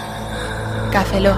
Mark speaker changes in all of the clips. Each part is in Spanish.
Speaker 1: Café Lock.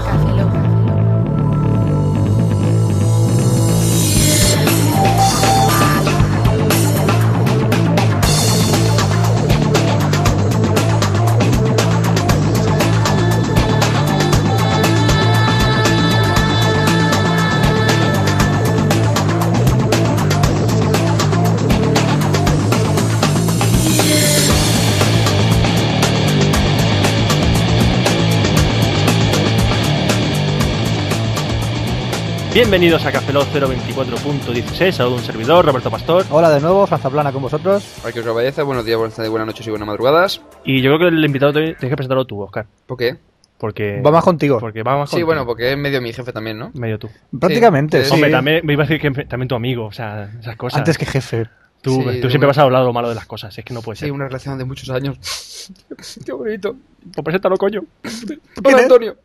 Speaker 2: Bienvenidos a Café Lock 024.16, saludo un servidor, Roberto Pastor.
Speaker 3: Hola de nuevo, Franza Plana con vosotros.
Speaker 4: Aquí os obedece, buenos días, buenas tardes, buenas noches y buenas madrugadas.
Speaker 2: Y yo creo que el invitado tienes que presentarlo tú, Oscar.
Speaker 4: ¿Por qué?
Speaker 2: Porque
Speaker 3: Va más contigo.
Speaker 2: Porque va más
Speaker 4: Sí,
Speaker 2: contigo.
Speaker 4: bueno, porque es medio mi jefe también, ¿no?
Speaker 2: Medio tú.
Speaker 3: Prácticamente,
Speaker 4: Sí.
Speaker 3: sí.
Speaker 2: Hombre, también me iba a decir que también tu amigo, o sea, esas cosas.
Speaker 3: Antes que jefe.
Speaker 2: Tú
Speaker 4: Sí,
Speaker 2: siempre
Speaker 4: bueno.
Speaker 2: vas a hablar lo malo de las cosas, es que no puede ser.
Speaker 4: Sí, una relación de muchos años. Qué bonito.
Speaker 2: Pues preséntalo, coño.
Speaker 4: Hola,
Speaker 3: es?
Speaker 4: Antonio.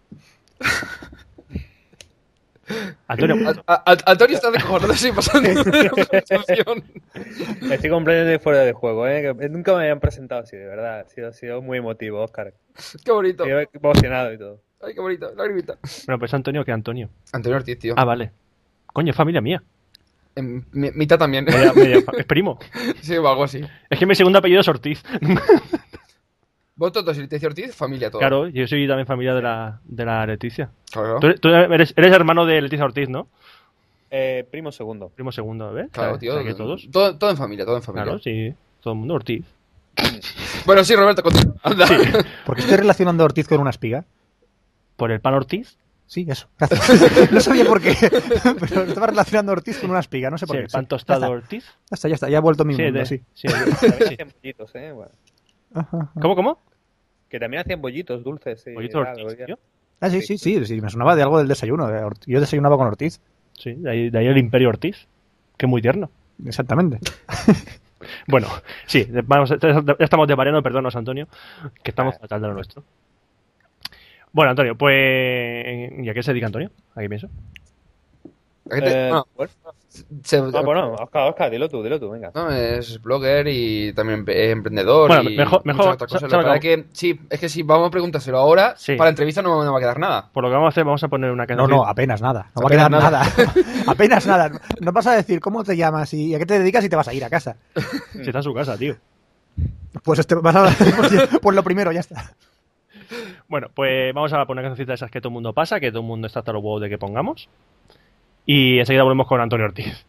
Speaker 2: Antonio,
Speaker 4: Antonio está descojonándose pasando una presentación.
Speaker 5: Estoy completamente fuera de juego, que nunca me habían presentado así, de verdad. Ha sido muy emotivo, Oscar.
Speaker 4: Qué bonito.
Speaker 5: Estoy emocionado y todo.
Speaker 4: Ay, qué bonito. Lagrimita.
Speaker 2: bueno, pues Antonio, ¿qué Antonio?
Speaker 4: Antonio Ortiz, tío.
Speaker 2: Ah, vale. Coño, es familia mía.
Speaker 4: Mitad también.
Speaker 2: Es primo.
Speaker 4: Sí, o algo así.
Speaker 2: Es que mi segundo apellido es Ortiz.
Speaker 4: Vos todos, si Leticia Ortiz, familia todo.
Speaker 2: Claro, yo soy también familia de la Leticia.
Speaker 4: Claro.
Speaker 2: Tú eres hermano de Leticia Ortiz, ¿no?
Speaker 5: Primo segundo.
Speaker 2: Primo segundo, ¿ves?
Speaker 4: Claro,
Speaker 2: O
Speaker 4: tío.
Speaker 2: sea, que todos.
Speaker 4: Todo en familia, todo en familia.
Speaker 2: Claro, sí. Todo el mundo Ortiz.
Speaker 4: Bueno, sí, Roberto, continúa. Anda.
Speaker 3: ¿Por qué estoy relacionando a Ortiz con una espiga?
Speaker 2: ¿Por el pan Ortiz?
Speaker 3: Sí, eso. Gracias. No sabía por qué, pero estaba relacionando a Ortiz con una espiga, no sé por
Speaker 2: Sí,
Speaker 3: qué.
Speaker 2: el pan
Speaker 3: Sí,
Speaker 2: tostado
Speaker 3: ya
Speaker 2: Ortiz.
Speaker 3: está, ya he vuelto a mi
Speaker 2: Sí,
Speaker 3: mundo, sí.
Speaker 5: También hacían bollitos, Bueno.
Speaker 3: Ajá.
Speaker 2: ¿Cómo?
Speaker 5: Que también hacían bollitos dulces. Sí,
Speaker 2: ¿Pollito
Speaker 5: tal,
Speaker 2: Ortiz, tío?
Speaker 3: Ah, sí, me sonaba de algo del desayuno. Yo desayunaba con Ortiz,
Speaker 2: Sí, de ahí el Imperio Ortiz. Que es muy tierno.
Speaker 3: exactamente.
Speaker 2: Bueno, sí, ya estamos desvariando, perdónanos, Antonio, que estamos fatal de lo nuestro. Bueno, Antonio, pues... ¿Y a qué se dedica Antonio? ¿A qué pienso?
Speaker 4: Bueno,
Speaker 5: Bueno.
Speaker 4: se-
Speaker 5: Bueno, Oscar, dilo tú, venga.
Speaker 4: No, es blogger y también es emprendedor.
Speaker 2: Bueno,
Speaker 4: y
Speaker 2: mejor-
Speaker 4: muchas otras cosas.
Speaker 2: se-
Speaker 4: La verdad es que sí, es que si vamos a preguntárselo ahora,
Speaker 2: Sí.
Speaker 4: para la entrevista no va a quedar nada.
Speaker 2: Por lo que vamos a hacer, vamos a poner una canción.
Speaker 3: No, apenas nada. No va a
Speaker 4: Apenas
Speaker 3: quedar
Speaker 4: nada.
Speaker 3: nada. Apenas nada. No vas a decir cómo te llamas y a qué te dedicas y te vas a ir a casa.
Speaker 2: Si está en su casa, tío.
Speaker 3: Pues vas a pues lo primero, ya está.
Speaker 2: Bueno, pues vamos a poner una cancioncita de esas que todo el mundo pasa, que todo el mundo está hasta los huevos de que pongamos. Y enseguida volvemos con Antonio Ortiz.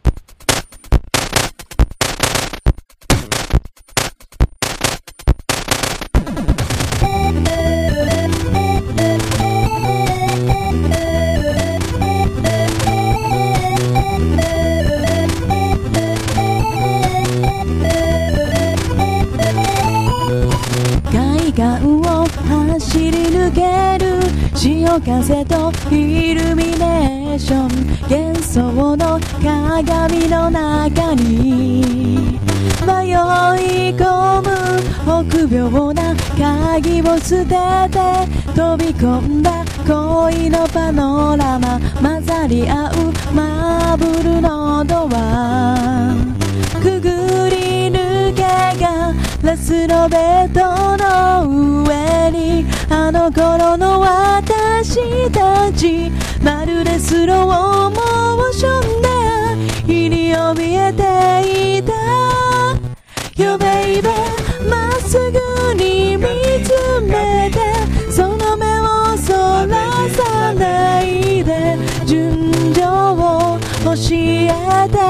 Speaker 6: 海岸を走り抜ける潮風とイルミネーション幻想の鏡の中に迷い込む臆病な鍵を捨てて飛び込んだ恋のパノラマ混ざり合うマーブルのドアくぐり抜けがラスのベッドの上にあの頃の私たちまるでスローモーションで日に怯えていた Yo baby まっすぐに見つめてその目をそらさないで純情を教えて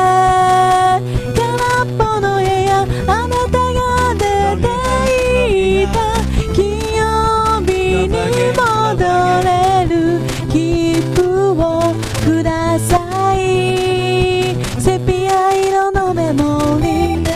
Speaker 6: 空っぽの部屋あなたが出ていた金曜日に戻れる切符をくださいセピア色のメモリー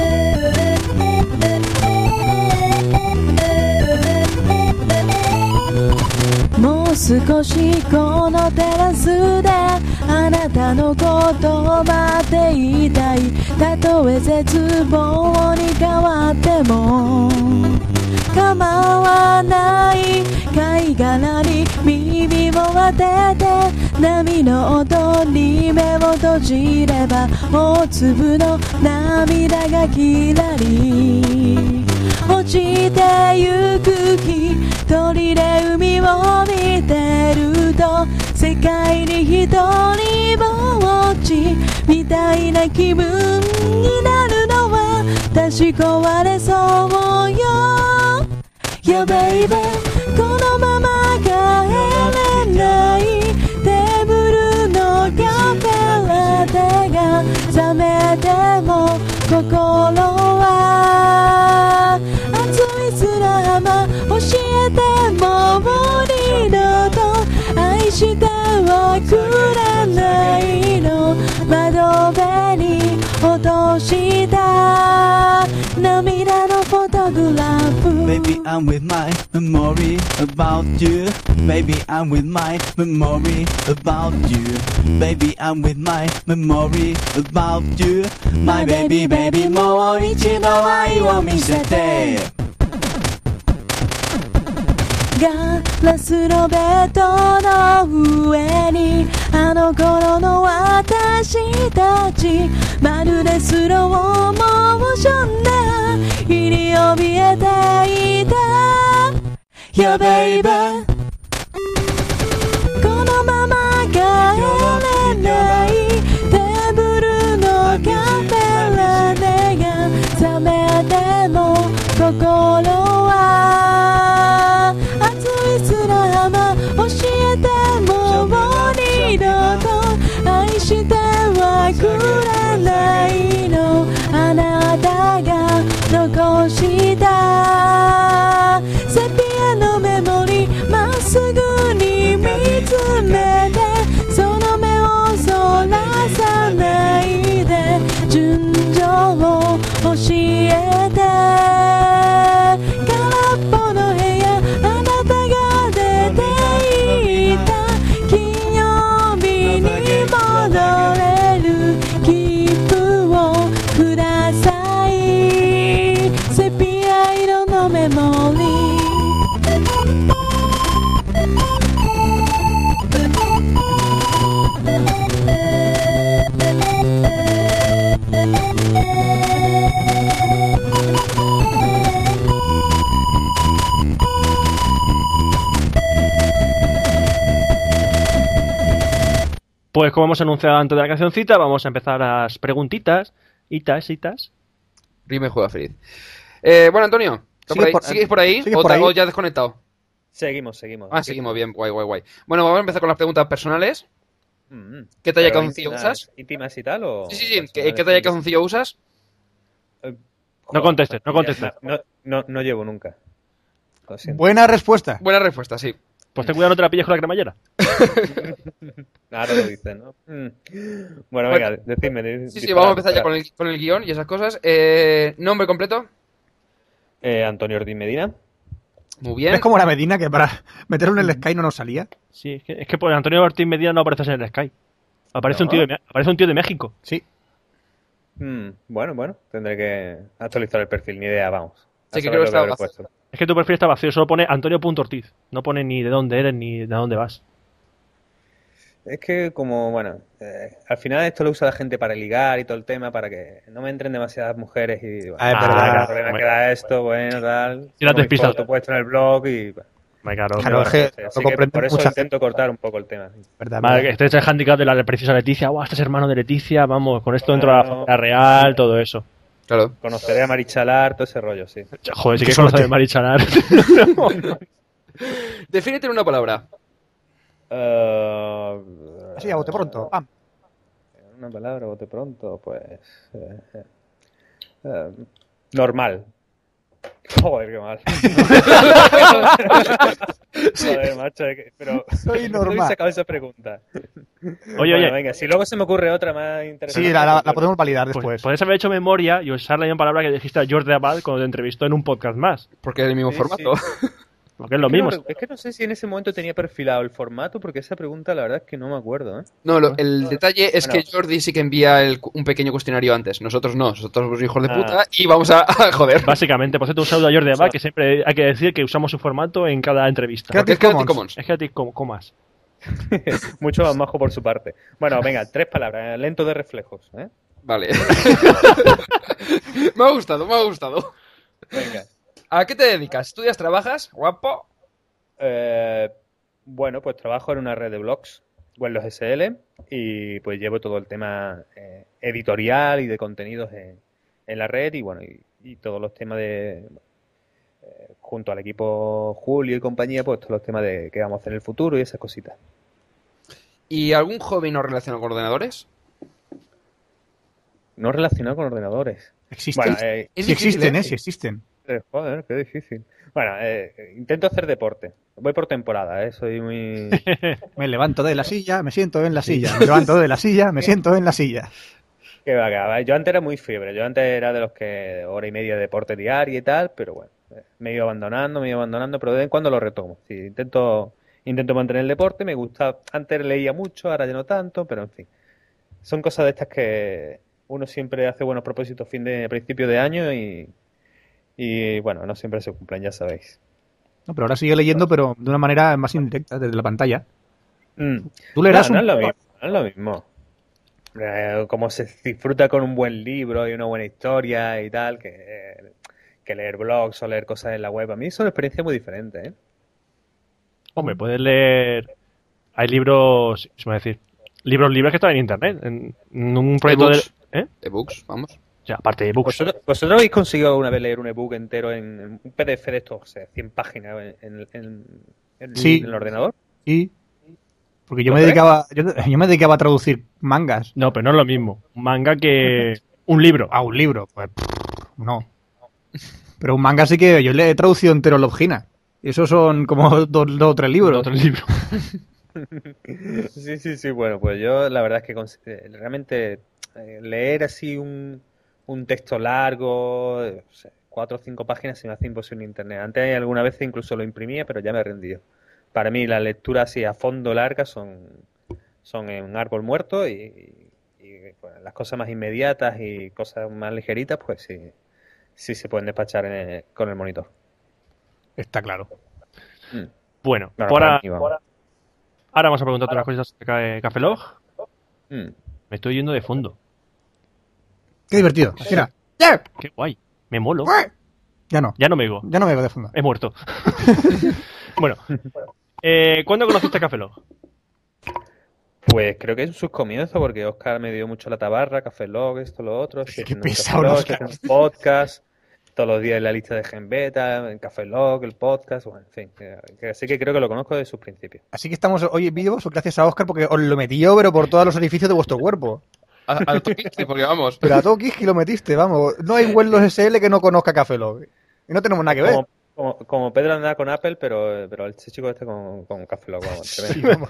Speaker 6: もう少しこのテラスであなたのことを待っていたいたとえ絶望に変わっても構わない貝殻に耳を当てて波の音に目を閉じれば大粒の涙がきらり落ちてゆく一人で海をな気分になるのは確かわれそうよ Yeah baby このまま帰れないテーブルのカフェラテが冷めても心は熱い砂浜教えてもう二度と愛してはくれないの窓辺に落とした涙のフォトグラフ
Speaker 1: Baby, I'm with my memory about you. Baby, I'm with my memory about you. Baby, I'm with my memory about you. My baby, baby, もう一度愛を見せて。
Speaker 6: ガラスのベッドの上にあの頃の私たちまるでスローモーションで日に怯えていた Yeah baby このまま帰れないテーブルのカフェラテが冷めても心は熱い砂浜教えてもう二度と愛してはくれないのあなたが残したセピアのメモリまっすぐに見つめてその目をそらさないで純情を教えて空っぽの部屋あなたが出ていた金曜日に戻れる切符をくださいセピア色のメモリー
Speaker 2: Pues como hemos anunciado antes de la cancioncita, vamos a empezar las preguntitas. Itas.
Speaker 4: Rime juega feliz. Bueno, Antonio, ¿sigues por ahí?
Speaker 3: ¿Sigues por ahí?
Speaker 4: ¿O ya desconectado?
Speaker 5: Seguimos.
Speaker 4: Ah, seguimos bien, guay. Bueno, vamos a empezar con las preguntas personales. ¿Qué talla de calzoncillo usas?
Speaker 5: ¿Íntimas y tal o...?
Speaker 4: Sí. ¿Qué talla de calzoncillo usas?
Speaker 2: No contestes.
Speaker 5: No llevo nunca. Lo siento.
Speaker 3: Buena respuesta.
Speaker 4: Buena respuesta, sí.
Speaker 2: Pues ten cuidado, no te la pilles con la cremallera.
Speaker 5: Ahora lo dicen, ¿no? Bueno, venga, decidme.
Speaker 4: Sí, vamos a empezar ya con el guión y esas cosas. ¿Nombre completo?
Speaker 5: Antonio Ortiz Medina.
Speaker 4: Muy bien.
Speaker 3: Es como la Medina que para meterlo en el Sky no nos salía.
Speaker 2: Sí, es que por Antonio Ortiz Medina no apareces en el Sky. Aparece un tío de México.
Speaker 3: Sí.
Speaker 5: Bueno, tendré que actualizar el perfil, ni idea, vamos.
Speaker 4: Sí, que creo que estaba
Speaker 5: puesto.
Speaker 2: Es que tu perfil está vacío, solo pone Antonio.ortiz. No pone ni de dónde eres ni de dónde vas.
Speaker 5: Es que como, bueno, al final esto lo usa la gente para ligar y todo el tema, para que no me entren demasiadas mujeres y... Bueno,
Speaker 3: es verdad.
Speaker 5: El problema queda esto, bueno, tal...
Speaker 2: Y las despistas.
Speaker 5: Foto puesto en el blog y...
Speaker 2: Claro,
Speaker 3: es que
Speaker 5: Así
Speaker 3: lo
Speaker 5: que
Speaker 3: comprende
Speaker 5: por eso
Speaker 3: mucha
Speaker 5: intento cortar un poco el tema.
Speaker 3: ¿Verdad?
Speaker 2: Vale, que este es el handicap de la preciosa Leticia. Este es hermano de Leticia. Vamos, con esto dentro de la
Speaker 5: Bueno.
Speaker 2: familia real, todo eso.
Speaker 4: Claro.
Speaker 5: Conoceré a Marichalar, todo ese rollo, sí.
Speaker 2: Joder, sí
Speaker 3: Qué
Speaker 2: que conoces
Speaker 3: suerte.
Speaker 2: a Marichalar.
Speaker 4: Defínete en una palabra.
Speaker 3: Así, a bote pronto. Pam.
Speaker 5: Una palabra, bote pronto, pues... normal. Joder, qué mal. Joder, macho, pero...
Speaker 3: Soy
Speaker 5: ¿Dónde
Speaker 3: normal.
Speaker 5: habéis sacado esa pregunta?
Speaker 2: Oye,
Speaker 5: Bueno, venga, si luego se me ocurre otra más interesante...
Speaker 3: Sí, la podemos validar
Speaker 2: Pues
Speaker 3: después.
Speaker 2: podés haber hecho memoria y usar la misma palabra que dijiste a George Abad cuando te entrevistó en un podcast más.
Speaker 4: Porque es el mismo
Speaker 5: Sí,
Speaker 4: formato.
Speaker 2: Porque es lo mismo.
Speaker 5: Es que no sé si en ese momento tenía perfilado el formato, porque esa pregunta la verdad es que no me acuerdo, ¿eh?
Speaker 4: No, el detalle es
Speaker 5: Bueno.
Speaker 4: que Jordi sí que envía un pequeño cuestionario antes. Nosotros no, nosotros somos hijos de
Speaker 5: Ah.
Speaker 4: puta y vamos a joder.
Speaker 2: Básicamente, por cierto, un saludo a George Abad, que siempre hay que decir que usamos su formato en cada entrevista.
Speaker 3: Creative
Speaker 4: Porque es Creative
Speaker 3: Commons.
Speaker 4: Commons.
Speaker 2: Es que a ti, comas.
Speaker 5: Mucho más majo por su parte. Bueno, venga, 3 palabras. Lento de reflejos, ¿eh?
Speaker 4: Vale. Me ha gustado.
Speaker 5: Venga.
Speaker 4: ¿A qué te dedicas? ¿Estudias, trabajas? Guapo.
Speaker 5: Bueno, pues trabajo en una red de blogs Huelos SL y pues llevo todo el tema editorial y de contenidos en la red y bueno, y todos los temas de junto al equipo Julio y compañía, pues todos los temas de qué vamos a hacer en el futuro y esas cositas.
Speaker 4: ¿Y algún hobby no relacionado con ordenadores?
Speaker 5: No relacionado con ordenadores.
Speaker 3: ¿Existen?
Speaker 5: Bueno,
Speaker 4: Es
Speaker 3: Sí
Speaker 4: difícil,
Speaker 3: existen,
Speaker 4: ¿eh?
Speaker 3: sí existen.
Speaker 5: joder, qué difícil. Bueno, intento hacer deporte. Voy por temporada, soy muy...
Speaker 3: Me levanto de la silla, me siento en la silla. Me levanto de la silla, me siento en la silla.
Speaker 5: Que va. Yo antes era muy fiebre. Yo antes era de los que hora y media de deporte diario y tal, pero bueno, me he ido abandonando, pero de vez en cuando lo retomo. Sí, intento mantener el deporte. Me gusta. Antes leía mucho, ahora ya no tanto, pero en fin. Son cosas de estas que uno siempre hace buenos propósitos principio de año y bueno, no siempre se cumplen, ya sabéis.
Speaker 3: No, pero ahora sigue leyendo, pero de una manera más indirecta, desde la pantalla.
Speaker 5: Mm.
Speaker 3: Tú leerás
Speaker 5: No,
Speaker 3: un...
Speaker 5: no es lo mismo, no es lo mismo. Como se disfruta con un buen libro y una buena historia y tal, que leer blogs o leer cosas en la web. A mí son experiencias muy diferentes, ¿eh?
Speaker 2: Hombre, puedes leer... Hay libros, se me va a decir, libros libres que están en internet. En un proyecto de...
Speaker 4: ebooks.
Speaker 2: ¿Eh?
Speaker 4: Ebooks, vamos.
Speaker 2: O sea, aparte de ebooks.
Speaker 5: ¿Vosotros habéis conseguido alguna vez leer un ebook entero en un PDF de estos, o sea, 100 páginas
Speaker 3: Sí.
Speaker 5: en el ordenador?
Speaker 3: Sí. Porque yo
Speaker 5: ¿Lo
Speaker 3: me
Speaker 5: crees?
Speaker 3: dedicaba a traducir mangas.
Speaker 2: No, pero no es lo mismo. Un manga que un libro.
Speaker 3: A un libro, pues no. Pero un manga sí que yo le he traducido entero Love Hina. Y esos son como dos o tres libros.
Speaker 2: Otro libro.
Speaker 5: Sí, bueno, pues yo la verdad es que realmente leer así un texto largo, o sea, 4 o 5 páginas se me hace imposible en internet. Antes alguna vez incluso lo imprimía, pero ya me he rendido. Para mí las lecturas así a fondo largas son en un árbol muerto y bueno, las cosas más inmediatas y cosas más ligeritas, pues sí se pueden despachar con el monitor.
Speaker 3: Está claro.
Speaker 2: Bueno,
Speaker 5: Claro,
Speaker 2: por
Speaker 5: para
Speaker 2: ahora,
Speaker 5: mí, vamos.
Speaker 2: ahora vamos a preguntarte unas cosas acerca de Café Log.
Speaker 5: Mm.
Speaker 2: Me estoy yendo de fondo.
Speaker 3: Qué divertido. Mira. ¡Ya!
Speaker 2: Qué guay. Me molo.
Speaker 3: Ya no.
Speaker 2: Ya no me digo.
Speaker 3: Ya no me veo de fondo.
Speaker 2: He muerto. Bueno. ¿Cuándo conociste Café Log?
Speaker 5: Pues creo que en sus comienzos, porque Óscar me dio mucho la tabarra, Café Log, esto, lo otro. Estoy
Speaker 3: Qué
Speaker 5: haciendo un
Speaker 3: pesado,
Speaker 5: Café Log,
Speaker 3: Óscar.
Speaker 5: estoy haciendo un podcast, todos los días en la lista de Gen Beta, en Café Log, el podcast, bueno, en fin. Así que creo que lo conozco desde sus principios.
Speaker 3: Así que estamos hoy vivos gracias a Óscar porque os lo metí yo, pero por todos los orificios de vuestro cuerpo.
Speaker 4: A toque, porque vamos.
Speaker 3: Pero a todo Kiski lo metiste, vamos. No hay Huelos SL que no conozca Café Log. Y no tenemos nada que ver.
Speaker 5: Como Pedro andaba con Apple, pero el chico este con Café Log, vamos.
Speaker 3: Sí, vamos.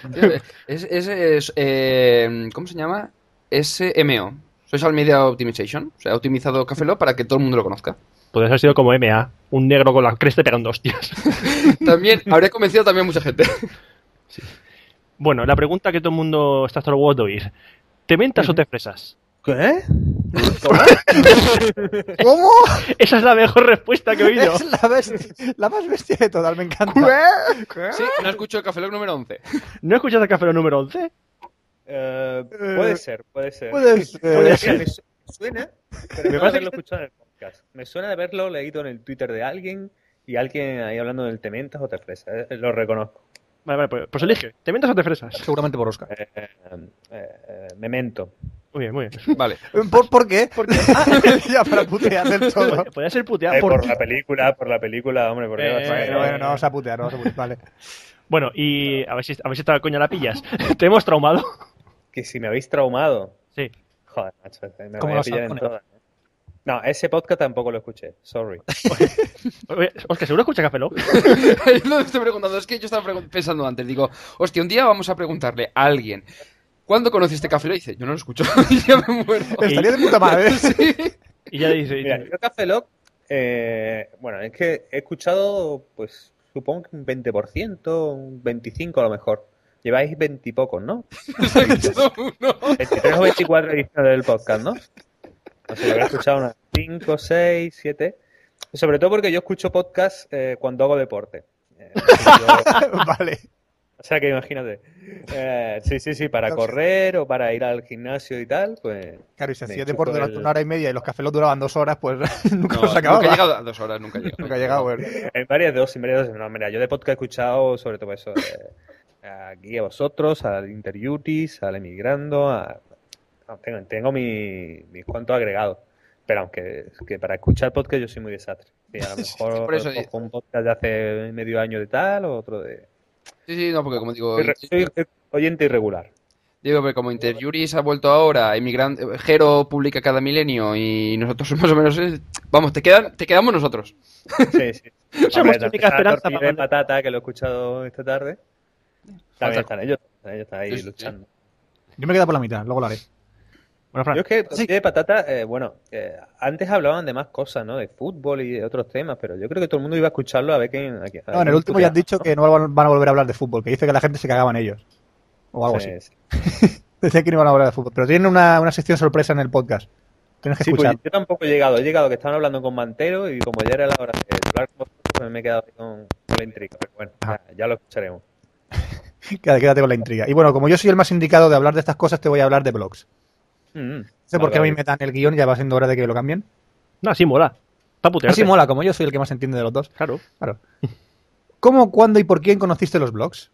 Speaker 4: ¿Cómo se llama? SMO. Social Media Optimization. O sea, ha optimizado Café Lock para que todo el mundo lo conozca.
Speaker 2: Podría haber sido como MA. Un negro con la cresta pegando hostias.
Speaker 4: También habría convencido también a mucha gente.
Speaker 2: Bueno, la pregunta que todo el mundo está hasta los huevos de oír. ¿Te mentas o te fresas?
Speaker 5: ¿Qué?
Speaker 3: ¿Cómo?
Speaker 2: Esa es la mejor respuesta que he oído.
Speaker 3: Es la más bestia de todas, me encanta.
Speaker 4: Sí, no escucho el Café Lock número 11.
Speaker 2: ¿No escuchas el Café Log número 11?
Speaker 5: Puede ser.
Speaker 3: Puede ser.
Speaker 5: Mira, me suena, pero
Speaker 2: Me
Speaker 5: no
Speaker 2: parece
Speaker 5: haberlo escuchado en el podcast. Me suena de haberlo leído en el Twitter de alguien y alguien ahí hablando del te mentas o te fresas. Lo reconozco.
Speaker 2: Vale, pues elige. ¿Te mentas o te fresas?
Speaker 3: Seguramente por Óscar.
Speaker 5: Memento.
Speaker 2: Muy bien, muy bien.
Speaker 4: Vale.
Speaker 3: ¿Por qué? Ya para putear del todo.
Speaker 2: Podría ser putear.
Speaker 5: Por la película, hombre. Porque
Speaker 3: Bueno, no vamos a putear, Vale.
Speaker 2: Bueno, y a ver si esta coña la pillas. ¿Te hemos traumado?
Speaker 5: Que si me habéis traumado.
Speaker 2: Sí.
Speaker 5: Joder, macho, me
Speaker 3: ¿Cómo
Speaker 5: voy a
Speaker 3: lo
Speaker 5: pillar en
Speaker 3: sabes?
Speaker 5: todas. No, ese podcast tampoco lo escuché. Sorry.
Speaker 2: Oscar, ¿seguro escucha Café Log?
Speaker 4: No te estoy preguntando, es que yo estaba pensando antes. Digo, hostia, un día vamos a preguntarle a alguien ¿cuándo conociste Café Lock? Y dice, yo no lo escucho. Y ya me muero.
Speaker 3: Estaría de puta madre.
Speaker 4: Sí.
Speaker 2: Y ya dice...
Speaker 5: Mira, yo Café Lock, bueno, es que he escuchado, pues, supongo que un 20%, un 25% a lo mejor. Lleváis 20 y pocos, ¿no?
Speaker 4: Se ha escuchado uno.
Speaker 5: 23 o 24 ediciones del podcast, ¿no? No sé, yo habré escuchado unas 5, 6, 7. Sobre todo porque yo escucho podcast cuando hago deporte.
Speaker 3: Vale.
Speaker 5: O sea que imagínate. Sí, para correr o para ir al gimnasio y tal, pues...
Speaker 3: Claro, y si
Speaker 5: me
Speaker 3: hacía
Speaker 5: enchufo
Speaker 3: deporte durante
Speaker 5: el-
Speaker 3: 1 hora y media y los Café Lock duraban 2 horas, pues nunca
Speaker 4: No,
Speaker 3: los acababa.
Speaker 4: nunca he llegado a 2 horas, nunca he llegado.
Speaker 3: Nunca ha llegado, güey.
Speaker 5: En varias dosis. No, mira, yo de podcast he escuchado sobre todo eso. aquí a vosotros, al Interjuris, al Emigrando, tengo mis cuantos agregados. Pero aunque que para escuchar podcast yo soy muy desastre. Y a lo mejor
Speaker 4: por eso
Speaker 5: cojo un podcast de hace medio año de tal o otro de...
Speaker 4: Sí, no, porque como digo,
Speaker 5: Soy oyente irregular.
Speaker 4: digo, pero como Interjuris ha vuelto ahora, Jero publica cada milenio y nosotros más o menos, vamos, te quedamos nosotros.
Speaker 5: Sí, sí.
Speaker 2: Somos
Speaker 5: Hombre,
Speaker 2: tu única esperanza
Speaker 5: Tortilla
Speaker 2: para
Speaker 5: de patata, que lo he escuchado esta tarde. También están ellos están ahí
Speaker 4: Sí, sí.
Speaker 5: luchando.
Speaker 3: Yo me quedo por la mitad, luego lo haré.
Speaker 2: Bueno, Fran,
Speaker 5: Yo es que Tortilla de patata, antes hablaban de más cosas, ¿no? De fútbol y de otros temas, pero yo creo que todo el mundo iba a escucharlo a ver quién...
Speaker 3: No, en el último ya has dicho que no van a volver a hablar de fútbol, que dice que la gente se cagaba en ellos. O algo así.
Speaker 5: Sí.
Speaker 3: Decía que no iban a hablar de fútbol. Pero tienen una sección sorpresa en el podcast. Tienes que
Speaker 5: Sí,
Speaker 3: escuchar.
Speaker 5: pues yo tampoco he llegado que estaban hablando con Mantero y como ya era la hora de hablar con vosotros, pues me he quedado ahí con la intriga. Pero bueno, ya lo escucharemos.
Speaker 3: Quédate con la intriga. Y bueno, como yo soy el más indicado de hablar de estas cosas, te voy a hablar de blogs. No sé por qué a mí me dan el guión, ya va siendo hora de que lo cambien.
Speaker 2: no, sí mola. Está putearte.
Speaker 3: Así mola, como yo soy el que más entiende de los dos.
Speaker 2: Claro.
Speaker 3: Claro. ¿Cómo, cuándo y por quién conociste los blogs?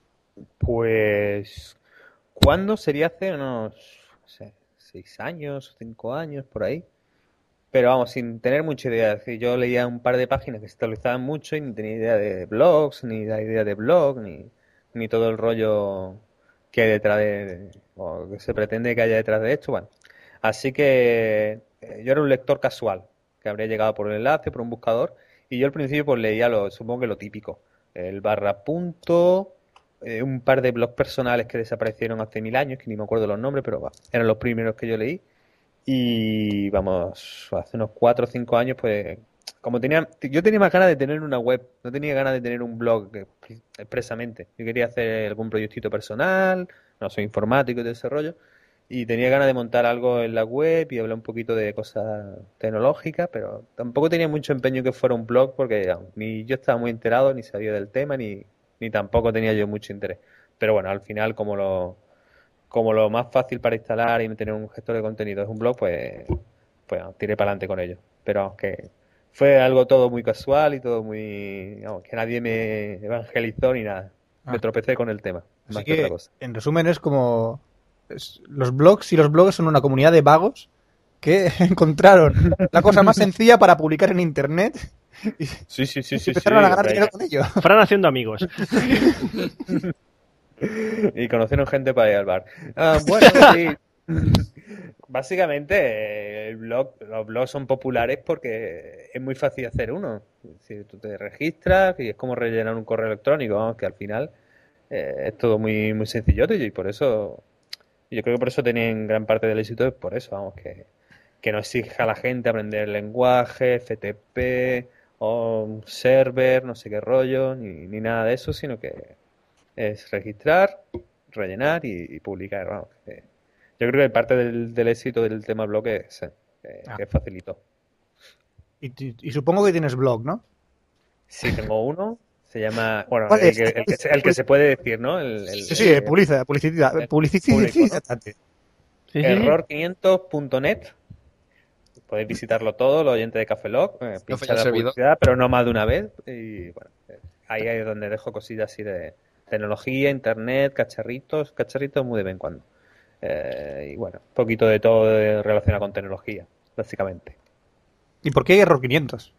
Speaker 5: Pues, ¿cuándo sería? Hace unos, no sé, 6 años, 5 años, por ahí. Pero vamos, sin tener mucha idea. Es decir, yo leía un par de páginas que se actualizaban mucho y ni tenía idea de blogs, ni la idea de blog, ni todo el rollo que hay detrás o que se pretende que haya detrás de esto. Bueno, así que yo era un lector casual, que habría llegado por un enlace, por un buscador, y yo al principio pues leía supongo que lo típico, el barra punto, un par de blogs personales que desaparecieron hace 1000 años, que ni me acuerdo los nombres, pero eran los primeros que yo leí. Y vamos, hace unos 4 o 5 años, pues, yo tenía más ganas de tener una web, no tenía ganas de tener un blog expresamente. Yo quería hacer algún proyectito personal, no soy informático y de ese rollo, y tenía ganas de montar algo en la web y hablar un poquito de cosas tecnológicas, pero tampoco tenía mucho empeño en que fuera un blog porque ni yo estaba muy enterado, ni sabía del tema, ni tampoco tenía yo mucho interés. Pero bueno, al final, como lo más fácil para instalar y tener un gestor de contenido es un blog, pues tiré para adelante con ello. Pero vamos, que fue algo todo muy casual y todo muy... Vamos, que nadie me evangelizó ni nada. Me tropecé con el tema,
Speaker 3: Así
Speaker 5: más que otra
Speaker 3: que,
Speaker 5: cosa.
Speaker 3: en resumen, es como... los blogs y los bloggers son una comunidad de vagos que encontraron la cosa más sencilla para publicar en internet y
Speaker 5: Sí, sí, sí,
Speaker 3: y
Speaker 5: sí.
Speaker 3: empezaron a ganar
Speaker 5: hombre.
Speaker 3: dinero con ello.
Speaker 2: Fran haciendo amigos.
Speaker 5: Y conocieron gente para ir al bar. Bueno, sí. Básicamente, los blogs son populares porque es muy fácil hacer uno. Si tú te registras y es como rellenar un correo electrónico, vamos, que al final es todo muy, muy sencillote y por eso, yo creo que por eso tienen gran parte del éxito, es por eso, vamos, que no exija a la gente aprender el lenguaje, FTP o un server, no sé qué rollo, ni nada de eso, sino que es registrar, rellenar y publicar. Vamos, yo creo que parte del éxito del tema blog es que facilitó.
Speaker 3: Y supongo que tienes blog, ¿no?
Speaker 5: Sí, tengo uno, se llama, bueno,
Speaker 3: ¿Cuál es?
Speaker 5: el que se puede decir, ¿no?
Speaker 3: Sí, publicidad.
Speaker 5: Error500.net. Podéis visitarlo todo, los oyentes de Café Lock,
Speaker 4: falla
Speaker 5: pinchar
Speaker 4: el
Speaker 5: la
Speaker 4: servidor.
Speaker 5: publicidad, pero no más de una vez. Y bueno, ahí es donde dejo cosillas así de tecnología, internet, cacharritos muy de vez en cuando. Y bueno, un poquito de todo relacionado con tecnología, básicamente.
Speaker 3: ¿Y por qué hay Error 500?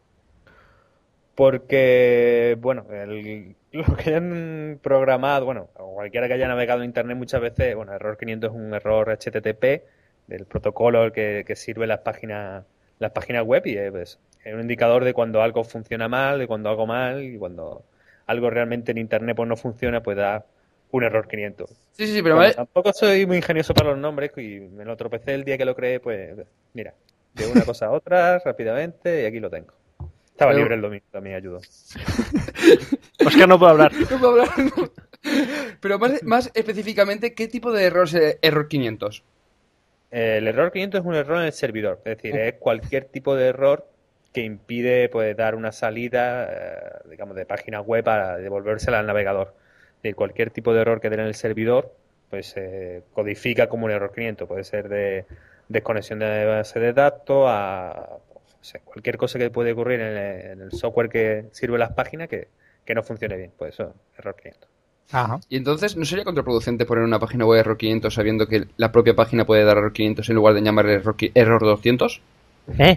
Speaker 5: Porque, bueno, lo que hayan programado, bueno, o cualquiera que haya navegado en internet muchas veces, bueno, error 500 es un error HTTP del protocolo que sirve las páginas web y es un indicador de cuando algo funciona mal, de cuando algo mal y cuando algo realmente en internet pues no funciona, pues da un error 500.
Speaker 4: Sí, pero
Speaker 5: Como
Speaker 4: vale.
Speaker 5: tampoco soy muy ingenioso para los nombres y me lo tropecé el día que lo creé, pues mira, de una cosa a otra rápidamente y aquí lo tengo. Estaba
Speaker 4: Pero-
Speaker 5: libre el domingo, también ayudó.
Speaker 2: Oscar no puede hablar.
Speaker 4: No puedo hablar, no. Pero más específicamente, ¿qué tipo de error es error 500?
Speaker 5: El error 500 es un error en el servidor, es decir, es cualquier tipo de error que impide pues, dar una salida, digamos, de página web para devolvérsela al navegador. De cualquier tipo de error que dé en el servidor, pues se codifica como un error 500. Puede ser de desconexión de base de datos a pues, o sea, cualquier cosa que puede ocurrir en el software que sirve las páginas que no funcione bien. Pues eso, error 500.
Speaker 3: Ajá.
Speaker 4: Y entonces, ¿no sería contraproducente poner una página web error 500 sabiendo que la propia página puede dar error 500 en lugar de llamarle error 200?
Speaker 2: ¿Eh?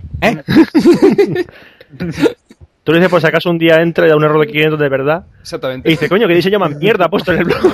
Speaker 2: Tú le dices, por si acaso un día entra y da un error de 500 de verdad.
Speaker 4: Exactamente.
Speaker 2: Y dice, coño, que diseño más mierda ha puesto en el blog.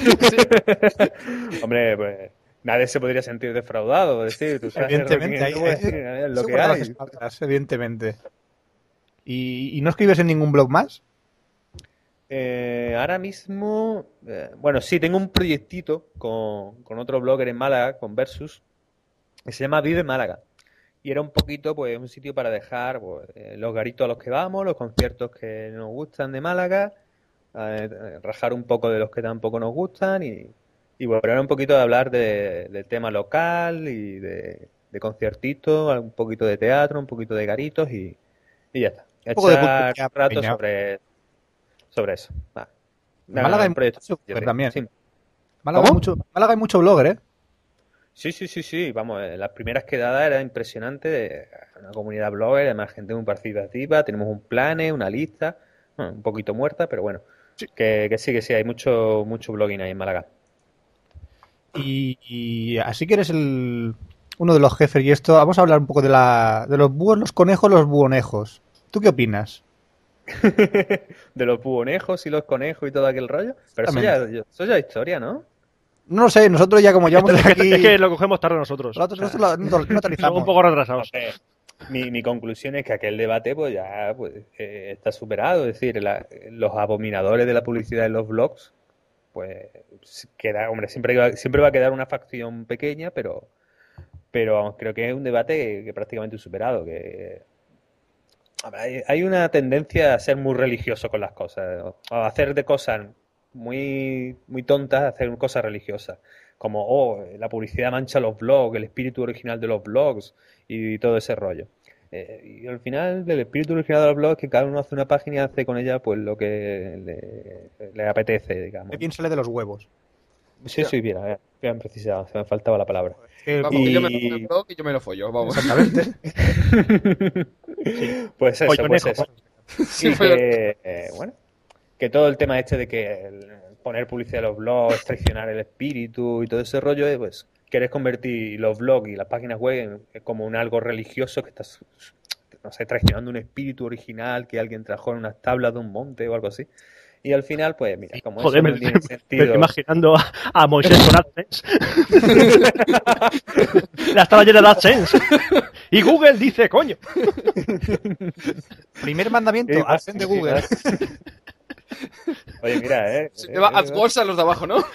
Speaker 5: Hombre, pues nadie se podría sentir defraudado. Es decir, tú sabes,
Speaker 3: Evidentemente,
Speaker 5: es lo que
Speaker 3: seguro las
Speaker 5: hay.
Speaker 3: espaldas, evidentemente. ¿Y no escribes en ningún blog más?
Speaker 5: Ahora mismo, bueno, sí, tengo un proyectito con otro blogger en Málaga, con Versus, que se llama Vive Málaga. Y era un poquito, pues, un sitio para dejar pues, los garitos a los que vamos, los conciertos que nos gustan de Málaga, rajar un poco de los que tampoco nos gustan y bueno, era un poquito de hablar del tema local y de conciertitos, un poquito de teatro, un poquito de garitos y ya está.
Speaker 3: Un poco de
Speaker 5: Echar
Speaker 3: cultura
Speaker 5: un rato
Speaker 3: pequeña.
Speaker 5: sobre eso. Va.
Speaker 3: Málaga hay
Speaker 5: Un proyecto
Speaker 3: mucho
Speaker 5: sencillo,
Speaker 3: también.
Speaker 5: sí.
Speaker 3: Málaga hay mucho blogger, ¿eh?
Speaker 5: Sí, vamos, las primeras quedadas era impresionante, una comunidad blogger, además gente muy participativa, tenemos un planner, una lista, bueno, un poquito muerta, pero bueno, que sí, hay mucho blogging ahí en Málaga.
Speaker 3: Y así que eres uno de los jefes y esto, vamos a hablar un poco de los búhos, los conejos, los buonejos. ¿Tú qué opinas?
Speaker 5: De los buonejos y los conejos y todo aquel rollo, pero eso ya es historia, ¿no?
Speaker 3: No lo sé, nosotros ya como llevamos aquí...
Speaker 2: Es que lo cogemos tarde nosotros.
Speaker 3: Nosotros lo
Speaker 2: Estamos
Speaker 3: actualizamos.
Speaker 2: un poco retrasados.
Speaker 5: Mi conclusión es que aquel debate pues ya está superado, es decir, los abominadores de la publicidad en los blogs, pues queda, hombre, siempre va a quedar una facción pequeña, pero vamos, creo que es un debate que prácticamente superado, que hay una tendencia a ser muy religioso con las cosas, a hacer de cosas muy, muy tontas, a hacer cosas religiosas, como la publicidad mancha los blogs, el espíritu original de los blogs y todo ese rollo. Y al final, el espíritu original de los blogs es que cada uno hace una página y hace con ella pues lo que le apetece, digamos.
Speaker 3: ¿Qué bien sale de los huevos?
Speaker 5: Sí, bien precisado, se me faltaba la palabra.
Speaker 4: Vamos, que yo me pongo el blog y yo me lo follo, vamos.
Speaker 3: Exactamente.
Speaker 5: Pues eso,
Speaker 2: Pollonejo,
Speaker 5: pues eso.
Speaker 4: Sí,
Speaker 5: Y que, bueno, que todo el tema este de que poner publicidad en los blogs, es traicionar el espíritu y todo ese rollo, pues quieres convertir los blogs y las páginas web como un algo religioso que estás, no sé, traicionando un espíritu original que alguien trajo en unas tablas de un monte o algo así. Y al final, pues mira, como
Speaker 2: Joder,
Speaker 5: eso no tiene
Speaker 2: me
Speaker 5: sentido.
Speaker 2: estoy imaginando a Moisés con AdSense. La estaba llena de AdSense. Y Google dice, coño.
Speaker 3: Primer mandamiento, AdSense de Google.
Speaker 5: Oye, mira,
Speaker 4: Se te va AdWords a los de abajo, ¿no?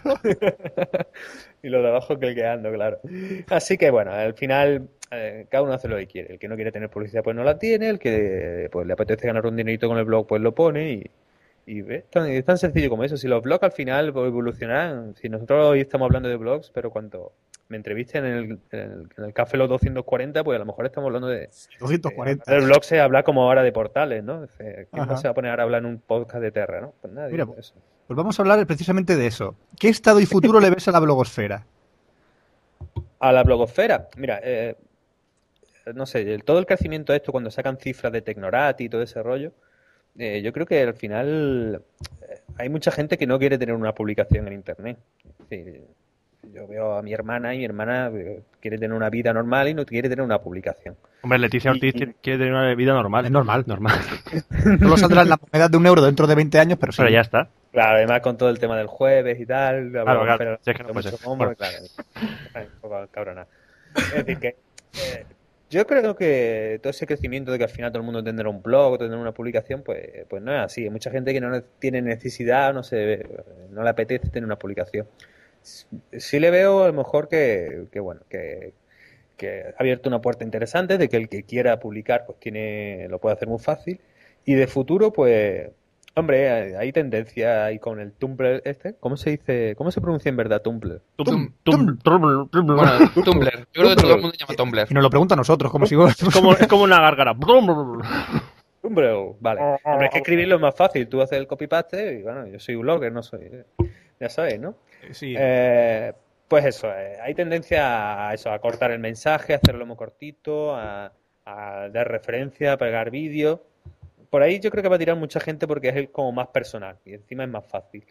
Speaker 5: Y los de abajo cliqueando, claro. Así que bueno, al final cada uno hace lo que quiere. El que no quiere tener publicidad pues no la tiene, el que pues le apetece ganar un dinerito con el blog pues lo pone y es tan sencillo como eso. Si los blogs al final evolucionan, si nosotros hoy estamos hablando de blogs, pero cuando me entrevisten en el Café Los 240, pues a lo mejor estamos hablando de
Speaker 3: 240.
Speaker 5: el blog se habla como ahora de portales, ¿no? ¿Quién
Speaker 3: Ajá.
Speaker 5: no se va a poner ahora a hablar en un podcast de Terra, ¿no? Pues nadie.
Speaker 3: Mira,
Speaker 5: Eso.
Speaker 3: pues vamos a hablar precisamente de eso. ¿Qué estado y futuro le ves a la blogosfera?
Speaker 5: A la blogosfera, mira, no sé, todo el crecimiento de esto cuando sacan cifras de Tecnorat y todo ese rollo, yo creo que al final hay mucha gente que no quiere tener una publicación en internet. Es decir, yo veo a mi hermana y mi hermana quiere tener una vida normal y no quiere tener una publicación.
Speaker 2: Hombre, Leticia Ortiz quiere tener una vida normal.
Speaker 3: Es normal.
Speaker 2: Normal.
Speaker 3: Solo saldrá en la moneda de €1 dentro de 20 años, pero sí.
Speaker 2: Pero ya está.
Speaker 5: Claro, además con todo el tema del jueves y tal, la
Speaker 2: Claro,
Speaker 5: blogosfera,
Speaker 2: si es que no puede
Speaker 5: mucho
Speaker 2: ser.
Speaker 5: bombo,
Speaker 2: Bueno.
Speaker 5: claro. Ay, un poco cabrona. Es decir, que yo creo que todo ese crecimiento de que al final todo el mundo tendrá un blog o tendrá una publicación, pues no es así. Hay mucha gente que no tiene necesidad, no le apetece tener una publicación. Sí le veo a lo mejor que ha abierto una puerta interesante de que el que quiera publicar pues lo puede hacer muy fácil. Y de futuro, pues, hombre, hay tendencia ahí con el Tumblr este. ¿Cómo se dice? ¿Cómo se pronuncia en verdad Tumblr?
Speaker 4: Bueno, Tumblr. Yo creo que todo el mundo llama Tumblr.
Speaker 3: Y nos lo pregunta a nosotros, como si...
Speaker 2: Es como una gárgara.
Speaker 5: Tumblr, vale. Hombre, es que escribirlo es más fácil. Tú haces el copy-paste y, bueno, yo soy un blogger, no soy... Ya sabéis, ¿no?
Speaker 3: Sí.
Speaker 5: Pues eso, hay tendencia a eso, a cortar el mensaje, a hacerlo muy cortito, a dar referencia, a pegar vídeos. Por ahí yo creo que va a tirar mucha gente porque es como más personal y encima es más fácil.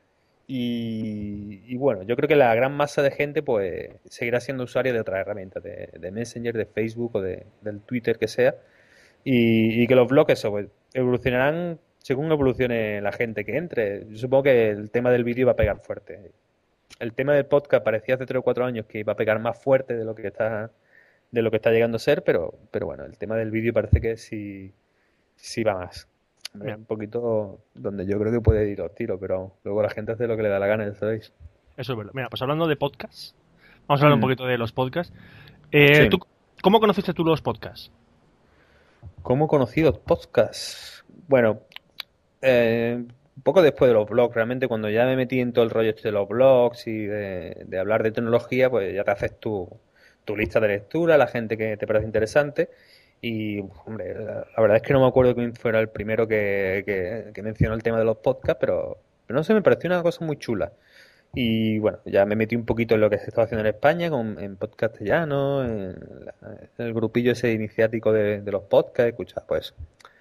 Speaker 5: Y bueno, yo creo que la gran masa de gente pues seguirá siendo usuario de otras herramientas, de Messenger, de Facebook o del Twitter que sea. Y que los blogs, eso, pues, evolucionarán según evolucione la gente que entre. Yo supongo que el tema del vídeo va a pegar fuerte. El tema del podcast parecía hace 3 o 4 años que iba a pegar más fuerte de lo que está llegando a ser, pero bueno, el tema del vídeo parece que sí va más. Hombre, un poquito donde yo creo que puede ir los tiros, pero luego la gente hace lo que le da la gana, ¿sabéis?
Speaker 2: Eso es verdad. Mira, pues hablando de podcasts, vamos a hablar un poquito de los podcasts.
Speaker 5: Sí.
Speaker 2: ¿Cómo conociste tú los podcasts?
Speaker 5: ¿Cómo he conocido podcasts? Bueno, un poco después de los blogs, realmente cuando ya me metí en todo el rollo este de los blogs y de hablar de tecnología, pues ya te haces tu lista de lectura, la gente que te parece interesante. Y, hombre, la verdad es que no me acuerdo quién fuera el primero que mencionó el tema de los podcasts, pero no sé, me pareció una cosa muy chula. Y bueno, ya me metí un poquito en lo que se estaba haciendo en España, en podcast castellano, en el grupillo ese iniciático de los podcasts, escuchaba pues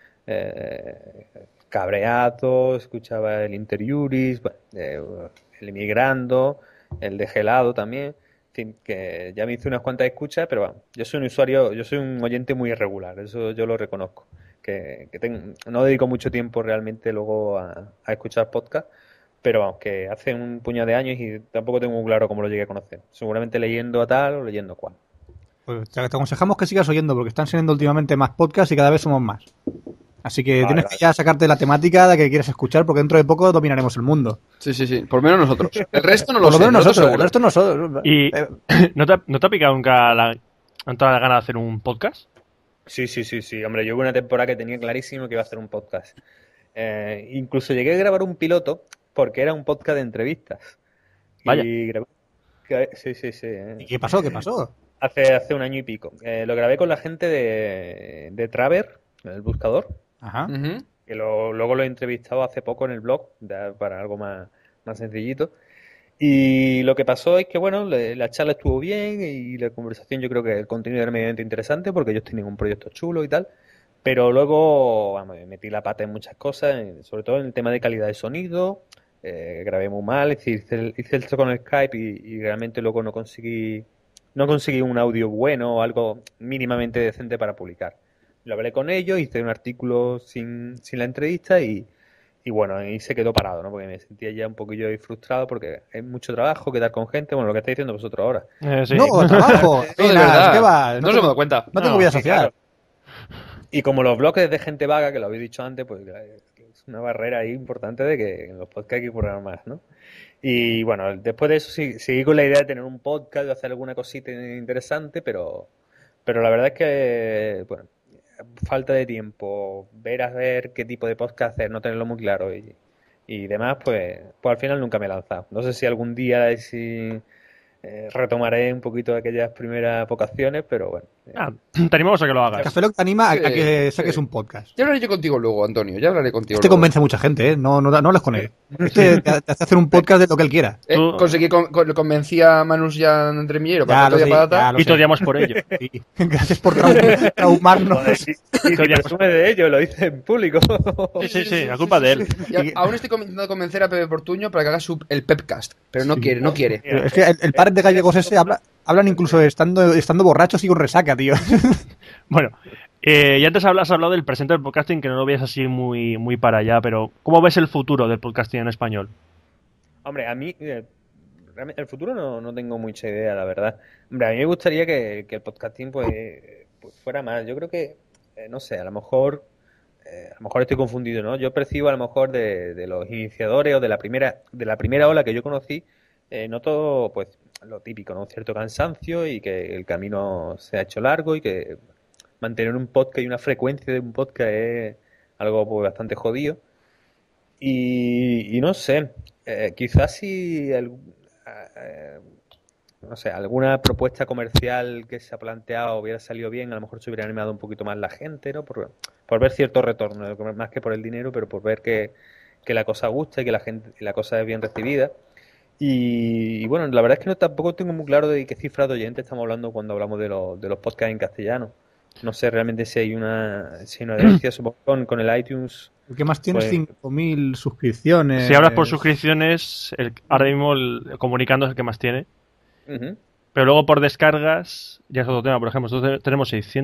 Speaker 5: Cabreato, escuchaba el Interiuris, bueno, el Emigrando, el de Gelado también. En fin, que ya me hice unas cuantas escuchas, pero bueno, yo soy un oyente muy irregular, eso yo lo reconozco. No dedico mucho tiempo realmente luego a escuchar podcast, pero vamos, que hace un puñado de años y tampoco tengo muy claro cómo lo llegué a conocer. Seguramente leyendo a tal o leyendo a cual.
Speaker 3: Pues te aconsejamos que sigas oyendo porque están saliendo últimamente más podcasts y cada vez somos más. Así que tienes que ya sacarte la temática de que quieres escuchar porque dentro de poco dominaremos el mundo.
Speaker 4: Sí. Por lo menos nosotros. El resto no lo
Speaker 3: Por lo
Speaker 4: sé.
Speaker 3: menos nosotros, el
Speaker 4: seguro.
Speaker 3: resto nosotros.
Speaker 2: ¿Y no te ha picado nunca entrado la gana de hacer un podcast?
Speaker 5: Sí. Hombre, yo hubo una temporada que tenía clarísimo que iba a hacer un podcast. Incluso llegué a grabar un piloto porque era un podcast de entrevistas.
Speaker 2: Vaya.
Speaker 5: Y sí.
Speaker 3: ¿Y qué pasó?
Speaker 5: Hace un año y pico. Lo grabé con la gente de Traver, el buscador.
Speaker 3: Ajá.
Speaker 4: Ujú.
Speaker 5: Que luego lo he entrevistado hace poco en el blog para algo más sencillito. Y lo que pasó es que, bueno, la charla estuvo bien y la conversación, yo creo que el contenido era medianamente interesante porque ellos tienen un proyecto chulo y tal. Pero luego, vamos, me metí la pata en muchas cosas, sobre todo en el tema de calidad de sonido. Grabé muy mal, hice esto con el Skype y realmente luego no conseguí un audio bueno o algo mínimamente decente para publicar. Lo hablé con ellos, hice un artículo sin la entrevista y bueno, ahí se quedó parado, ¿no? Porque me sentía ya un poquillo ahí frustrado porque hay mucho trabajo, quedar con gente, bueno, lo que estáis diciendo vosotros ahora.
Speaker 2: Sí.
Speaker 3: No, trabajo.
Speaker 4: No, de verdad.
Speaker 3: ¿Qué va?
Speaker 4: No se me da cuenta.
Speaker 3: No tengo vida
Speaker 5: sí,
Speaker 3: social.
Speaker 5: claro. Y como los bloques de gente vaga, que lo habéis dicho antes, pues es una barrera ahí importante de que en los podcasts hay que currar más, ¿no? Y bueno, después de eso seguí con la idea de tener un podcast, de hacer alguna cosita interesante, pero la verdad es que, bueno, falta de tiempo, ver qué tipo de podcast hacer, no tenerlo muy claro y demás, pues al final nunca me he lanzado. No sé si algún día retomaré un poquito de aquellas primeras vocaciones, pero bueno.
Speaker 2: Te animamos a que lo hagas.
Speaker 3: Café Lock te anima a
Speaker 4: Sí,
Speaker 3: que saques
Speaker 4: sí.
Speaker 3: un podcast.
Speaker 4: Ya hablaré yo contigo luego, Antonio. Ya hablaré contigo
Speaker 3: Este
Speaker 4: luego.
Speaker 3: convence a mucha gente, ¿eh? No hables con él. Este te hace hacer un podcast de lo que él quiera.
Speaker 2: Tú-
Speaker 4: Convencí a Manus ya entre millero
Speaker 3: Ya
Speaker 4: para
Speaker 3: lo
Speaker 4: todo
Speaker 3: sé,
Speaker 4: patata.
Speaker 3: ya lo
Speaker 2: Y te
Speaker 3: sé.
Speaker 2: odiamos por ello.
Speaker 3: Sí. Gracias por traumarnos.
Speaker 5: Joder, y presume de ello, lo dice en público.
Speaker 2: Sí, la culpa de él.
Speaker 4: Y aún estoy intentando convencer a Pepe Portuño para que haga el Pepcast, pero no quiere.
Speaker 3: Pero es que el par de gallegos ese hablan incluso estando borrachos y con resaca, tío.
Speaker 2: Bueno, ya antes has hablado del presente del podcasting, que no lo veas así muy, muy para allá, pero ¿cómo ves el futuro del podcasting en español?
Speaker 5: Hombre, a mí, realmente, el futuro no tengo mucha idea, la verdad. Hombre, a mí me gustaría que el podcasting pues fuera más. Yo creo que, no sé, a lo mejor estoy confundido, ¿no? Yo percibo a lo mejor de los iniciadores o de la primera ola que yo conocí, noto pues lo típico, ¿no? Un cierto cansancio y que el camino se ha hecho largo y que mantener un podcast y una frecuencia de un podcast es algo pues bastante jodido. Y no sé, quizás si no sé, alguna propuesta comercial que se ha planteado hubiera salido bien, a lo mejor se hubiera animado un poquito más la gente, ¿no? Por ver cierto retorno, más que por el dinero, pero por ver que la cosa gusta y que la cosa es bien recibida. Y bueno, la verdad es que tampoco tengo muy claro de qué cifras de oyentes estamos hablando cuando hablamos de los podcasts en castellano. No sé realmente si hay una adherencia, supongo, con el iTunes.
Speaker 3: El que más tienes
Speaker 5: Pues-
Speaker 3: 5.000 suscripciones.
Speaker 2: Si hablas por suscripciones, ahora mismo comunicando es el que más tiene.
Speaker 5: Ujú.
Speaker 2: Pero luego por descargas, ya es otro tema. Por ejemplo, nosotros tenemos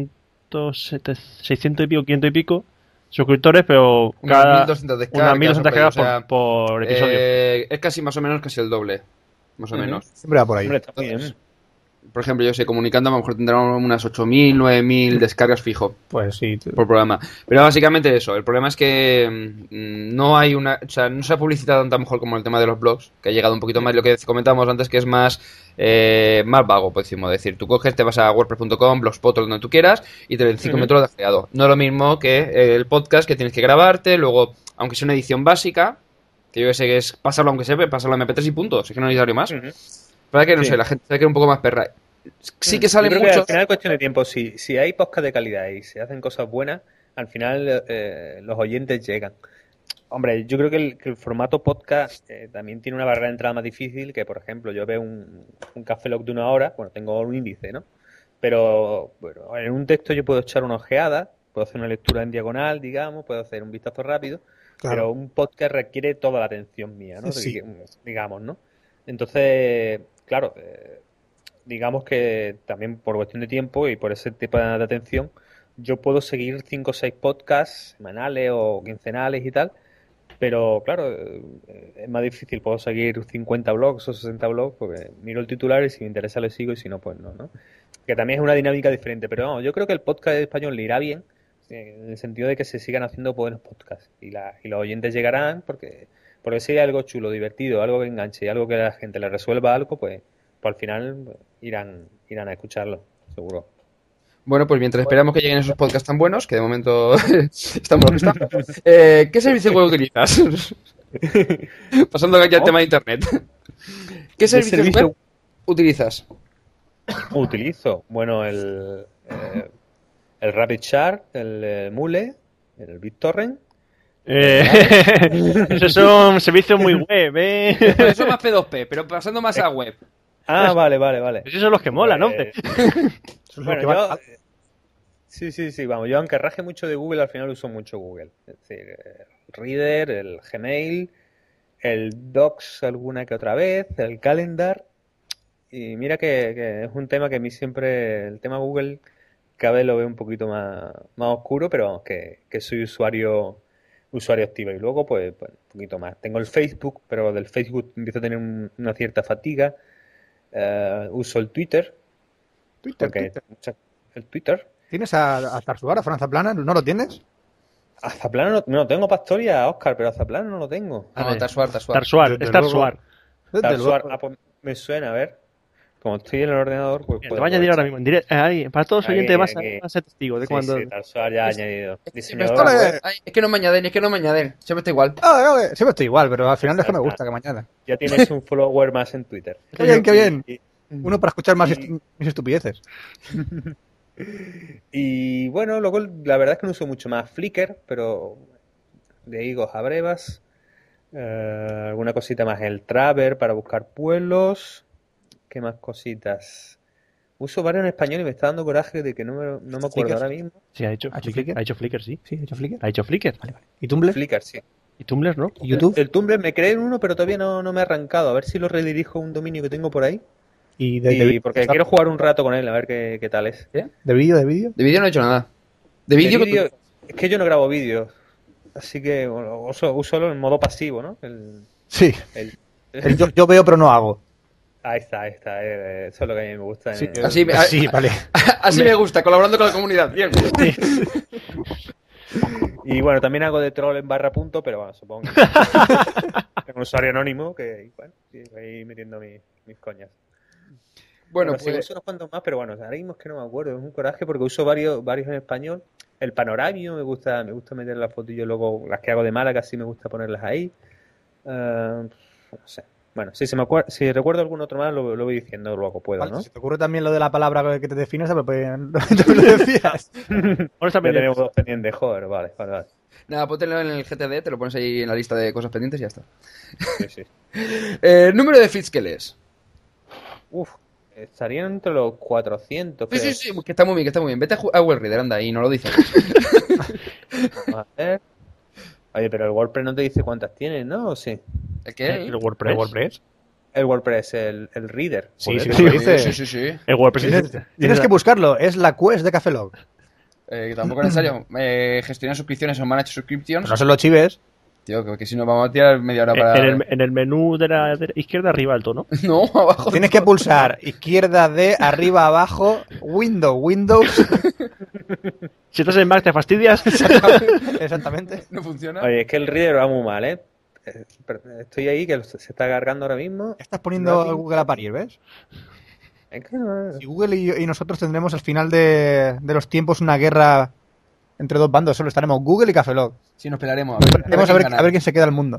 Speaker 2: 600 y pico, 500 y pico suscriptores, pero
Speaker 4: Unas
Speaker 2: cada
Speaker 4: 1200 descargas,
Speaker 2: unas 1200 descargas
Speaker 4: o sea,
Speaker 2: por episodio.
Speaker 4: Es casi más o menos casi el doble. Más o
Speaker 5: Ujú.
Speaker 4: menos.
Speaker 3: Siempre va por ahí.
Speaker 5: Hombre, está muy bien.
Speaker 4: Por ejemplo, yo sé, comunicando a lo mejor tendrán unas 8000, 9000 descargas fijo
Speaker 3: Pues sí.
Speaker 4: por programa. Pero básicamente eso. El problema es que no hay una... O sea, no se ha publicitado tanto a lo mejor como el tema de los blogs, que ha llegado un poquito más lo que comentábamos antes, que es más vago, pues decir. Tú coges, te vas a wordpress.com, blogspot, donde tú quieras, y en 5 minutos lo has creado. No es lo mismo que el podcast, que tienes que grabarte, luego, aunque sea una edición básica, que yo sé que es pasarlo aunque sea, pasarlo a MP3 y punto. Es que no es necesario más.
Speaker 5: Ujú.
Speaker 4: Para que, no
Speaker 5: Sí.
Speaker 4: sé, la gente se queda un poco más perra. Sí que sale
Speaker 5: Yo creo que
Speaker 4: mucho...
Speaker 5: al final es cuestión de tiempo. Si hay podcast de calidad y se hacen cosas bueas, al final los oyentes llegan. Hombre, yo creo que el formato podcast también tiene una barrera de entrada más difícil que, por ejemplo, yo veo un Café Lock de 1 hora, bueno, tengo un índice, ¿no? Pero bueno, en un texto yo puedo echar una ojeada, puedo hacer una lectura en diagonal, digamos, puedo hacer un vistazo rápido,
Speaker 3: Claro.
Speaker 5: pero un podcast requiere toda la atención mía, ¿no?
Speaker 3: Sí.
Speaker 5: Digamos, ¿no? Entonces, claro, digamos que también por cuestión de tiempo y por ese tipo de atención, yo puedo seguir 5 o 6 podcasts semanales o quincenales y tal, pero claro, es más difícil, puedo seguir 50 blogs o 60 blogs porque miro el titular y si me interesa le sigo y si no, pues no, ¿no? Que también es una dinámica diferente, pero vamos, yo creo que el podcast español le irá bien en el sentido de que se sigan haciendo buenos podcasts y los oyentes llegarán porque si hay algo chulo, divertido, algo que enganche y algo que a la gente le resuelva algo, pues al final irán a escucharlo, seguro.
Speaker 4: Bueno, pues mientras esperamos que lleguen esos podcasts tan buenos, que de momento estamos lo que estamos, ¿qué servicio web utilizas? Pasando aquí al tema de internet. ¿Qué servicios web utilizas?
Speaker 5: Utilizo, bueno, el RapidShare, el Mule, el BitTorrent.
Speaker 2: Esos son servicios muy web, ¿eh?
Speaker 4: Bueno, eso es más P2P, pero pasando más a web.
Speaker 5: Ah, vale.
Speaker 2: Esos son los que molan, ¿no?
Speaker 5: Bueno, yo... Sí, vamos, yo aunque raje mucho de Google, al final uso mucho Google. Es decir, el Reader, el Gmail, el Docs alguna que otra vez, el Calendar. Y mira que es un tema que a mí siempre, el tema Google, cada vez lo veo un poquito más oscuro, pero vamos, que soy usuario activo. Y luego, pues, un poquito más. Tengo el Facebook, pero del Facebook empiezo a tener una cierta fatiga. Uso el Twitter. Porque el Twitter.
Speaker 3: ¿Tienes a Tarsuar, a Franza Plana? ¿No lo tienes?
Speaker 5: A Zaplana no tengo Pastoria, a Oscar, pero a Zaplana no lo tengo.
Speaker 4: Ah, no, Tarsuar.
Speaker 2: Tarsuar, es Tarsuar.
Speaker 3: Desde
Speaker 5: Tarsuar,
Speaker 3: luego.
Speaker 5: pues me suena, a ver. Como estoy en el ordenador, pues
Speaker 2: Mira, te voy a añadir ahora mismo en directo. Para todos los
Speaker 5: Aquí,
Speaker 2: oyentes vas
Speaker 5: aquí.
Speaker 2: a ser testigo de
Speaker 5: Sí,
Speaker 2: cuando.
Speaker 5: sí, Tarsuar ya ha añadido.
Speaker 4: Siempre
Speaker 5: Diseñador
Speaker 4: está
Speaker 3: Ole.
Speaker 4: web. Ay, es que no me añaden, siempre está igual.
Speaker 3: Siempre estoy igual, pero al final es que me gusta que mañana.
Speaker 5: Ya tienes un follower más en Twitter.
Speaker 3: Qué bien, qué bien.
Speaker 5: Y-
Speaker 3: Uno para escuchar más mis estupideces.
Speaker 5: Y bueno, luego la verdad es que no uso mucho más Flickr, pero de higos a brevas. Alguna cosita más, el Traver para buscar pueblos. ¿Qué más cositas? Uso varios en español y me está dando coraje de que no me acuerdo
Speaker 3: Flickr.
Speaker 5: ahora mismo.
Speaker 2: Sí, ha hecho
Speaker 3: ¿Ha hecho
Speaker 2: Flickr.
Speaker 3: Flickr?
Speaker 2: Ha hecho Flickr, sí.
Speaker 3: ¿Sí? ¿He hecho Flickr?
Speaker 2: Ha hecho Flickr.
Speaker 3: Vale. ¿Y Tumblr?
Speaker 5: Flickr, sí.
Speaker 2: Y Tumblr, ¿no?
Speaker 3: ¿Y YouTube?
Speaker 5: El Tumblr me creé en uno, pero todavía no me ha arrancado. A ver si lo redirijo a un dominio que tengo por ahí.
Speaker 3: ¿Y
Speaker 5: Porque quiero jugar un rato con él, a ver qué tal es.
Speaker 3: ¿De vídeo? ¿De vídeo?
Speaker 4: De vídeo no he hecho nada. De
Speaker 5: De
Speaker 4: vídeo...
Speaker 5: vídeo, es que yo no grabo vídeos. Así que bueno, uso en modo pasivo, ¿no?
Speaker 3: Sí.
Speaker 5: El-
Speaker 3: Yo veo pero no hago.
Speaker 5: Ahí está. Eso es lo que a mí me gusta.
Speaker 3: Sí,
Speaker 4: Así,
Speaker 3: vale.
Speaker 4: así me gusta, colaborando con la comunidad. Bien.
Speaker 5: Y bueno, también hago de troll en barra punto, pero bueno, supongo que tengo un usuario anónimo que bueno, sí, voy ahí metiendo mis coñas.
Speaker 4: Bueno,
Speaker 5: sí,
Speaker 4: pues...
Speaker 5: uso unos cuantos más, pero bueno, ahora mismo es que no me acuerdo, es un coraje porque uso varios en español. El panoramio me gusta meter las fotillos, luego las que hago de Málaga sí me gusta ponerlas ahí. No sé. Bueno, si recuerdo algún otro más lo voy diciendo luego, puedo,
Speaker 3: Vale,
Speaker 5: ¿no?
Speaker 3: si te ocurre también lo de la palabra que te defines, pues lo decías.
Speaker 2: Ahora está
Speaker 5: Ya
Speaker 2: pendiente.
Speaker 5: tenemos dos pendientes, joder, vale.
Speaker 4: Nada, póntelo en el GTD, te lo pones ahí en la lista de cosas pendientes y ya está.
Speaker 5: Sí.
Speaker 4: Número de feeds que lees.
Speaker 5: Uf, estarían entre los 400.
Speaker 4: Sí,
Speaker 5: creo.
Speaker 4: sí, sí, que está muy bien, que está muy bien. Vete a Google Reader, anda, y no lo dices.
Speaker 5: Vamos a ver. Oye, pero el WordPress no te dice cuántas tienes, ¿no? ¿O sí?
Speaker 4: ¿El qué?
Speaker 2: ¿El WordPress?
Speaker 3: ¿El WordPress?
Speaker 5: El WordPress, el Reader.
Speaker 3: Sí, sí,
Speaker 5: Joder,
Speaker 3: sí, lo dice.
Speaker 4: Sí, sí, sí.
Speaker 2: El WordPress
Speaker 3: Tienes que buscarlo, es la quest de Café Lock.
Speaker 4: Tampoco es necesario gestionar suscripciones o manage subscriptions.
Speaker 3: Pero no se lo chives.
Speaker 4: Tío, que si no vamos a tirar media hora para...
Speaker 2: en el menú de la izquierda arriba alto, ¿no?
Speaker 4: No, abajo.
Speaker 3: Tienes que pulsar izquierda de arriba abajo, Windows.
Speaker 2: Si estás en Mac te fastidias.
Speaker 3: Exactamente.
Speaker 4: ¿No funciona?
Speaker 5: Oye, es que el Reader va muy mal, ¿eh? Estoy ahí, que se está cargando ahora mismo.
Speaker 3: Estás poniendo a Google a parir, ¿ves?
Speaker 5: Es que no-
Speaker 3: Y Google y nosotros tendremos al final de los tiempos una guerra entre dos bandos. Solo estaremos Google y Café Lock.
Speaker 4: Sí, nos pelaremos.
Speaker 3: Vamos a ver
Speaker 4: quién
Speaker 3: a ver quién se queda al mundo.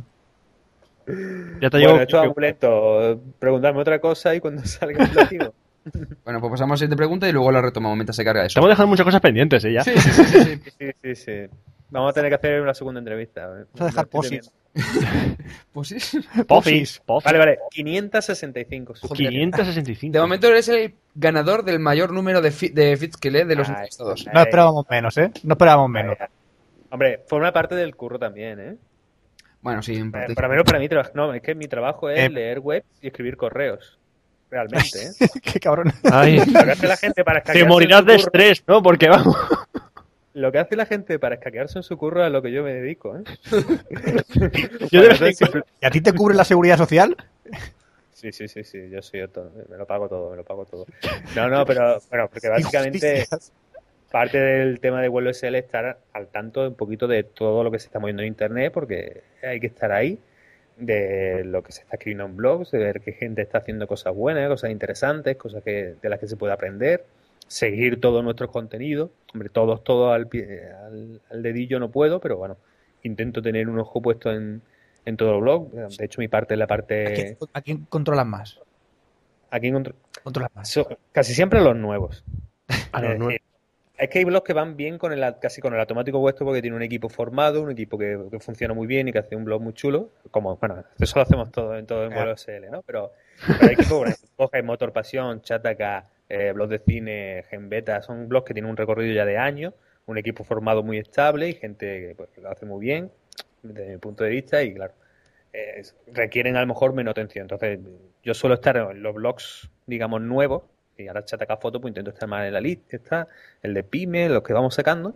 Speaker 2: Ya te
Speaker 5: Bueno,
Speaker 2: llevo.
Speaker 5: esto va muy lento. Preguntarme otra cosa y cuando salga el platino.
Speaker 4: Bueno, pues pasamos a la siguiente pregunta y luego la retomamos mientras se carga eso.
Speaker 2: Estamos dejando muchas cosas pendientes, ¿eh? Ya.
Speaker 4: Sí, sí, sí, sí, sí.
Speaker 5: Sí, sí, sí. Vamos a tener que hacer una segunda entrevista.
Speaker 3: Vamos a dejar
Speaker 5: Lo estoy
Speaker 3: posis.
Speaker 4: Pues sí.
Speaker 2: Pofis.
Speaker 5: Vale, vale. 565.
Speaker 4: Joder.
Speaker 2: 565.
Speaker 4: De momento eres el ganador del mayor número de feeds que lee de los
Speaker 5: Ay,
Speaker 4: entrevistados.
Speaker 3: No esperábamos menos, ¿eh? No esperábamos menos.
Speaker 5: Hombre, forma parte del curro también, ¿eh?
Speaker 4: Bueno, sí, en parte.
Speaker 5: Por lo menos para mí, no, es que mi trabajo es leer webs y escribir correos. Realmente, ¿eh?
Speaker 3: Qué cabrón.
Speaker 2: Ay,
Speaker 5: Lo que hace la gente para
Speaker 2: te
Speaker 5: escaquearse
Speaker 2: morirás
Speaker 5: en
Speaker 2: de
Speaker 5: su curro-
Speaker 2: estrés, ¿no? Porque vamos.
Speaker 5: Lo que hace la gente para escaquearse en su curro es a lo que yo me dedico, ¿eh?
Speaker 2: Yo de vez en
Speaker 5: entonces siempre-
Speaker 3: ¿Y a ti te cubre la seguridad social?
Speaker 5: Sí, yo soy autónomo, me lo pago todo. No, pero bueno, porque básicamente
Speaker 3: Injusticias.
Speaker 5: parte del tema de Vuelo SL es estar al tanto un poquito de todo lo que se está moviendo en internet, porque hay que estar ahí, de lo que se está escribiendo en blogs, de ver qué gente está haciendo cosas buenas, cosas interesantes, cosas de las que se puede aprender, seguir todos nuestros contenidos. Hombre, todos al dedillo no puedo, pero bueno, intento tener un ojo puesto en todo el blog. De hecho, mi parte es la
Speaker 3: ¿A
Speaker 5: parte...
Speaker 3: quién controlas más?
Speaker 5: Aquí
Speaker 3: Controlas más.
Speaker 5: casi siempre los nuevos.
Speaker 2: A los nuevos.
Speaker 5: Es que hay blogs que van bien casi con el automático vuestro porque tiene un equipo formado, un equipo que funciona muy bien y que hace un blog muy chulo. Como, bueno, eso lo hacemos todo en Vuelo SL, ¿no? Pero hay equipos, por ejemplo, Coge, Motor Pasión, Chataka, blogs de cine, Genbeta, son blogs que tienen un recorrido ya de años, un equipo formado muy estable y gente que lo hace muy bien, desde mi punto de vista, y claro, requieren a lo mejor menos atención. Entonces, yo suelo estar en los blogs, digamos, nuevos, y ahora Chataka Foto, pues intento estar más en la lista, el de Pyme, los que vamos sacando,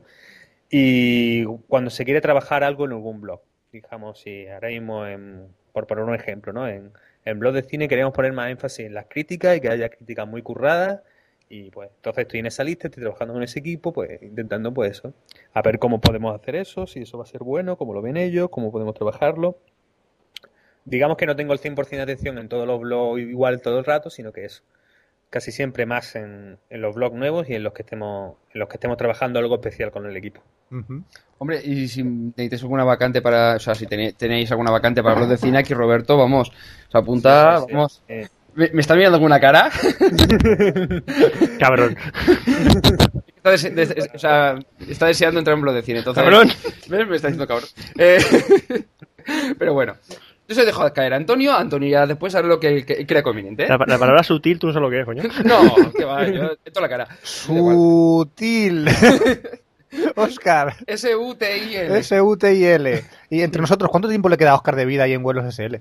Speaker 5: y cuando se quiere trabajar algo en algún blog, digamos, si ahora mismo, por poner un ejemplo, ¿no? En blog de cine queremos poner más énfasis en las críticas y que haya críticas muy curradas, y pues entonces estoy en esa lista, estoy trabajando con ese equipo, pues intentando pues eso, a ver cómo podemos hacer eso, si eso va a ser bueno, cómo lo ven ellos, cómo podemos trabajarlo. Digamos que no tengo el 100% de atención en todos los blogs igual todo el rato, sino que es casi siempre más en los blogs nuevos y en los que estemos trabajando algo especial con el equipo.
Speaker 3: Ujú.
Speaker 4: Hombre, y si necesitáis alguna vacante para... O sea, si tenéis alguna vacante para los de cine, aquí Roberto, vamos. O sea, apunta,
Speaker 5: Sí, sí, sí.
Speaker 4: vamos. ¿Me está mirando con una cara?
Speaker 2: Cabrón.
Speaker 4: Está deseando entrar en un blog de cine, entonces...
Speaker 2: Cabrón.
Speaker 4: ¿Ves? Me está diciendo cabrón. Pero bueno. Yo se dejo caer a Antonio ya después haré lo que crea conveniente, ¿eh?
Speaker 2: La palabra sutil, tú no sabes lo que es, coño.
Speaker 4: No, que va, yo meto la cara.
Speaker 3: Sutil. Oscar.
Speaker 4: S-U-T-I-L.
Speaker 3: S-U-T-I-L. Y entre nosotros, ¿cuánto tiempo le queda a Oscar de vida ahí en vuelos SL?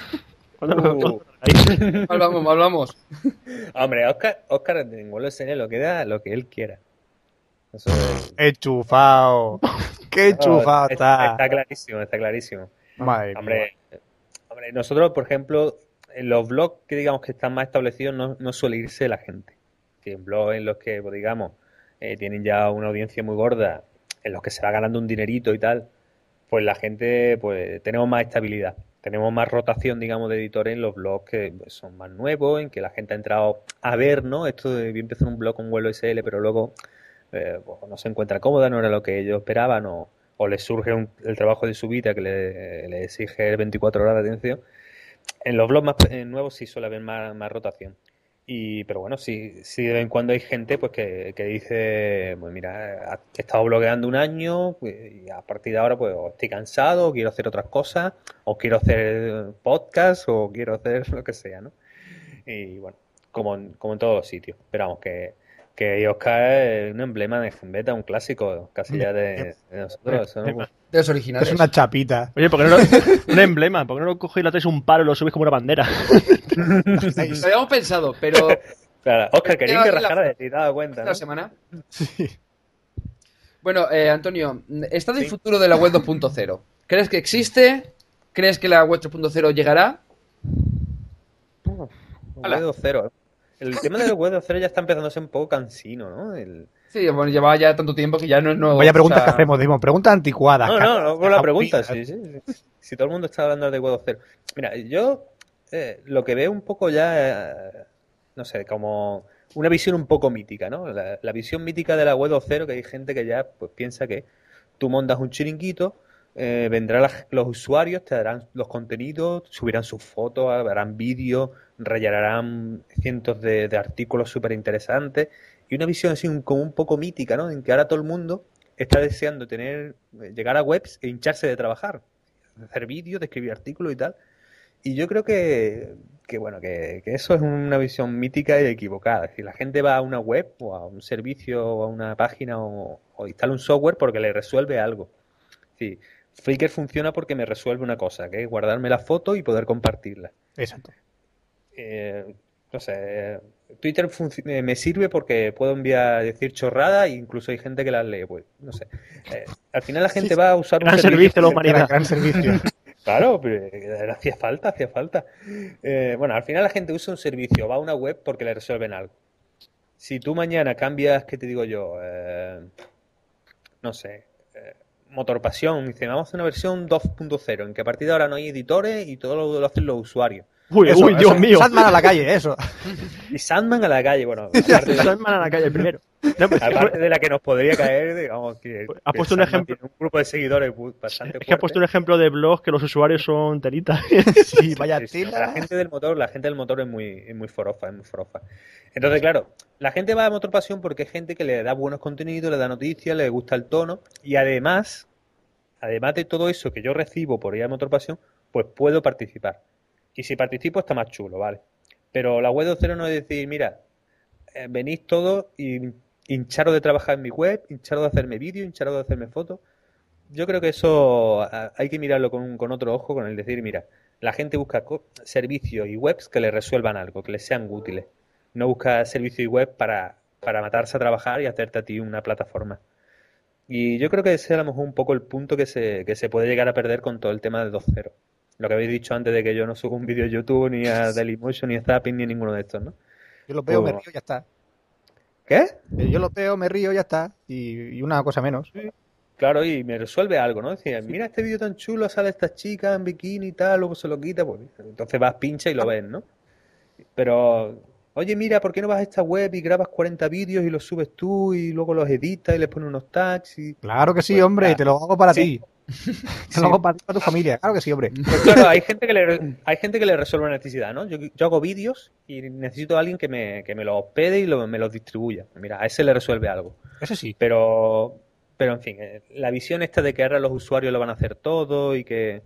Speaker 4: Hablamos.
Speaker 5: Hombre, Oscar en Vuelo SL lo queda lo que él quiera. Eso es...
Speaker 3: Enchufado. Qué enchufado está.
Speaker 5: Está clarísimo.
Speaker 3: Madre mía.
Speaker 5: Hombre, nosotros, por ejemplo, en los blogs que digamos que están más establecidos no suele irse la gente. Que en blogs en los que, pues, digamos, tienen ya una audiencia muy gorda, en los que se va ganando un dinerito y tal, pues la gente, pues tenemos más estabilidad. Tenemos más rotación, digamos, de editores en los blogs que pues, son más nuevos, en que la gente ha entrado a ver, ¿no? Esto de empezar un blog con Vuelo SL, pero luego pues, no se encuentra cómoda, no era lo que ellos esperaban, o les surge el trabajo de su vida que le exige 24 horas de atención. En los blogs más nuevos sí suele haber más rotación. Pero bueno, sí de vez en cuando hay gente pues que dice, pues mira, he estado blogueando un año pues, y a partir de ahora pues o estoy cansado, o quiero hacer otras cosas, o quiero hacer podcast, o quiero hacer lo que sea, ¿no? Y bueno, como en todos los sitios. Pero vamos, que Oscar es un emblema de Genbeta, un clásico casi ya de nosotros. Eso, ¿no?
Speaker 4: De los originales.
Speaker 3: Es una chapita.
Speaker 2: Oye, ¿por qué no un emblema? ¿Por qué no lo coges y lo traes un palo y lo subes como una bandera?
Speaker 4: Lo habíamos pensado, pero
Speaker 5: Claro, Oscar, querían que
Speaker 4: la-
Speaker 5: rajara de ti, te has dado cuenta,
Speaker 4: la
Speaker 5: ¿no?
Speaker 4: semana.
Speaker 3: Sí.
Speaker 4: Bueno, Antonio, ¿está el futuro de la web 2.0? ¿Crees que existe? ¿Crees que la web 3.0 llegará? Hala.
Speaker 5: Web 2.0. El tema del Web 2.0 ya está empezando a ser un poco cansino, ¿no?
Speaker 4: Sí, bueno, llevaba ya tanto tiempo que ya no es nuevo.
Speaker 3: Vaya preguntas
Speaker 4: o sea,
Speaker 3: que hacemos, decimos, preguntas anticuadas.
Speaker 5: No, con la pregunta,
Speaker 3: sí.
Speaker 5: sí. Si todo el mundo está hablando de Web 2.0. Mira, yo lo que veo un poco ya, no sé, como una visión un poco mítica, ¿no? La visión mítica de la Web 2.0, que hay gente que ya pues piensa que tú montas un chiringuito, vendrán los usuarios, te darán los contenidos, subirán sus fotos, harán vídeos, rellenarán cientos de artículos súper interesantes y una visión así como un poco mítica, ¿no? En que ahora todo el mundo está deseando llegar a webs e hincharse de trabajar, hacer vídeos, de escribir artículos y tal. Y yo creo que eso es una visión mítica y equivocada. Es decir, la gente va a una web o a un servicio o a una página o instala un software porque le resuelve algo. Sí, Flickr funciona porque me resuelve una cosa, que es guardarme la foto y poder compartirla.
Speaker 3: Exacto.
Speaker 5: No sé, Twitter me sirve porque puedo decir chorradas e incluso hay gente que las lee. Pues, no sé. Al final la gente va a usar
Speaker 2: Gran servicio a la humanidad.
Speaker 3: Gran servicio.
Speaker 5: Claro, pero hacía falta. Bueno, al final la gente usa un servicio, va a una web porque le resuelven algo. Si tú mañana cambias, ¿qué te digo yo? No sé, Motorpasión, dice, vamos a hacer una versión 2.0, en que a partir de ahora no hay editores y todo lo hacen los usuarios.
Speaker 2: Uy, Dios mío.
Speaker 3: Sandman a la calle, eso.
Speaker 5: Y Sandman a la calle, bueno, aparte de,
Speaker 2: Sandman a la calle primero. No, pues,
Speaker 5: aparte de la que nos podría caer, digamos que
Speaker 2: Has puesto un
Speaker 5: Sandman
Speaker 2: ejemplo.
Speaker 5: tiene un grupo de seguidores bastante
Speaker 2: Es que has puesto un ejemplo de blog que los usuarios son telitas.
Speaker 3: Sí, vaya
Speaker 5: Sí,
Speaker 3: tela.
Speaker 5: la gente del motor es muy forofa, Entonces, claro, la gente va a Motorpasión porque hay gente que le da buenos contenidos, le da noticias, le gusta el tono y además de todo eso que yo recibo por ir a Motorpasión, pues puedo participar. Y si participo está más chulo, ¿vale? Pero la web 2.0 no es decir, mira, venís todos y hincharos de trabajar en mi web, hincharos de hacerme vídeos, hincharos de hacerme fotos. Yo creo que eso hay que mirarlo con otro ojo, con el decir, mira, la gente busca servicios y webs que le resuelvan algo, que les sean útiles. No busca servicios y web para matarse a trabajar y hacerte a ti una plataforma. Y yo creo que ese es a lo mejor un poco el punto que se puede llegar a perder con todo el tema de 2.0. Lo que habéis dicho antes de que yo no subo un vídeo a YouTube, ni a Dailymotion, ni a Zapping, ni a ninguno de estos, ¿no?
Speaker 3: Yo lo veo,
Speaker 5: Pues-
Speaker 3: me río, ya está.
Speaker 5: ¿Qué?
Speaker 3: Yo lo veo, me río, ya está. Y una cosa menos.
Speaker 5: Claro, y me resuelve algo, ¿no? Decía, mira este vídeo tan chulo, sale esta chica en bikini y tal, luego se lo quita, pues entonces vas, pincha y lo ves, ¿no? Pero, oye, mira, ¿por qué no vas a esta web y grabas 40 vídeos y los subes tú y luego los editas y les pones unos tags y...
Speaker 3: Claro que sí,
Speaker 5: Pues,
Speaker 3: hombre,
Speaker 5: claro.
Speaker 3: te lo hago para
Speaker 5: Sí.
Speaker 3: ti. Te lo hago para ti, para tu familia. Claro que sí, hombre.
Speaker 5: Pues claro, hay gente que le resuelve una necesidad, ¿no? Yo hago vídeos y necesito a alguien que me los hospede y me los distribuya. Mira, a ese le resuelve algo.
Speaker 3: Eso sí.
Speaker 5: Pero en fin, la visión esta de que ahora los usuarios lo van a hacer todo y que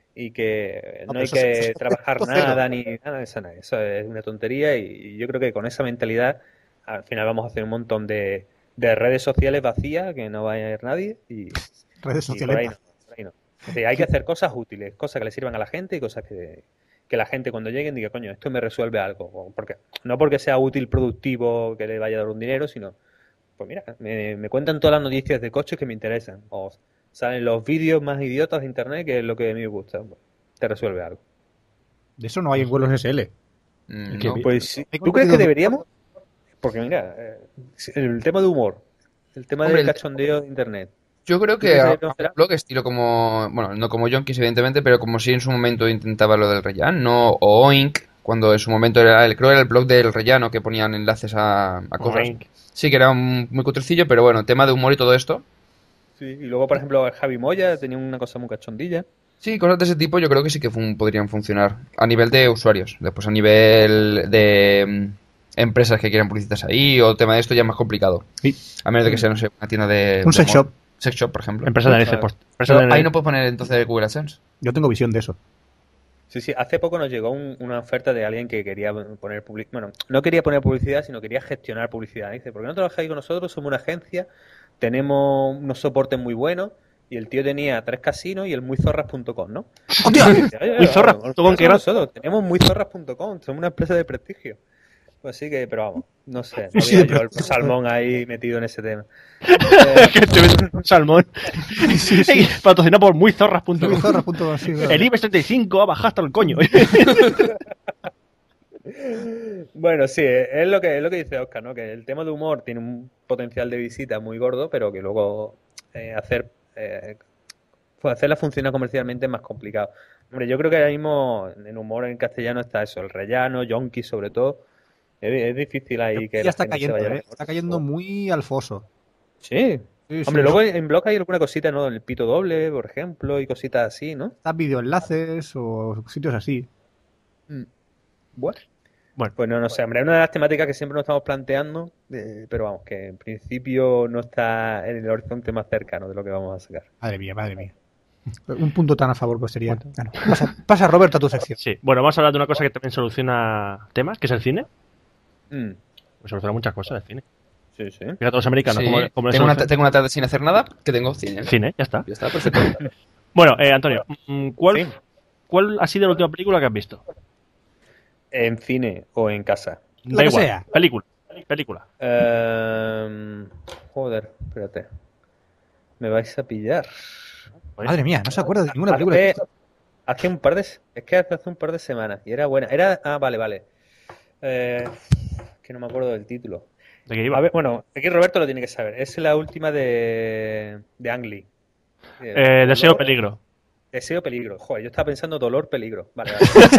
Speaker 3: No,
Speaker 5: no hay
Speaker 3: pero eso
Speaker 5: que
Speaker 3: es
Speaker 5: trabajar
Speaker 3: 2.0.
Speaker 5: nada ni nada, eso es una tontería y yo creo que con esa mentalidad al final vamos a hacer un montón de redes sociales vacías que no va a ir nadie y
Speaker 3: Redes
Speaker 5: por ahí
Speaker 3: sociales.
Speaker 5: no, por ahí no. Es decir, hay que hacer cosas útiles, cosas que le sirvan a la gente y cosas que la gente cuando lleguen diga, coño, esto me resuelve algo. No porque sea útil, productivo, que le vaya a dar un dinero, sino, pues mira, me cuentan todas las noticias de coches que me interesan. O salen los vídeos más idiotas de internet, que es lo que a mí me gusta. Pues, te resuelve algo.
Speaker 3: De eso no hay en vuelos SL.
Speaker 4: No.
Speaker 5: Pues sí.
Speaker 3: Hay
Speaker 5: ¿Tú crees
Speaker 3: contenido
Speaker 5: que
Speaker 3: de-
Speaker 5: deberíamos? Porque mira, el tema de humor, el tema
Speaker 4: Hombre,
Speaker 5: del cachondeo de internet.
Speaker 4: Yo creo
Speaker 5: ¿Tú
Speaker 4: que
Speaker 5: crees
Speaker 4: a
Speaker 5: que no
Speaker 4: un
Speaker 5: será?
Speaker 4: blog estilo como, bueno, no como Yonkis evidentemente, pero como si en su momento intentaba lo del rellano, o Oink, cuando en su momento creo que era el blog del rellano que ponían enlaces a cosas.
Speaker 2: Oink.
Speaker 4: Sí, que era muy cutrecillo, pero bueno, tema de humor y todo esto.
Speaker 5: Sí, y luego, por ejemplo, Javi Moya tenía una cosa muy cachondilla.
Speaker 4: Sí, cosas de ese tipo yo creo que sí que podrían funcionar a nivel de usuarios. Después a nivel de empresas que quieran publicitarse ahí o tema de esto ya es más complicado.
Speaker 3: Sí.
Speaker 4: A menos de que sea, no sé, una tienda de...
Speaker 3: Un
Speaker 4: de
Speaker 3: sex
Speaker 4: moda.
Speaker 3: shop.
Speaker 4: Sex shop, por ejemplo.
Speaker 2: Empresa de narices.
Speaker 5: Claro.
Speaker 2: Empresa de
Speaker 4: Pero ahí
Speaker 2: narices.
Speaker 4: no puedes poner entonces Google AdSense.
Speaker 3: Yo tengo visión de eso.
Speaker 5: Sí, sí, hace poco nos llegó una oferta de alguien que quería poner publicidad. Bueno, no quería poner publicidad, sino quería gestionar publicidad. Dice, ¿por qué no trabajáis con nosotros? Somos una agencia, tenemos unos soportes muy buenos. Y el tío tenía 3 casinos y el muyzorras.com, ¿no?
Speaker 3: ¡Hostia!
Speaker 2: Muyzorras.com, que
Speaker 5: nosotros tenemos muyzorras.com, somos una empresa de prestigio. Pues así que, pero vamos, no sé, no
Speaker 3: Sí,
Speaker 5: había yo el salmón ahí metido en ese tema.
Speaker 2: Que te ves un salmón. Patrocinado por muyzorras.com.
Speaker 3: Muyzorras.com, sí, claro.
Speaker 2: El IBEX 35 ha bajado hasta el coño.
Speaker 5: Bueno, sí, es lo que dice Oscar, ¿no? Que el tema de humor tiene un potencial de visita muy gordo, pero que luego hacerla funcionar comercialmente es más complicado. Hombre, yo creo que ahora mismo en humor en castellano está eso, el rellano, yonki sobre todo. Es difícil ahí que
Speaker 3: Ya
Speaker 5: la
Speaker 3: está
Speaker 5: gente se
Speaker 3: cayendo,
Speaker 5: vaya
Speaker 3: ¿eh? Está cayendo muy al foso.
Speaker 5: Sí.
Speaker 3: Sí,
Speaker 5: Hombre,
Speaker 3: sí.
Speaker 5: luego en blog hay alguna cosita, ¿no? El pito doble, por ejemplo, y cositas así, ¿no?
Speaker 3: Están videoenlaces o sitios así.
Speaker 5: Bueno.
Speaker 2: Bueno.
Speaker 5: Pues no sé, hombre, es una de las temáticas que siempre nos estamos planteando, pero vamos, que en principio no está en el horizonte más cercano de lo que vamos a sacar.
Speaker 3: Madre mía, madre mía. Un punto tan a favor pues sería. Bueno, pasa Roberto a tu sección.
Speaker 2: Sí, bueno, vamos a hablar de una cosa que también soluciona temas, que es el cine.
Speaker 5: Mm,
Speaker 2: Pues soluciona muchas cosas el cine.
Speaker 5: sí, sí.
Speaker 2: Fíjate a los americanos
Speaker 4: Sí.
Speaker 2: cómo les
Speaker 4: tengo, una,
Speaker 2: soluciona.
Speaker 4: tengo una tarde sin hacer nada, que tengo cine.
Speaker 2: Cine, ya está.
Speaker 4: Ya está, perfecto.
Speaker 2: Bueno, Antonio, ¿cuál,
Speaker 5: Sí.
Speaker 2: ¿cuál ha sido la última película que has visto?
Speaker 5: En cine o en casa.
Speaker 3: La
Speaker 2: Da
Speaker 3: que
Speaker 2: igual.
Speaker 3: sea.
Speaker 2: Película.
Speaker 5: Joder, espérate. Me vais a pillar.
Speaker 3: Madre mía, no se acuerda de ninguna película. que he visto.
Speaker 5: Hace un par de... Es que hace un par de semanas. Y era buena. Vale. Que no me acuerdo del título.
Speaker 2: ¿De qué iba?
Speaker 5: A ver, bueno, aquí Roberto lo tiene que saber. Es la última de Ang Lee.
Speaker 2: Deseo
Speaker 5: Dolor,
Speaker 2: peligro.
Speaker 5: Deseo peligro. Joder, yo estaba pensando dolor peligro. Vale.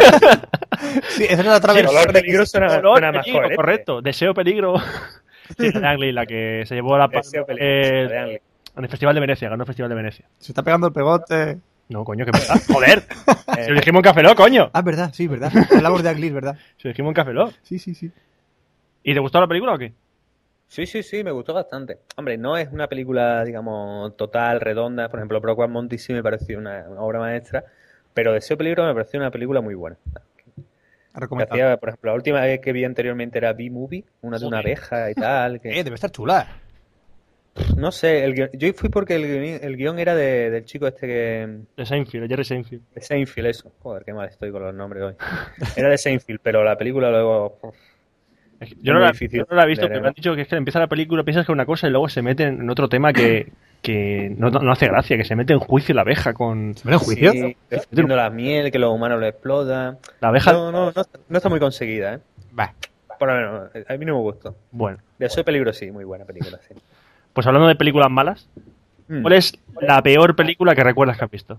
Speaker 3: Sí, esa es la otra
Speaker 2: Sí,
Speaker 3: versión.
Speaker 5: Dolor peligro suena
Speaker 2: Dolor,
Speaker 5: más
Speaker 2: peligro,
Speaker 5: coherente.
Speaker 2: correcto. Deseo peligro. Sí, de Ang Lee, la que se llevó la
Speaker 5: Deseo peligro. de Ang Lee.
Speaker 2: en el Festival de Venecia, ganó el Festival de Venecia.
Speaker 3: Se está pegando el pegote.
Speaker 2: No, coño, que verdad. Joder. Si lo dijimos en Café Lock, coño.
Speaker 3: Ah, verdad, sí, verdad. Hablamos de Aglis, ¿verdad?
Speaker 2: Si lo dijimos en Café Lock.
Speaker 3: Sí, sí, sí.
Speaker 2: ¿Y te gustó la película o qué?
Speaker 5: Sí, me gustó bastante. Hombre, no es una película, digamos, total, redonda. Por ejemplo, Brokeback Mountain sí me pareció una obra maestra, pero Deseo Peligro me pareció una película muy buena.
Speaker 3: Recomendado.
Speaker 5: Hacía, por ejemplo, la última vez que vi anteriormente era B-Movie, una de una abeja y tal. Que...
Speaker 3: Debe estar chula.
Speaker 5: No sé, yo fui porque el guión era del chico este que...
Speaker 2: De Seinfeld, Jerry Seinfeld.
Speaker 5: De Seinfeld, eso. Joder, qué mal estoy con los nombres hoy. Era de Seinfeld, pero la película luego...
Speaker 2: Es que
Speaker 5: Es
Speaker 2: yo no
Speaker 5: muy
Speaker 2: la,
Speaker 5: difícil
Speaker 2: yo no la he visto,
Speaker 5: leer,
Speaker 2: pero me
Speaker 5: ¿no?
Speaker 2: han dicho que es que empieza la película, piensas que es una cosa y luego se mete en otro tema que no hace gracia, que se mete en juicio la abeja con...
Speaker 3: ¿Se ven en juicio?
Speaker 5: Sí, defendiendo la miel, que los humanos lo explotan.
Speaker 2: La abeja...
Speaker 5: No está muy conseguida, ¿eh?
Speaker 3: Va.
Speaker 5: Por lo menos, a mí no me gustó.
Speaker 2: Bueno,
Speaker 5: Deseo Peligro sí, muy buena película, sí.
Speaker 2: pues hablando de películas malas,
Speaker 5: Mm.
Speaker 2: ¿cuál es la peor película que recuerdas que has visto?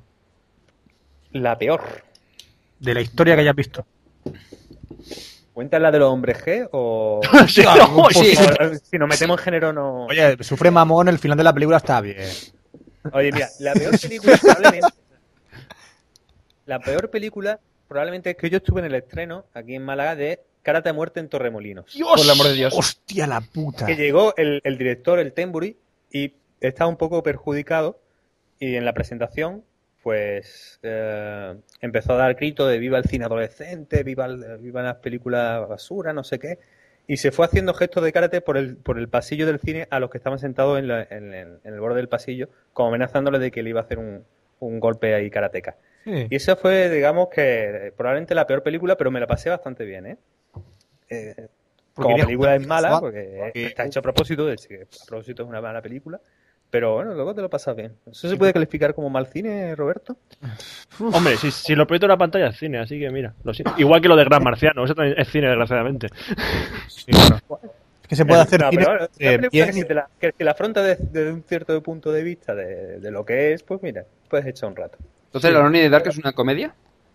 Speaker 5: La peor.
Speaker 3: De la historia que hayas visto.
Speaker 5: ¿Cuenta la de los hombres G o...?
Speaker 2: Sí,
Speaker 3: no,
Speaker 2: sí.
Speaker 5: o si nos metemos en género no...
Speaker 3: Oye, sufre mamón, el final de la película está bien.
Speaker 5: Oye, mira, la peor película probablemente... La peor película probablemente es que yo estuve en el estreno aquí en Málaga de Karate a muerte en Torremolinos.
Speaker 4: Por el amor de Dios.
Speaker 3: Hostia la puta.
Speaker 5: Que llegó el director, el Tenbury, y estaba un poco perjudicado y en la presentación pues empezó a dar grito de viva el cine adolescente, viva las películas basura, no sé qué, y se fue haciendo gestos de karate por el pasillo del cine a los que estaban sentados en el borde del pasillo, como amenazándoles de que le iba a hacer un golpe ahí karateca.
Speaker 3: Sí.
Speaker 5: Y esa fue, digamos, que probablemente la peor película, pero me la pasé bastante bien, ¿eh? Como
Speaker 3: querías
Speaker 5: película
Speaker 3: jugar
Speaker 5: es mala,
Speaker 3: FIFA,
Speaker 5: porque está hecho a propósito, de que a propósito es una mala película, pero bueno, luego te lo pasas bien. ¿Eso se puede calificar como mal cine, Roberto?
Speaker 2: Hombre, si lo proyecto en la pantalla es cine, así que mira, lo siento. Igual que lo de Gran Marciano, eso también es cine, desgraciadamente.
Speaker 3: Sí, bueno. Es que se puede hacer
Speaker 5: No,
Speaker 3: cine,
Speaker 5: pero, una película
Speaker 3: bien
Speaker 5: que si la afronta desde un cierto punto de vista de lo que es, pues mira, puedes echar un rato.
Speaker 4: Entonces, ¿La Lonely de Dark es una comedia?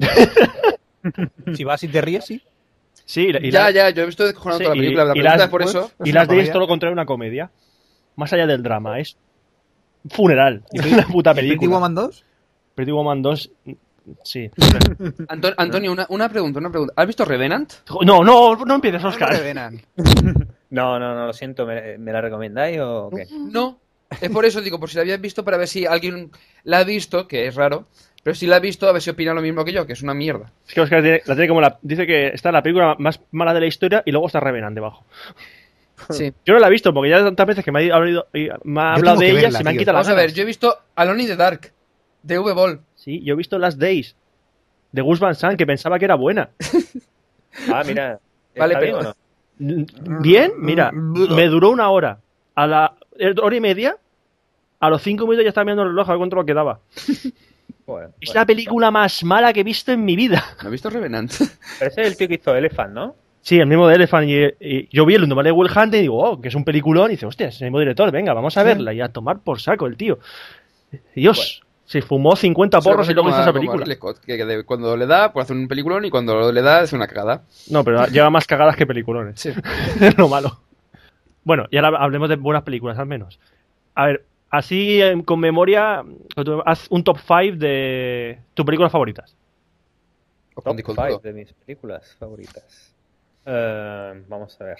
Speaker 3: y si vas y te ríes, sí.
Speaker 2: Sí,
Speaker 4: Ya, yo he visto descojonado
Speaker 2: sí,
Speaker 4: toda la película. La
Speaker 2: y
Speaker 4: pregunta
Speaker 2: las-
Speaker 4: es por eso.
Speaker 2: y
Speaker 3: Es
Speaker 2: las
Speaker 3: una
Speaker 2: de
Speaker 3: comedia.
Speaker 2: todo lo contrario, una comedia. Más allá del drama, es funeral. Es una puta
Speaker 3: ¿Pretty
Speaker 2: película.
Speaker 3: Woman 2?
Speaker 2: Pretty Woman 2, sí.
Speaker 4: Antonio, una pregunta. ¿Has visto Revenant?
Speaker 2: No empieces, Oscar.
Speaker 4: Revenant.
Speaker 5: No, lo siento, ¿me la recomendáis o qué?
Speaker 4: No. Es por eso, digo, por si la habías visto, para ver si alguien la ha visto, que es raro, Pero si la has visto, a ver si opina lo mismo que yo, que es una mierda.
Speaker 2: Es que Oscar la tiene como dice que está la película más mala de la historia y luego está Revenant debajo.
Speaker 4: Sí.
Speaker 2: Yo no la he visto porque ya tantas veces que me ha hablado
Speaker 3: tengo
Speaker 2: de
Speaker 3: que
Speaker 2: ella
Speaker 3: verla,
Speaker 2: se me han
Speaker 3: tío.
Speaker 2: quitado las
Speaker 4: Vamos a ver,
Speaker 2: ganas.
Speaker 4: yo he visto Alone in the Dark, de V-Ball.
Speaker 2: Sí, yo he visto Last Days de Gus Van Sant que pensaba que era buena.
Speaker 5: Ah, mira.
Speaker 4: Vale,
Speaker 5: ¿Está bien
Speaker 4: pero-
Speaker 5: o no?
Speaker 2: Bien, mira, me duró una hora. A la hora y media, a los 5 minutos ya estaba mirando el reloj a ver cuánto lo quedaba.
Speaker 5: Bueno,
Speaker 2: Es la película más mala que he visto en mi vida.
Speaker 4: ¿No has visto Revenant?
Speaker 5: Pero ese es el tío que hizo Elephant, ¿no?
Speaker 2: Sí, el mismo de Elephant. Y yo vi el número de Will Hunting y digo, oh, que es un peliculón. Y dice, hostia, es el mismo director, venga, vamos a verla. Y a tomar por saco el tío. Dios, se fumó 50 porros y luego hizo esa película.
Speaker 4: Ridley Scott, que cuando le da, pues hace un peliculón y cuando le da, hace una cagada.
Speaker 2: No, pero lleva más cagadas que peliculones.
Speaker 4: Sí.
Speaker 2: Es lo malo. Bueno, y ahora hablemos de buenas películas, al menos. A ver, así con memoria, haz un top 5 de tus películas favoritas.
Speaker 4: O con
Speaker 5: Top
Speaker 4: disco
Speaker 5: 5
Speaker 4: duro.
Speaker 5: de mis películas favoritas. Vamos a ver.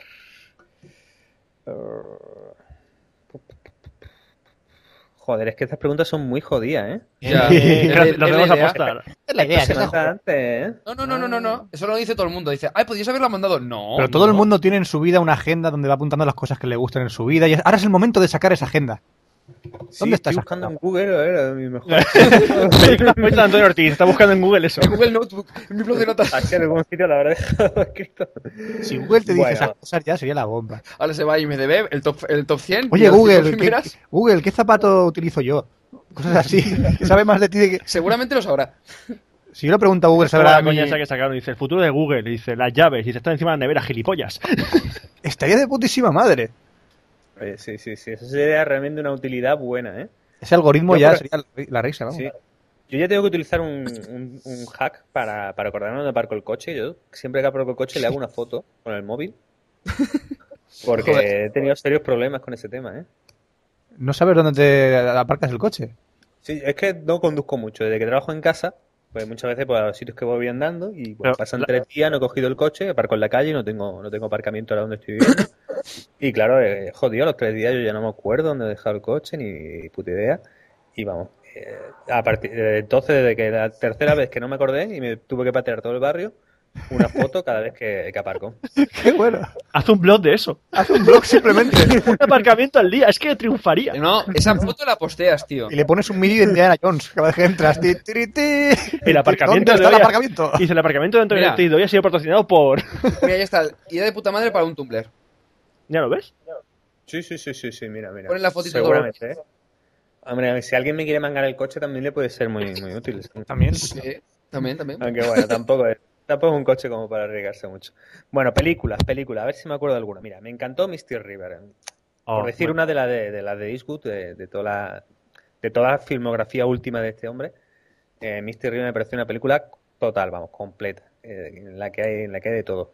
Speaker 5: Joder, es que estas preguntas son muy jodidas, ¿eh?
Speaker 4: Ya,
Speaker 2: Las
Speaker 4: es la
Speaker 2: debemos
Speaker 4: idea.
Speaker 2: apostar.
Speaker 3: Es la idea,
Speaker 5: Esto
Speaker 3: que
Speaker 5: se
Speaker 3: se
Speaker 5: nota antes, ¿eh?
Speaker 4: No. Eso lo dice todo el mundo. Dice, ay, podías haberla mandado. No.
Speaker 3: Pero todo
Speaker 4: no.
Speaker 3: el mundo tiene en su vida una agenda donde va apuntando las cosas que le gustan en su vida y ahora es el momento de sacar esa agenda. ¿Dónde está
Speaker 5: Estoy
Speaker 3: esa
Speaker 5: buscando en
Speaker 3: agenda?
Speaker 5: Google, a ver, a mi mejor.
Speaker 2: Películas favoritas de Antonio Ortiz, está buscando en Google eso.
Speaker 4: En Google Notebook, en mi blog de notas.
Speaker 5: Así en algún sitio lo habré dejado escrito.
Speaker 3: Si Google te dice
Speaker 5: Bueno.
Speaker 3: esas cosas ya sería la bomba.
Speaker 4: Ahora se va a IMDb, el top 100. y
Speaker 3: Oye,
Speaker 4: las cinco
Speaker 3: Google,
Speaker 4: primeras.
Speaker 3: Google, ¿qué zapato utilizo yo? Cosas así. Sabe más de ti de que...
Speaker 4: Seguramente lo sabrá.
Speaker 3: Si yo le pregunto a Google,
Speaker 2: Esa
Speaker 3: sabrá
Speaker 2: la
Speaker 3: a mí...
Speaker 2: coña esa que sacaron, dice el futuro de Google, dice las llaves, dice están encima de la nevera, gilipollas.
Speaker 3: Estaría de putísima madre.
Speaker 5: Oye, sí. Eso sería realmente una utilidad buena, ¿eh?
Speaker 3: Ese algoritmo
Speaker 5: Yo
Speaker 3: ya
Speaker 5: por-
Speaker 3: sería la risa, vamos.
Speaker 5: Sí. Yo ya tengo que utilizar un hack para acordarme dónde aparco el coche. Yo siempre que aparco el coche le hago una foto con el móvil. Porque
Speaker 4: Joder.
Speaker 5: he tenido serios problemas con ese tema, ¿eh?
Speaker 3: No sabes dónde te aparcas el coche.
Speaker 5: Sí, es que no conduzco mucho. Desde que trabajo en casa, pues muchas veces pues, a los sitios que voy andando y pues,
Speaker 2: Pero
Speaker 5: pasan
Speaker 2: la-
Speaker 5: 3 días, no he cogido el coche, aparco en la calle y no tengo aparcamiento ahora donde estoy viviendo. Y claro, jodido, los 3 días yo ya no me acuerdo dónde he dejado el coche, ni puta idea. Y vamos, a partir entonces, desde que la tercera vez que no me acordé y me tuve que patear todo el barrio, una foto cada vez que aparco.
Speaker 3: Qué bueno.
Speaker 2: Haz un blog de eso.
Speaker 3: Haz un blog simplemente.
Speaker 2: Un aparcamiento al día, es que triunfaría.
Speaker 4: No, esa foto la posteas, tío.
Speaker 3: Y le pones un mini de Indiana Jones cada vez que entras. Ti, ti, ti.
Speaker 2: El aparcamiento
Speaker 3: ¿Dónde
Speaker 2: de
Speaker 3: está el
Speaker 2: hoy-
Speaker 3: aparcamiento?
Speaker 2: Dice el aparcamiento de Antonio
Speaker 4: Mira.
Speaker 2: Ortiz de hoy ha sido patrocinado por.
Speaker 4: Mira, ya está. Idea de puta madre para un Tumblr.
Speaker 2: ¿Ya lo ves?
Speaker 5: Sí, mira.
Speaker 4: Ponen la fotito
Speaker 5: Seguramente, ¿eh? Hombre, si alguien me quiere mangar el coche también le puede ser muy, muy útil.
Speaker 3: También.
Speaker 4: Sí, también.
Speaker 5: Aunque bueno, tampoco es un coche como para arriesgarse mucho. Bueno, películas, a ver si me acuerdo de alguna. Mira, me encantó Misty River. Por decir
Speaker 2: bueno.
Speaker 5: una de las de Eastwood, de toda la filmografía última de este hombre, Misty River me pareció una película total, vamos, completa, en la que hay de todo.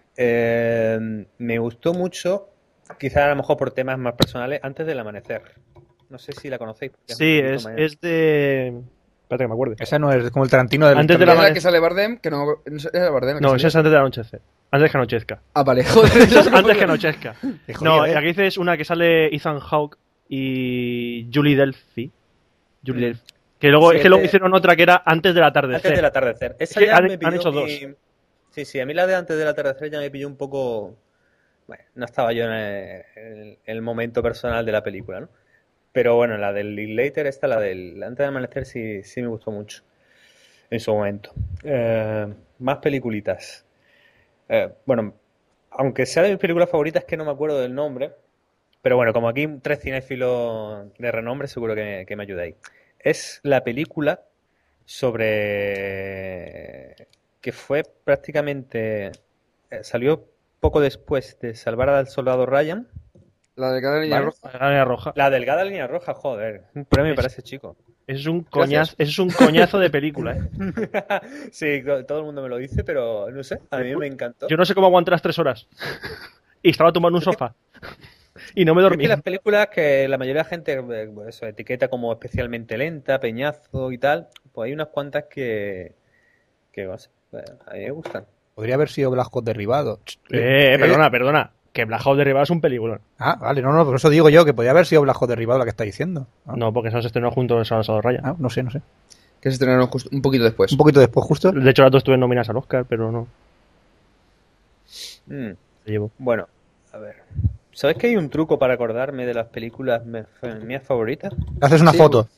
Speaker 5: Me gustó mucho, quizás a lo mejor por temas más personales, Antes del amanecer. No sé si la conocéis. porque
Speaker 2: Sí,
Speaker 5: un poquito más-
Speaker 2: es de. Espérate que me acuerde.
Speaker 3: Esa no es como el Tarantino del...
Speaker 2: Antes de
Speaker 4: Es
Speaker 2: la
Speaker 4: la que sale Bardem, que no es la Bardem. la que
Speaker 2: No,
Speaker 4: sale.
Speaker 2: esa es antes de anochecer. Antes que anochezca.
Speaker 4: Ah, vale, joder.
Speaker 2: Esa es antes que anochezca.
Speaker 3: Qué jodido,
Speaker 2: No,
Speaker 3: ¿eh?
Speaker 2: aquí dices una que sale Ethan Hawke y Julie Delphi. Que luego,
Speaker 5: Sí,
Speaker 2: es que luego
Speaker 5: este-
Speaker 2: hicieron otra que era antes del atardecer.
Speaker 5: Antes del atardecer. Esa
Speaker 2: que
Speaker 5: ya
Speaker 2: han-
Speaker 5: me pilló
Speaker 2: han hecho
Speaker 5: mi-
Speaker 2: dos.
Speaker 5: Sí, a mí la de Antes del atardecer ya me pilló un poco... Bueno, no estaba yo en el momento personal de la película, ¿no? Pero bueno, la del Linklater, la del Antes del amanecer sí me gustó mucho en su momento. Más peliculitas. Bueno, aunque sea de mis películas favoritas, que no me acuerdo del nombre, pero bueno, como aquí 3 cinéfilos de renombre, seguro que me ayudáis. Es la película sobre... que fue prácticamente... salió poco después de Salvar al Soldado Ryan.
Speaker 4: La de cada línea
Speaker 5: Vale.
Speaker 4: roja.
Speaker 2: La línea roja.
Speaker 5: La delgada línea roja, joder. Un premio para ese chico.
Speaker 2: Eso es un
Speaker 4: Gracias.
Speaker 2: coñazo, eso es un coñazo de película, ¿eh?
Speaker 5: Sí, todo el mundo me lo dice, pero no sé, a mí me encantó.
Speaker 2: Yo no sé cómo aguanté las 3 horas. Y estaba tumbando en un sofá. Y no me
Speaker 5: Es
Speaker 2: dormí.
Speaker 5: que las películas que la mayoría de la gente pues, eso, etiqueta como especialmente lenta, peñazo y tal, pues hay unas cuantas que no sé, a mí me gustan.
Speaker 3: Podría haber sido Black Hawk Derribado.
Speaker 2: Perdona. Que Black Hawk Derribado es un peliculón.
Speaker 3: Ah, vale, no, por eso digo yo que podría haber sido Black Hawk Derribado la que está diciendo. Ah,
Speaker 2: No, porque eso se estrenó junto a Salvador Ryan.
Speaker 3: no sé.
Speaker 4: que se estrenaron un poquito después.
Speaker 3: Un poquito después, justo.
Speaker 2: De hecho, las dos estuvieron nominadas al Oscar, pero no.
Speaker 5: Mm.
Speaker 2: Se llevó.
Speaker 5: Bueno, a ver. ¿Sabes que hay un truco para acordarme de las películas mías favoritas?
Speaker 3: Haces una
Speaker 4: Sí,
Speaker 3: foto.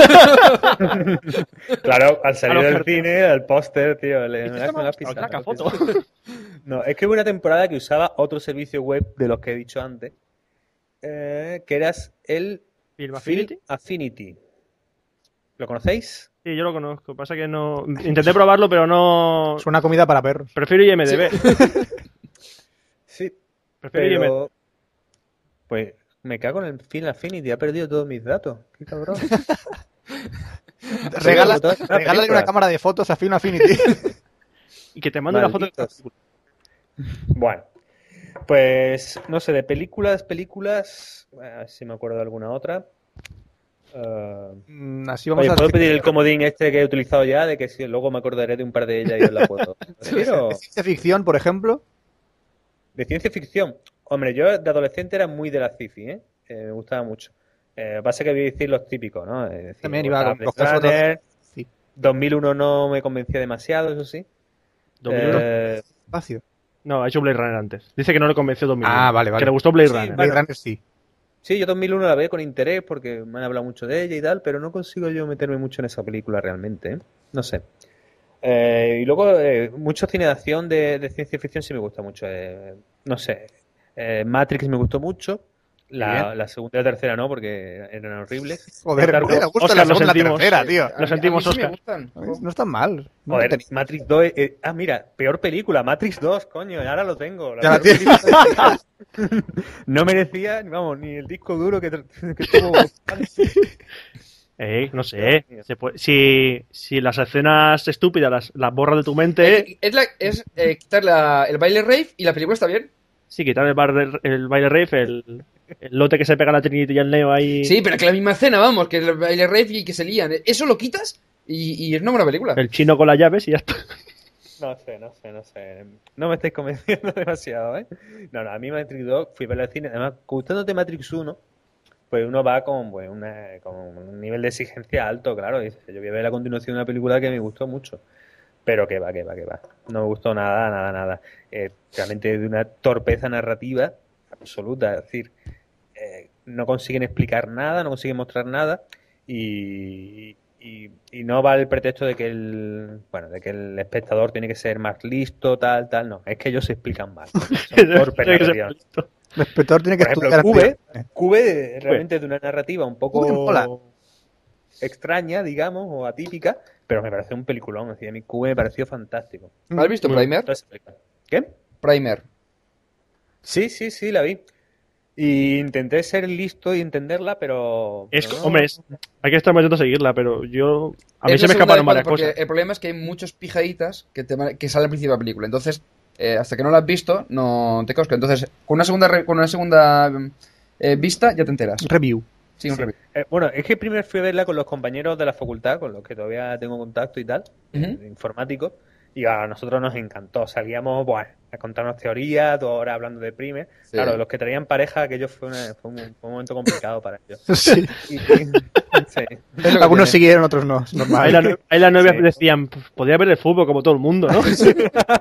Speaker 5: Claro, al salir
Speaker 2: A lo
Speaker 5: del
Speaker 2: Ferti.
Speaker 5: cine, al póster, tío, me la has pisado,
Speaker 2: Saca
Speaker 5: me la has
Speaker 2: foto.
Speaker 5: pisado. No, es que hubo una temporada que usaba otro servicio web de los que he dicho antes, que eras el
Speaker 2: Film
Speaker 5: Film
Speaker 2: Affinity.
Speaker 5: Affinity. ¿Lo conocéis?
Speaker 2: Sí, yo lo conozco. Pasa que no. Intenté probarlo, pero no.
Speaker 3: Es una comida para perros.
Speaker 2: Prefiero IMDb.
Speaker 5: Sí,
Speaker 2: Prefiero IMDb.
Speaker 5: pero... Pues me cago en el Film Affinity, ha perdido todos mis datos. Qué cabrón.
Speaker 3: Regálale una cámara de fotos a Film Affinity.
Speaker 2: Y que te mande una foto.
Speaker 5: Malditos. Bueno, pues no sé, de películas, a ver si me acuerdo de alguna otra.
Speaker 3: Así vamos
Speaker 5: Oye,
Speaker 3: a
Speaker 5: ¿puedo pedir el comodín este que he utilizado ya? De que si luego me acordaré de un par de ellas y os la puedo. Pero
Speaker 3: de ciencia ficción, por ejemplo.
Speaker 5: de ciencia ficción. Hombre, yo de adolescente era muy de la sci-fi, ¿eh? Me gustaba mucho. Pasa que voy a decir los típicos, ¿no? Es decir,
Speaker 3: También iba con
Speaker 5: Blade
Speaker 3: los casos
Speaker 5: Runner,
Speaker 3: Sí.
Speaker 5: 2001 no me convencía demasiado, eso sí.
Speaker 2: 2001.
Speaker 3: Espacio.
Speaker 2: No, ha hecho Blade Runner antes. Dice que no le convenció 2001.
Speaker 3: Ah, vale, vale.
Speaker 2: Que le gustó Blade
Speaker 5: Sí,
Speaker 2: Runner.
Speaker 3: Blade
Speaker 5: Bueno.
Speaker 3: Runner sí.
Speaker 5: Sí, yo 2001 la veo con interés porque me han hablado mucho de ella y tal, pero no consigo yo meterme mucho en esa película realmente, ¿eh? No sé. Y luego, mucho cine de acción de ciencia ficción sí me gusta mucho. No sé. Matrix me gustó mucho. La segunda y la tercera no, porque eran horribles.
Speaker 3: Joder,
Speaker 5: Star
Speaker 3: no me
Speaker 5: Wars-
Speaker 3: gusta
Speaker 2: Oscar,
Speaker 3: la
Speaker 2: lo
Speaker 3: segunda y la
Speaker 2: sentimos.
Speaker 3: tercera, tío.
Speaker 2: Lo sentimos,
Speaker 4: A mí sí me
Speaker 2: Oscar.
Speaker 4: gustan.
Speaker 3: No están mal. No
Speaker 5: Joder,
Speaker 3: tenía-
Speaker 5: Matrix 2. Mira, peor película, Matrix 2, coño, ahora lo tengo.
Speaker 3: Ya la
Speaker 5: peor
Speaker 3: tienes.
Speaker 5: película. No merecía, vamos, ni el disco duro que tuvo.
Speaker 2: No sé. Si las escenas estúpidas las borras de tu mente,
Speaker 4: Es quitar el baile rave y la película está bien.
Speaker 2: sí, quitar el baile rave, el lote que se pega a la Trinity y al Neo ahí.
Speaker 4: Sí, pero que la misma escena, vamos, que el baile rave y que se lían. Eso lo quitas y es una buena película.
Speaker 2: El chino con las llaves y ya está.
Speaker 5: No sé. No me estáis convenciendo demasiado, ¿eh? No, a mí Matrix 2 fui a ver al cine. Además, gustándote Matrix 1, pues uno va con un nivel de exigencia alto, claro. Dice, yo voy a ver a continuación una película que me gustó mucho. Pero que va. No me gustó nada. Realmente de una torpeza narrativa absoluta. Es decir, no consiguen explicar nada, no consiguen mostrar nada. Y no va el pretexto de que el espectador tiene que ser más listo, tal, no. Es que ellos se explican mal. Son torpes
Speaker 2: Tiene que ser
Speaker 5: narrativamente.
Speaker 2: listo.
Speaker 3: El espectador tiene que
Speaker 5: Por
Speaker 3: estudiar.
Speaker 5: ejemplo, Cube realmente es de una narrativa un
Speaker 3: Cube mola.
Speaker 5: poco extraña, digamos, o atípica, pero me pareció un peliculón. Es decir, a mí Cube me pareció fantástico.
Speaker 4: ¿Has visto Primer?
Speaker 5: Toda esa película. ¿Qué?
Speaker 4: Primer.
Speaker 5: Sí, la vi. Y intenté ser listo y entenderla, pero...
Speaker 2: Es,
Speaker 5: pero no.
Speaker 2: hombre, hay que estar intentando seguirla, pero yo. A mí
Speaker 4: Es
Speaker 2: se
Speaker 4: la
Speaker 2: me
Speaker 4: segunda
Speaker 2: escaparon
Speaker 4: de
Speaker 2: varias
Speaker 4: porque
Speaker 2: cosas.
Speaker 4: el problema es que hay muchos pijaditas que salen al principio de la película. Entonces, hasta que no la has visto, no te cosca. Entonces, con una segunda vista ya te enteras.
Speaker 3: Review.
Speaker 4: Sí, un review.
Speaker 5: Bueno, es que primero fui a verla con los compañeros de la facultad, con los que todavía tengo contacto y tal,
Speaker 4: Ujú.
Speaker 5: informáticos, y a nosotros nos encantó. Salíamos, a contarnos teorías, 2 horas hablando de Primer.
Speaker 4: Sí.
Speaker 5: Claro, los que traían pareja, aquello fue un momento complicado para ellos.
Speaker 3: Sí.
Speaker 5: Sí.
Speaker 4: Es lo que
Speaker 3: Algunos
Speaker 4: tiene.
Speaker 3: siguieron, otros no. Es normal.
Speaker 2: Ahí las novias
Speaker 5: Sí.
Speaker 2: decían, podría ver el fútbol como todo el mundo, ¿no?
Speaker 5: Sí.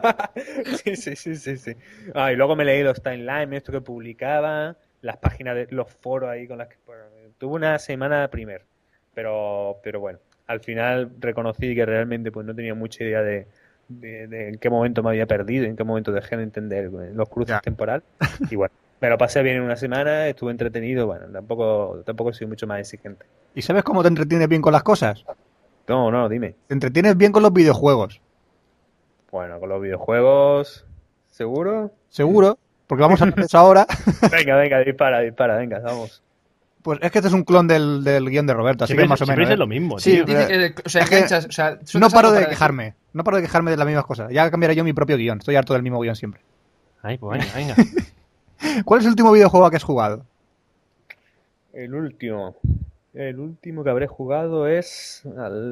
Speaker 5: Y luego me leí los timelines, esto que publicaban, las páginas de los foros ahí con las que... Bueno, tuve una semana Primer, pero bueno, al final reconocí que realmente pues no tenía mucha idea de en qué momento me había perdido, en qué momento dejé de entender los cruces
Speaker 3: Ya.
Speaker 5: temporales. Y bueno, me lo pasé bien en una semana, estuve entretenido, bueno, tampoco he sido mucho más exigente.
Speaker 3: ¿Y sabes cómo te entretienes bien con las cosas?
Speaker 5: No, dime.
Speaker 3: Te entretienes bien con los videojuegos.
Speaker 5: Bueno, con los videojuegos, ¿seguro?
Speaker 3: Seguro. Porque vamos a hacer eso ahora.
Speaker 5: Venga, dispara, venga, vamos.
Speaker 3: Pues es que este es un clon del guión de Roberto, así que más o menos.
Speaker 2: Siempre
Speaker 3: ¿eh?
Speaker 2: es lo mismo,
Speaker 3: Sí,
Speaker 2: tío.
Speaker 4: Dice que, o sea,
Speaker 3: Es que
Speaker 4: enganchas, o sea,
Speaker 3: No
Speaker 4: sueltas
Speaker 3: paro
Speaker 4: algo
Speaker 3: de
Speaker 4: para
Speaker 3: quejarme. No paro de quejarme de las mismas cosas. Ya cambiaré yo mi propio guión. Estoy harto del mismo guión siempre.
Speaker 2: Ay, pues venga.
Speaker 3: ¿Cuál es el último videojuego que has jugado?
Speaker 5: El último que habré jugado es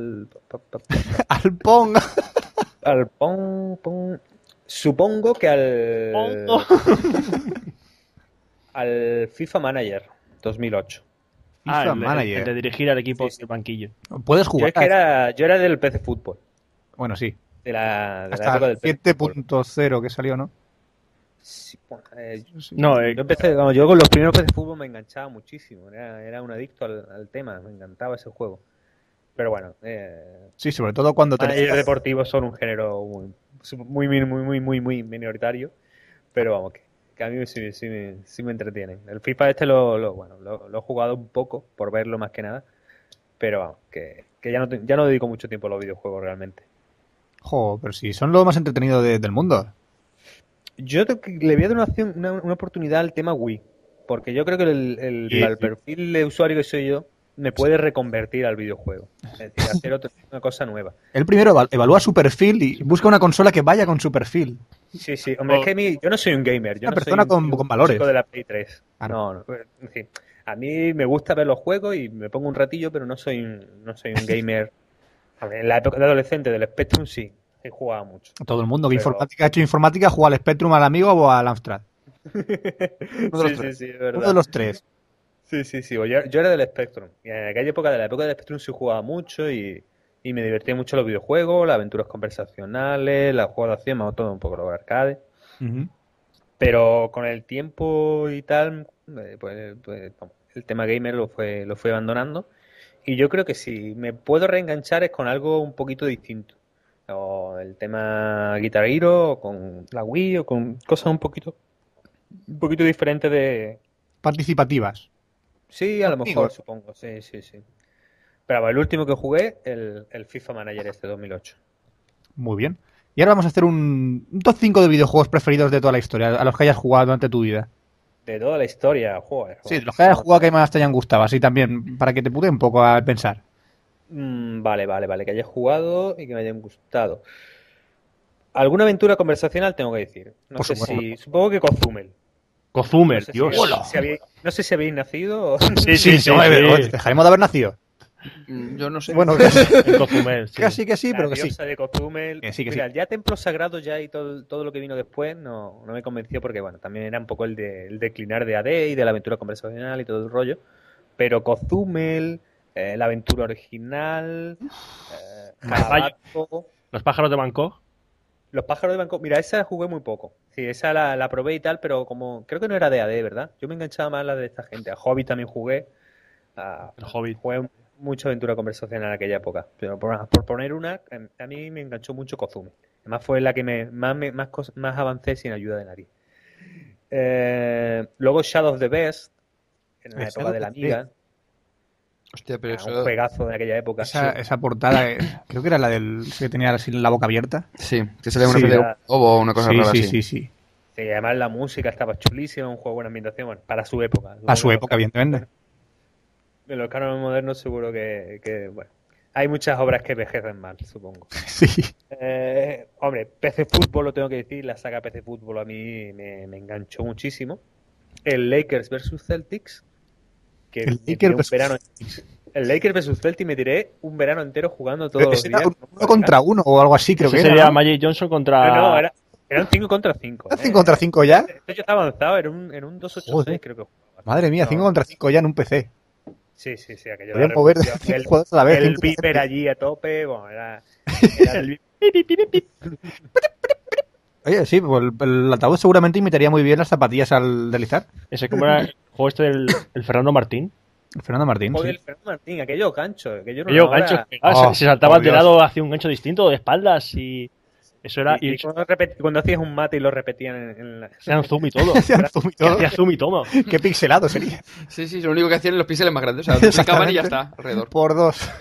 Speaker 3: Al Pong.
Speaker 5: al Pong. Supongo que al FIFA Manager 2008.
Speaker 3: FIFA
Speaker 2: el
Speaker 3: Manager.
Speaker 2: de dirigir al equipo
Speaker 5: Sí, sí.
Speaker 2: del banquillo.
Speaker 3: Puedes
Speaker 5: Yo,
Speaker 3: jugar.
Speaker 5: es que yo era del PC Fútbol,
Speaker 3: Bueno, sí.
Speaker 5: de la
Speaker 3: Hasta
Speaker 5: época
Speaker 3: el
Speaker 5: del PC Fútbol.
Speaker 3: 7.0 que salió, ¿no?
Speaker 5: Sí, bueno,
Speaker 2: No,
Speaker 5: yo empecé, vamos, yo con los primeros PC Fútbol me enganchaba muchísimo, era un adicto al tema, me encantaba ese juego. Pero bueno,
Speaker 3: Sí, sobre todo cuando
Speaker 5: managers deportivos son un género muy minoritario, pero vamos, que a mí sí me entretienen. El FIFA este lo he jugado un poco, por verlo más que nada, pero vamos, que ya no dedico mucho tiempo a los videojuegos realmente.
Speaker 3: Jo, pero sí, son lo más entretenido del mundo.
Speaker 5: Yo le voy a dar una oportunidad al tema Wii, porque yo creo que para el perfil de usuario que soy yo, me puede reconvertir al videojuego. Es decir, hacer una cosa nueva.
Speaker 3: Él primero evalúa su perfil y busca una consola que vaya con su perfil.
Speaker 5: Sí, sí, hombre, es que yo no soy un gamer, yo
Speaker 3: Una
Speaker 5: no
Speaker 3: persona
Speaker 5: soy un
Speaker 3: con valores.
Speaker 5: chico de la Play 3.
Speaker 3: Claro.
Speaker 5: No, en fin, a mí me gusta ver los juegos y me pongo un ratillo, pero no soy un gamer. A ver, en la época de adolescente del Spectrum sí, he jugado mucho.
Speaker 3: Todo el mundo que
Speaker 5: Pero-
Speaker 3: ha hecho informática juega al Spectrum, al Amigo o al Amstrad.
Speaker 5: Sí, es verdad.
Speaker 3: Uno de los tres.
Speaker 5: Sí, yo era del Spectrum. Y en aquella época, de la época del Spectrum sí jugaba mucho y me divertía mucho los videojuegos, las aventuras conversacionales, los juegos de acción, más todo un poco los arcades.
Speaker 3: Ujú.
Speaker 5: Pero con el tiempo y tal, vamos, el tema gamer lo fue abandonando. Y yo creo que si me puedo reenganchar es con algo un poquito distinto. O el tema Guitar Hero, o con la Wii, o con cosas un poquito diferentes de...
Speaker 3: Participativas.
Speaker 5: Sí, a lo
Speaker 3: Contigo.
Speaker 5: mejor, supongo. Sí. Pero el último que jugué, el FIFA Manager este 2008.
Speaker 3: Muy bien. Y ahora vamos a hacer un top 5 de videojuegos preferidos de toda la historia, a los que hayas jugado durante tu vida.
Speaker 5: De toda la historia, joder.
Speaker 3: Sí, de los que hayas jugado que más te hayan gustado, así también, para que te pude un poco a pensar.
Speaker 5: Vale, que haya jugado y que me hayan gustado. Alguna aventura conversacional tengo que decir. No
Speaker 3: Por
Speaker 5: sé
Speaker 3: supuesto.
Speaker 5: supongo que Kozumer.
Speaker 2: Kozumer,
Speaker 5: No sé
Speaker 2: Dios.
Speaker 5: no sé si habéis nacido o...
Speaker 2: Sí.
Speaker 3: Dejaremos de haber nacido.
Speaker 4: Yo no sé.
Speaker 3: Bueno, casi,
Speaker 2: El Kozumer, sí.
Speaker 3: casi que sí,
Speaker 5: La
Speaker 3: pero que sí.
Speaker 5: diosa de Cozumel.
Speaker 3: Que sí, que
Speaker 5: Mira, ya Templos Sagrados ya y todo lo que vino después no me convenció porque, bueno, también era un poco el declinar de AD y de la aventura conversacional y todo el rollo. Pero Cozumel, la aventura original, Jabato,
Speaker 2: Los pájaros de Bangkok.
Speaker 5: los pájaros de Bangkok. Mira, esa jugué muy poco. Sí, esa la probé y tal, pero como creo que no era de AD, ¿verdad? Yo me enganchaba más a la de esta gente. A Hobbit también jugué.
Speaker 2: El Hobbit.
Speaker 5: Jugué mucha aventura conversacional en aquella época. Pero por poner una, a mí me enganchó mucho Kozume. Además fue la que más avancé sin ayuda de nadie. Luego Shadow of the Beast, en la época de la Amiga.
Speaker 4: Hostia, pero
Speaker 5: Un
Speaker 4: eso.
Speaker 5: juegazo de aquella época.
Speaker 3: Esa portada, creo que era la del que tenía así la boca abierta.
Speaker 4: Sí, que sale una
Speaker 3: Sí,
Speaker 4: especie de
Speaker 5: la-
Speaker 4: ovo o una cosa rara así.
Speaker 3: sí.
Speaker 5: Sí, además la música estaba chulísima, un juego de buena ambientación, bueno, para su época.
Speaker 3: A su época, evidentemente.
Speaker 5: En los cánones modernos seguro que, bueno, hay muchas obras que envejecen mal, supongo.
Speaker 3: Sí.
Speaker 5: Hombre, PC Fútbol lo tengo que decir, la saga PC Fútbol a mí me enganchó muchísimo. El Lakers vs Celtics, que
Speaker 3: El
Speaker 5: me tiré
Speaker 3: Lakers
Speaker 5: un
Speaker 3: versus-
Speaker 5: verano. El Lakers vs Celtics me tiré un verano entero jugando todos los
Speaker 3: Ese era
Speaker 5: días.
Speaker 3: uno contra uno o algo así, creo
Speaker 2: Ese
Speaker 3: que
Speaker 2: sería
Speaker 3: era. ¿No?
Speaker 2: Magic Johnson contra...
Speaker 5: No, era un 5 contra 5.
Speaker 3: ¿Era 5 contra 5 ya?
Speaker 5: Esto ya estaba avanzado, era un 286
Speaker 3: Joder.
Speaker 5: creo que jugaba.
Speaker 3: Madre mía,
Speaker 5: No,
Speaker 3: 5 contra 5 ya en un PC.
Speaker 5: Sí, aquello
Speaker 3: Podían
Speaker 5: era
Speaker 3: mover
Speaker 5: revolución.
Speaker 3: 5 jugadores a la vez.
Speaker 5: El
Speaker 3: 5
Speaker 5: Viper allí a tope, bueno, era
Speaker 3: Oye, sí, pues el ataúd seguramente imitaría muy bien las zapatillas al deslizar.
Speaker 2: Ese como era el juego este del el Fernando Martín.
Speaker 3: Fernando Martín,
Speaker 5: Joder,
Speaker 3: sí.
Speaker 5: el Fernando Martín, aquellos ganchos, aquello era
Speaker 2: Aquellos
Speaker 5: una obra.
Speaker 2: ganchos que
Speaker 3: Oh,
Speaker 2: se saltaba
Speaker 3: por
Speaker 2: de
Speaker 3: Dios.
Speaker 2: lado hacia un gancho distinto, de espaldas y... Eso era...
Speaker 5: Y
Speaker 2: Y
Speaker 5: cuando hacías un mate y lo repetían en la...
Speaker 2: hacían zoom y todo.
Speaker 3: Hacían zoom y todo.
Speaker 2: Hacía zoom y todo.
Speaker 3: Qué pixelado sería.
Speaker 4: Sí, lo único que hacían en los píxeles más grandes. O sea, duplicaban y ya está, alrededor.
Speaker 3: Por 2.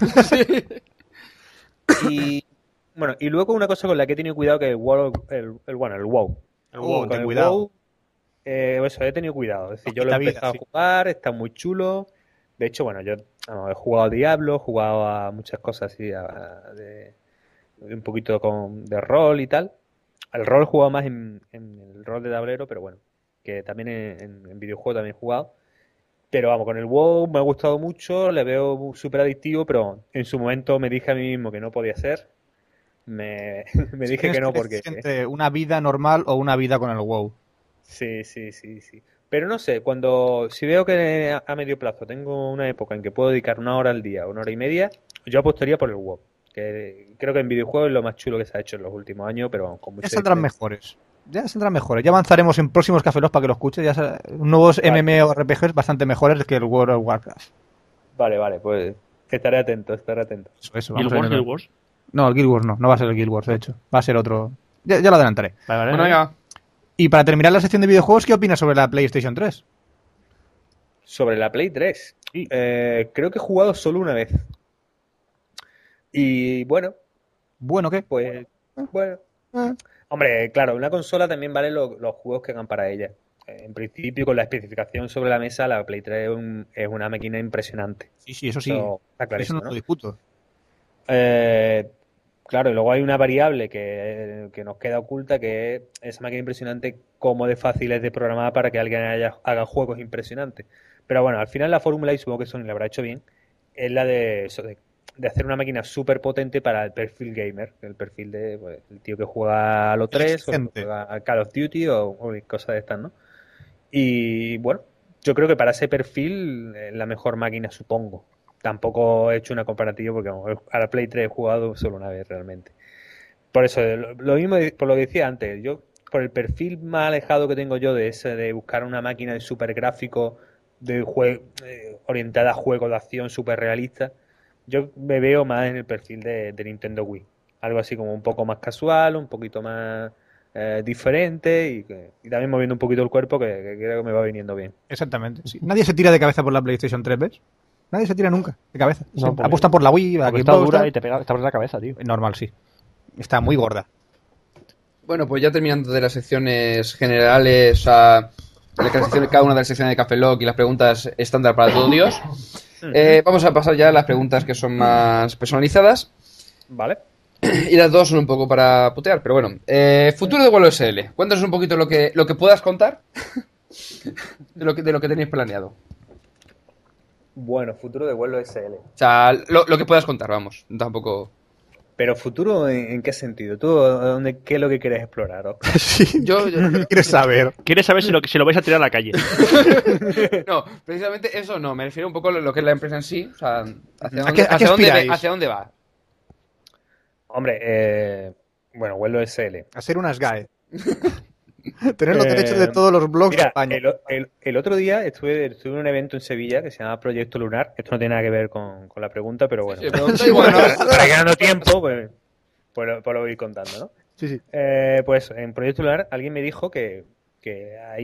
Speaker 5: Y bueno, y luego una cosa con la que he tenido cuidado que el WoW. El WoW.
Speaker 3: Oh,
Speaker 5: Con
Speaker 3: ten
Speaker 5: el
Speaker 3: cuidado.
Speaker 5: WoW, eso, he tenido cuidado. Es decir, yo lo he
Speaker 3: Quita vida,
Speaker 5: empezado
Speaker 3: sí.
Speaker 5: a jugar, está muy chulo. De hecho, bueno, yo he jugado a Diablo, he jugado a muchas cosas así, de un poquito de rol y tal. El rol he jugado más en el rol de tablero, pero bueno, que también en videojuego también he jugado. Pero vamos, con el WoW me ha gustado mucho, le veo súper adictivo, pero en su momento me dije a mí mismo que no podía ser. Me dije que no porque...
Speaker 3: Entre una vida normal o una vida con el WoW.
Speaker 5: Sí. Pero no sé, si veo que a medio plazo tengo una época en que puedo dedicar 1 hora al día, 1 hora y media, yo apostaría por el WoW. Que creo que en videojuegos es lo más chulo que se ha hecho en los últimos años, pero con mucha
Speaker 3: Ya saldrán
Speaker 5: diferencia.
Speaker 3: mejores. Ya saldrán mejores. Ya avanzaremos en próximos Café Lock para que lo escuches. Nuevos
Speaker 5: Vale.
Speaker 3: MMORPGs bastante mejores que el World of Warcraft.
Speaker 5: Vale, pues estaré atento.
Speaker 3: Eso,
Speaker 2: Guild
Speaker 3: vamos a
Speaker 2: Wars,
Speaker 3: ver.
Speaker 2: Guild Wars.
Speaker 3: No, el Guild Wars no va a ser el Guild Wars, de hecho. Va a ser otro. Ya lo adelantaré.
Speaker 2: Vale.
Speaker 4: Bueno, venga.
Speaker 3: Y para terminar la sección de videojuegos, ¿qué opinas sobre la PlayStation 3?
Speaker 5: Sobre la Play 3,
Speaker 2: Sí.
Speaker 5: creo que he jugado solo una vez. Y bueno,
Speaker 3: Bueno, ¿qué?
Speaker 5: pues, bueno.
Speaker 3: Eh,
Speaker 5: Hombre, claro, una consola también vale los juegos que hagan para ella. En principio, con la especificación sobre la mesa, la Play 3 es una máquina impresionante.
Speaker 3: Sí, eso sí.
Speaker 5: Eso está
Speaker 3: Eso
Speaker 5: clarísimo,
Speaker 3: no
Speaker 5: ¿no?
Speaker 3: lo discuto.
Speaker 5: Claro, y luego hay una variable que nos queda oculta, que es esa máquina impresionante, cómo de fácil es de programar para que alguien haga juegos impresionantes. Pero bueno, al final la fórmula, y supongo que Sony lo habrá hecho bien, es la de eso, de hacer una máquina súper potente para el perfil gamer, el perfil de pues, el tío que juega a los 3 o que
Speaker 3: Exigente.
Speaker 5: juega a Call of Duty o cosas de estas, ¿no? Y bueno, yo creo que para ese perfil es la mejor máquina, supongo. Tampoco he hecho una comparativa porque vamos, a la Play 3 he jugado solo una vez realmente. Por eso, lo mismo por lo que decía antes, yo por el perfil más alejado que tengo yo de ese de buscar una máquina de super gráfico orientada a juegos de acción super realista, yo me veo más en el perfil de Nintendo Wii. Algo así como un poco más casual, un poquito más diferente y también moviendo un poquito el cuerpo que creo que me va viniendo bien.
Speaker 3: Exactamente. Sí. Nadie se tira de cabeza por la PlayStation 3, ¿ves? Nadie se tira nunca de cabeza.
Speaker 2: No,
Speaker 3: Siempre
Speaker 2: porque-
Speaker 3: apuesta por la Wii, la
Speaker 2: Porque está
Speaker 3: Xbox,
Speaker 2: dura
Speaker 3: tal.
Speaker 2: y te abres la cabeza, tío.
Speaker 3: Normal, sí. Está muy gorda.
Speaker 4: Bueno, pues ya terminando de las secciones generales, cada una de las secciones de Café Lock y las preguntas estándar para todo Dios. Vamos a pasar ya a las preguntas que son más personalizadas.
Speaker 5: ¿Vale?
Speaker 4: Y las dos son un poco para putear, pero bueno. Futuro de vuelo SL. Cuéntanos un poquito lo que puedas contar de lo que tenéis planeado.
Speaker 5: Bueno, futuro de vuelo SL.
Speaker 4: O sea, lo que puedas contar, vamos. Tampoco.
Speaker 5: Pero futuro, ¿en qué sentido? ¿Qué es lo que quieres explorar, Oscar?
Speaker 3: Sí.
Speaker 4: Yo-
Speaker 3: ¿Qué quieres saber?
Speaker 2: ¿Quieres saber si lo vais a tirar a la calle?
Speaker 4: No, precisamente eso no. Me refiero un poco a lo que es la empresa en sí. O sea, ¿hacia
Speaker 3: ¿A qué
Speaker 4: dónde
Speaker 3: aspiráis?
Speaker 4: hacia dónde va?
Speaker 5: Hombre, bueno, vuelo SL.
Speaker 3: Hacer unas GAE. Tener los
Speaker 5: Eh,
Speaker 3: derechos de todos los blogs de
Speaker 5: Mira,
Speaker 3: España.
Speaker 5: el otro día estuve en un evento en Sevilla que se llama Proyecto Lunar. Esto no tiene nada que ver con la pregunta, pero bueno.
Speaker 4: Sí, pero da
Speaker 3: Sí,
Speaker 4: igual,
Speaker 3: bueno,
Speaker 4: ¿no?
Speaker 5: Para que ganando tiempo, pues lo voy contando, ¿no?
Speaker 3: Sí.
Speaker 5: Pues en Proyecto Lunar alguien me dijo que hay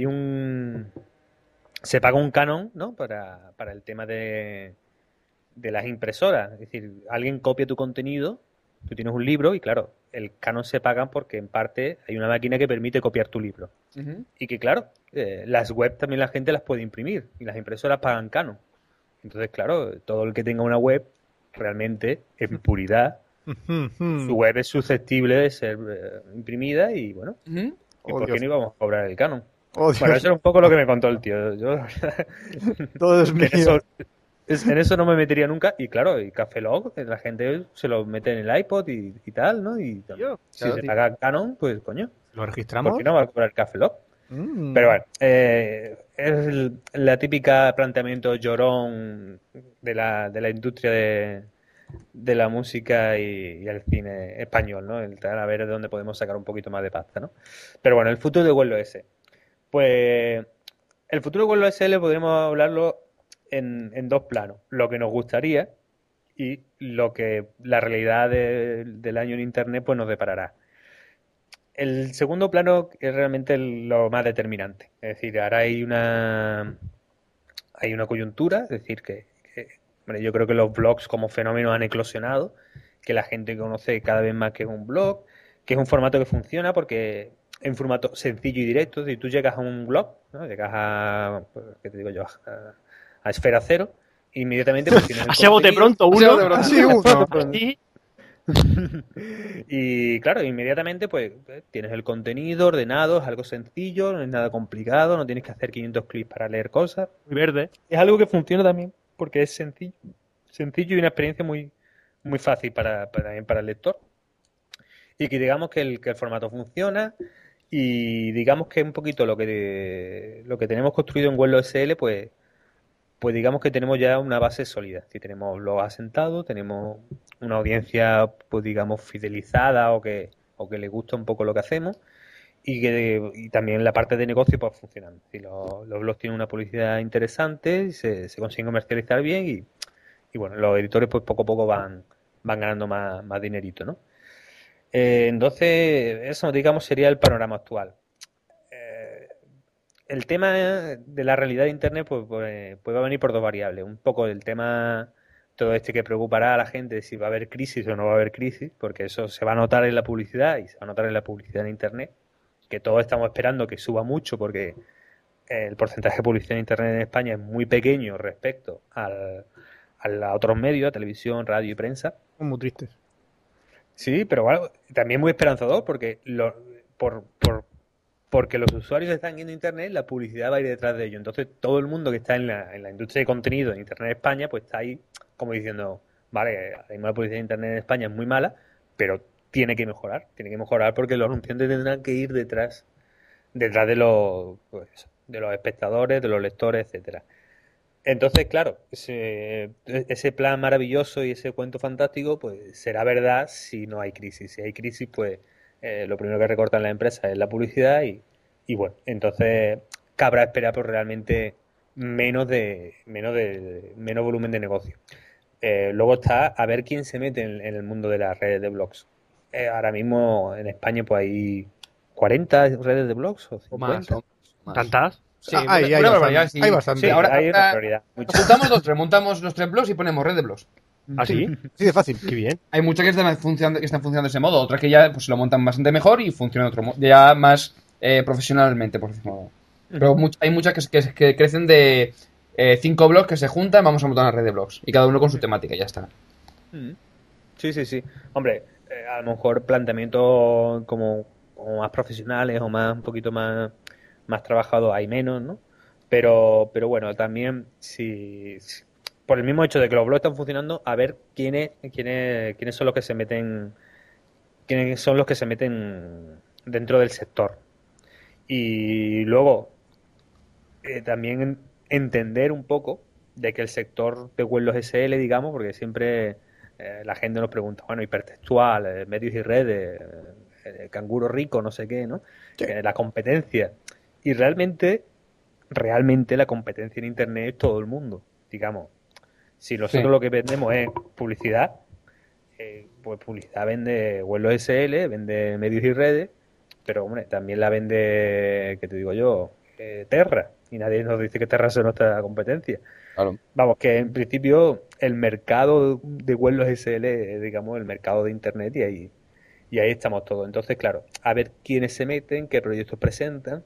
Speaker 5: se paga un canon, ¿no? Para el tema de las impresoras. Es decir, alguien copia tu contenido, tú tienes un libro y claro, el canon se paga porque en parte hay una máquina que permite copiar tu libro.
Speaker 4: Ujú.
Speaker 5: Y que claro, las webs también la gente las puede imprimir y las impresoras pagan canon. Entonces, claro, todo el que tenga una web realmente, en puridad, su web es susceptible de ser imprimida y bueno,
Speaker 4: Ujú.
Speaker 5: ¿y
Speaker 3: Oh,
Speaker 5: por qué
Speaker 3: Dios.
Speaker 5: no íbamos a cobrar el canon?
Speaker 3: Oh, Dios.
Speaker 5: Bueno, eso era un poco lo que me contó el tío. Yo, la verdad,
Speaker 3: Todo es
Speaker 5: que
Speaker 3: mío.
Speaker 5: en eso no me metería nunca. Y claro, y Café Log, la gente se lo mete en el iPod y tal, ¿no? Y si
Speaker 4: claro,
Speaker 5: se
Speaker 4: tío.
Speaker 5: paga canon, pues coño,
Speaker 3: ¿Lo
Speaker 5: ¿por
Speaker 3: registramos?
Speaker 5: qué no va a cobrar Café Log?
Speaker 3: Mm.
Speaker 5: Pero bueno, es la típica planteamiento llorón de la industria de la música y el cine español, ¿no? El tal a ver de dónde podemos sacar un poquito más de pasta, ¿no? Pero bueno, el futuro de Vuelo S. Pues el futuro de Vuelo SL podríamos hablarlo en dos planos. Lo que nos gustaría y lo que la realidad del año en Internet pues nos deparará. El segundo plano es realmente lo más determinante. Es decir, ahora hay una coyuntura, es decir, hombre, yo creo que los blogs como fenómeno han eclosionado, que la gente conoce cada vez más que es un blog, que es un formato que funciona porque es un formato sencillo y directo. Si tú llegas a un blog, ¿no? Llegas pues, ¿qué te digo yo? A Esfera Cero, inmediatamente pues, tienes el
Speaker 2: Así a bote
Speaker 5: contenido.
Speaker 2: pronto,
Speaker 4: Así a
Speaker 2: uno.
Speaker 4: bote pronto.
Speaker 3: Sí, uno.
Speaker 2: Sí.
Speaker 5: Y claro, inmediatamente pues tienes el contenido ordenado, es algo sencillo, no es nada complicado, no tienes que hacer 500 clics para leer cosas.
Speaker 2: Muy verde.
Speaker 5: Es algo que funciona también porque es sencillo y una experiencia muy, muy fácil también para el lector. Y que digamos que el formato funciona Y digamos que un poquito lo que tenemos construido en Weblo SL, pues digamos que tenemos ya una base sólida. Si tenemos los asentados, tenemos una audiencia, pues digamos, fidelizada o que le gusta un poco lo que hacemos y también la parte de negocio pues funcionando. Si los blogs tienen una publicidad interesante, se consiguen comercializar bien y bueno, los editores pues poco a poco van ganando más dinerito, ¿no? Entonces, eso digamos sería el panorama actual. El tema de la realidad de Internet pues va a venir por dos variables. Un poco el tema todo este que preocupará a la gente de si va a haber crisis o no va a haber crisis, porque eso se va a notar en la publicidad y se va a notar en la publicidad en Internet, que todos estamos esperando que suba mucho porque el porcentaje de publicidad en Internet en España es muy pequeño respecto a otros medios, a televisión, radio y prensa.
Speaker 3: Son muy tristes.
Speaker 5: Sí, pero bueno, también muy esperanzador porque porque los usuarios están yendo a Internet, la publicidad va a ir detrás de ellos. Entonces, todo el mundo que está en la industria de contenido en Internet en España, pues está ahí como diciendo, vale, ahora mismo la publicidad de Internet en España es muy mala, pero tiene que mejorar porque los anunciantes tendrán que ir detrás de los espectadores, de los lectores, etcétera. Entonces, claro, ese plan maravilloso y ese cuento fantástico, pues será verdad si no hay crisis. Si hay crisis, pues lo primero que recortan las empresas es la publicidad y bueno, entonces cabrá esperar por realmente menos volumen de negocio. Luego está a ver quién se mete en el mundo de las redes de blogs. Ahora mismo en España pues hay 40 redes de blogs o 50.
Speaker 4: O más.
Speaker 2: ¿Tantas?
Speaker 4: Sí,
Speaker 3: hay
Speaker 4: una barbaridad,
Speaker 3: bastante.
Speaker 4: sí.
Speaker 3: Hay bastante.
Speaker 5: Sí,
Speaker 4: ahora-
Speaker 5: hay una
Speaker 4: ahora-
Speaker 5: prioridad.
Speaker 4: Remontamos los 3 blogs y ponemos red de blogs.
Speaker 2: ¿Ah, sí?
Speaker 3: Sí, de fácil.
Speaker 2: Qué bien.
Speaker 4: Hay muchas que están funcionando de ese modo, otras que ya pues lo montan bastante mejor y funcionan de otro modo, ya más profesionalmente, por decirlo modo. Pero hay muchas que crecen de 5 blogs que se juntan, vamos a montar una red de blogs y cada uno con su temática, ya está.
Speaker 5: Sí. Hombre, a lo mejor planteamientos como más profesionales o más un poquito más trabajados hay menos, ¿no? Pero bueno, también si por el mismo hecho de que los blogs están funcionando, a ver quiénes son los que se meten dentro del sector. Y luego también entender un poco de que el sector de Weblos SL, digamos, porque siempre la gente nos pregunta, bueno, hipertextual, medios y redes, canguro rico, no sé qué, ¿no?
Speaker 3: Sí.
Speaker 5: La competencia. Y realmente la competencia en Internet es todo el mundo, digamos. Si nosotros
Speaker 4: Sí.
Speaker 5: lo que vendemos es publicidad, pues publicidad vende Weblos SL, vende medios y redes, pero hombre, también la vende, ¿qué te digo yo? Terra. Y nadie nos dice que Terra es nuestra competencia.
Speaker 4: Claro.
Speaker 5: Vamos, que en principio el mercado de Weblos SL es, digamos, el mercado de Internet y ahí estamos todos. Entonces, claro, a ver quiénes se meten, qué proyectos presentan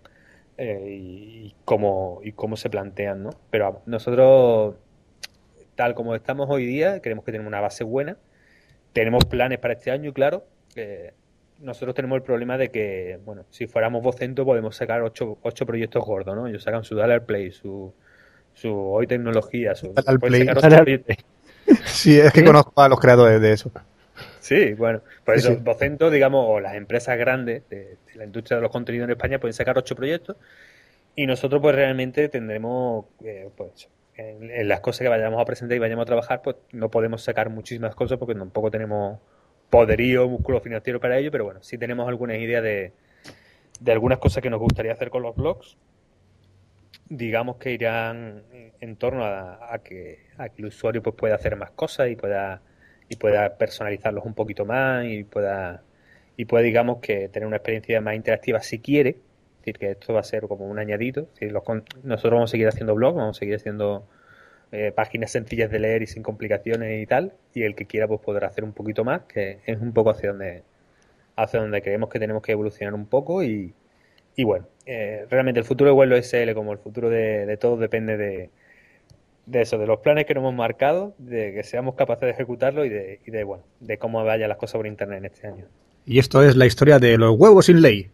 Speaker 5: y cómo se plantean, ¿no? Pero vamos, nosotros, tal como estamos hoy día, creemos que tenemos una base buena. Tenemos planes para este año, claro. Nosotros tenemos el problema de que, bueno, si fuéramos Vocento podemos sacar 8 proyectos gordos, ¿no? Ellos sacan su Dalal Play, su Hoy Tecnología,
Speaker 3: Dalal
Speaker 5: pueden
Speaker 3: Play.
Speaker 5: sacar 8 proyectos.
Speaker 3: Sí, es que conozco a los creadores de eso.
Speaker 5: Sí, bueno, pues
Speaker 3: Sí,
Speaker 5: eso,
Speaker 3: sí.
Speaker 5: Vocento, digamos, o las empresas grandes de la industria de los contenidos en España pueden sacar 8 proyectos y nosotros pues realmente tendremos, pues en las cosas que vayamos a presentar y vayamos a trabajar, pues no podemos sacar muchísimas cosas porque tampoco tenemos poderío, músculo financiero para ello, pero bueno, sí tenemos algunas ideas de algunas cosas que nos gustaría hacer con los blogs. Digamos que irán en torno a que el usuario pues pueda hacer más cosas y pueda personalizarlos un poquito más y pueda digamos que tener una experiencia más interactiva si quiere. Es decir, que esto va a ser como un añadido. Es decir, nosotros vamos a seguir haciendo blogs, vamos a seguir haciendo páginas sencillas de leer y sin complicaciones y tal, y el que quiera pues podrá hacer un poquito más, que es un poco hacia donde creemos que tenemos que evolucionar un poco y bueno, realmente el futuro de Weblos SL como el futuro de todos depende de eso, de los planes que nos hemos marcado, de que seamos capaces de ejecutarlo y de cómo vayan las cosas por internet en este año.
Speaker 3: Y esto es la historia de los huevos sin ley.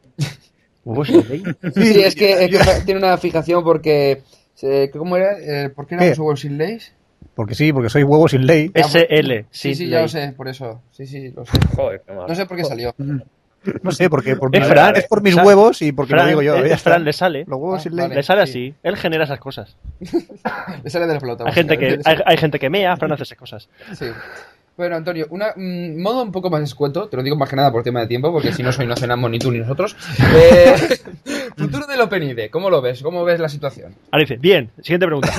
Speaker 4: Sí, es que tiene una fijación porque... ¿Cómo era? ¿Por qué no los huevos sin leyes?
Speaker 3: Porque sí, porque soy huevos sin ley.
Speaker 2: SL.
Speaker 4: Sí,
Speaker 2: sin
Speaker 4: ya
Speaker 2: ley.
Speaker 4: lo sé, por eso. Sí, lo sé.
Speaker 5: Joder, qué mal.
Speaker 4: No sé por qué salió.
Speaker 3: No sé, porque
Speaker 2: Es Fran,
Speaker 3: es por mis
Speaker 2: Fran.
Speaker 3: huevos y porque lo digo yo. ya
Speaker 2: Es
Speaker 3: está.
Speaker 2: Fran, le sale.
Speaker 3: Los huevos sin
Speaker 4: vale.
Speaker 3: leche.
Speaker 2: Le sale
Speaker 4: Sí.
Speaker 2: así. Él genera esas cosas.
Speaker 4: Le sale de la flauta.
Speaker 2: Hay gente que, hay gente que mea, Fran hace esas cosas.
Speaker 4: Sí. Bueno, Antonio, modo un poco más escueto, te lo digo más que nada por tema de tiempo, porque si no, hoy no cenamos ni tú ni nosotros. Futuro del OpenID, ¿cómo lo ves? ¿Cómo ves la situación?
Speaker 2: Ahora dice, bien, siguiente pregunta.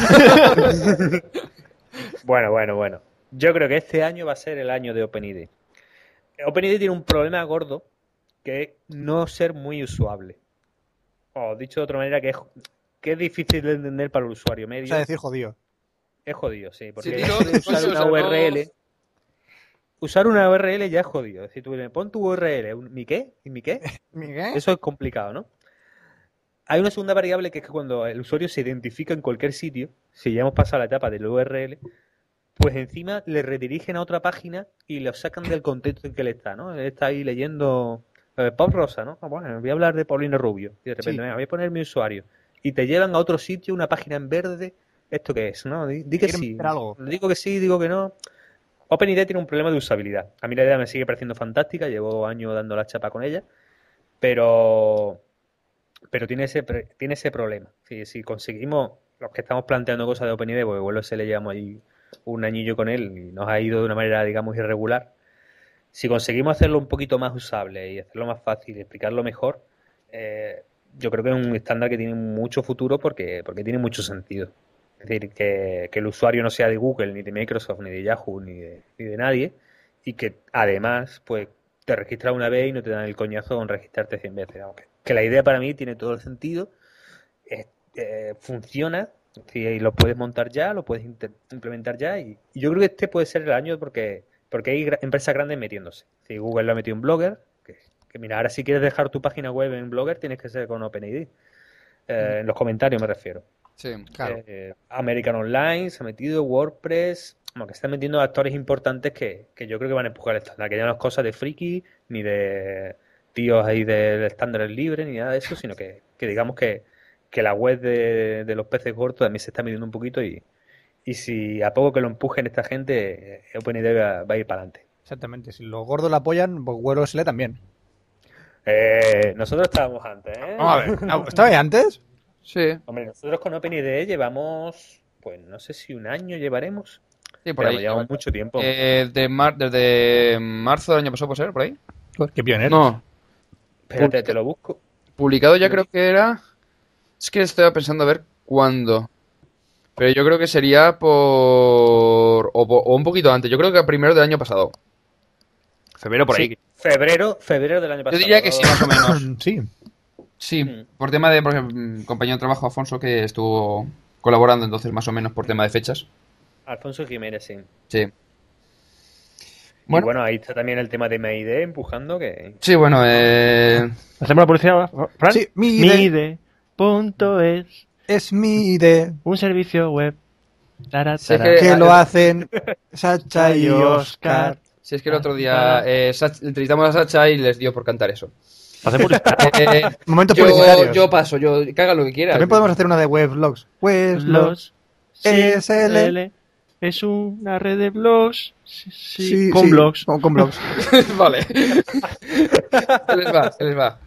Speaker 5: Bueno. Yo creo que este año va a ser el año de OpenID. OpenID tiene un problema gordo, que es no ser muy usable. O dicho de otra manera, que es difícil de entender para el usuario
Speaker 3: O
Speaker 5: medio.
Speaker 3: sea, decir jodido.
Speaker 5: Es jodido, sí, porque
Speaker 4: Sí,
Speaker 5: el
Speaker 4: tío,
Speaker 5: hecho de usar
Speaker 4: sí, o
Speaker 5: una
Speaker 4: sea, no-
Speaker 5: URL... Usar una URL ya es jodido. Es decir, tú le pon tu URL, ¿mi qué? ¿Y mi qué?
Speaker 3: ¿Miguel?
Speaker 5: Eso es complicado, ¿no? Hay una segunda variable que es que cuando el usuario se identifica en cualquier sitio, si ya hemos pasado la etapa del URL, pues encima le redirigen a otra página y lo sacan del contexto en que él está, ¿no? Él está ahí leyendo Pop Rosa, ¿no? Ah, bueno, voy a hablar de Paulina Rubio. Y de repente,
Speaker 3: Sí.
Speaker 5: venga, voy a poner mi usuario. Y te llevan a otro sitio, una página en verde. ¿Esto qué es? ¿No? Di que
Speaker 3: Quieren
Speaker 5: sí.
Speaker 3: meter algo.
Speaker 5: Digo que sí, digo que no. OpenID tiene un problema de usabilidad. A mí la idea me sigue pareciendo fantástica, llevo años dando la chapa con ella, pero tiene ese problema. Si conseguimos, los que estamos planteando cosas de OpenID, porque bueno, se le llevamos ahí un añillo con él y nos ha ido de una manera, digamos, irregular. Si conseguimos hacerlo un poquito más usable y hacerlo más fácil y explicarlo mejor, yo creo que es un estándar que tiene mucho futuro porque tiene mucho sentido. Es decir, que el usuario no sea de Google, ni de Microsoft, ni de Yahoo, ni de nadie, y que además, pues, te registras una vez y no te dan el coñazo con registrarte 100 veces. Aunque que la idea para mí tiene todo el sentido, funciona, y lo puedes montar ya, lo puedes implementar ya, y yo creo que este puede ser el año porque hay empresas grandes metiéndose. Si Google lo ha metido en Blogger, que mira, ahora si quieres dejar tu página web en Blogger tienes que ser con OpenID. En los comentarios me refiero.
Speaker 4: Sí.
Speaker 3: Claro.
Speaker 5: American Online se ha metido, WordPress, como que están metiendo actores importantes que yo creo que van a empujar el estándar, que ya no es cosa de friki, ni de tíos ahí del estándar libre, ni nada de eso, sino que digamos que la web de los peces gordos también se está midiendo un poquito y si a poco que lo empujen esta gente, OpenID va a ir para adelante.
Speaker 3: Exactamente. Si los gordos la apoyan, pues WordSL también.
Speaker 5: Nosotros estábamos antes, ¿eh?
Speaker 3: Vamos a ver. ¿Estaba ahí antes?
Speaker 4: Sí,
Speaker 5: Hombre, nosotros con OpenID llevamos, pues no sé si un año llevaremos,
Speaker 4: sí, por
Speaker 5: pero
Speaker 4: ahí.
Speaker 5: llevamos mucho tiempo.
Speaker 4: Desde marzo del año pasado, ¿puede ser? ¿Por ahí?
Speaker 3: Qué pionero.
Speaker 4: No,
Speaker 5: Espérate, te lo busco.
Speaker 4: publicado ya creo que era... Es que estaba pensando a ver cuándo. Pero yo creo que sería o un poquito antes. Yo creo que a primero del año pasado. Febrero por ahí.
Speaker 5: Sí, febrero del año
Speaker 4: Yo
Speaker 5: pasado.
Speaker 4: diría que sí, más o menos.
Speaker 3: Sí.
Speaker 4: Sí,
Speaker 5: Mm.
Speaker 4: por tema de, por ejemplo, compañero de trabajo Afonso que estuvo colaborando entonces más o menos por tema de fechas.
Speaker 5: Alfonso Jiménez, sí.
Speaker 4: Sí.
Speaker 5: Y
Speaker 4: Bueno,
Speaker 5: bueno, ahí está también el tema de MID empujando, que
Speaker 4: sí, bueno,
Speaker 2: ¿Hacemos la publicidad, Fran?
Speaker 3: Sí, mi ID.
Speaker 2: Mide.es,
Speaker 3: Es mi idea.
Speaker 2: un servicio web. Tara,
Speaker 4: Sí, es
Speaker 2: tara.
Speaker 4: que-
Speaker 3: Que lo hacen Sacha y Oscar.
Speaker 4: si es que el otro día entrevistamos a Sacha y les dio por cantar eso.
Speaker 2: Hace publicidad.
Speaker 3: Momentos
Speaker 4: yo,
Speaker 3: publicitarios.
Speaker 4: yo paso, que haga lo que quiera.
Speaker 3: También podemos hacer una de weblogs. Weblogs.
Speaker 2: Los
Speaker 3: SL.
Speaker 2: es una red de blogs.
Speaker 3: Sí,
Speaker 2: con
Speaker 3: sí,
Speaker 2: blogs.
Speaker 3: Con blogs.
Speaker 4: Vale. Se les va.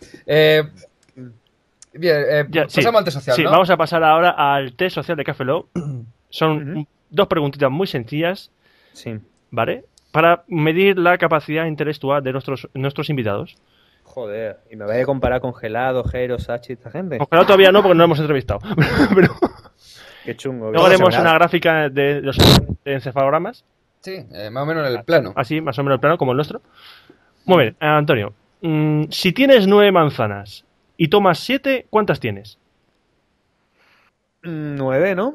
Speaker 4: Bien,
Speaker 2: Ya, sí.
Speaker 4: pasamos al test social,
Speaker 2: Sí,
Speaker 4: ¿no?
Speaker 2: vamos a pasar ahora al test social de Café Lock. Son
Speaker 5: Ujú.
Speaker 2: dos preguntitas muy sencillas,
Speaker 5: sí.
Speaker 2: ¿vale? Para medir la capacidad intelectual de nuestros invitados.
Speaker 5: Joder, y me vais a comparar con Gelado, Jero, Sachi, esta gente.
Speaker 2: Ojalá todavía no, porque no lo hemos entrevistado. Pero
Speaker 5: Qué chungo.
Speaker 2: luego
Speaker 3: se
Speaker 2: haremos
Speaker 3: verá.
Speaker 2: una gráfica de los encefalogramas,
Speaker 4: Sí, más o menos en el plano.
Speaker 2: así más o menos el plano como el nuestro. Muy bien, Antonio. Si tienes 9 manzanas y tomas 7, ¿cuántas tienes?
Speaker 5: 9, ¿no?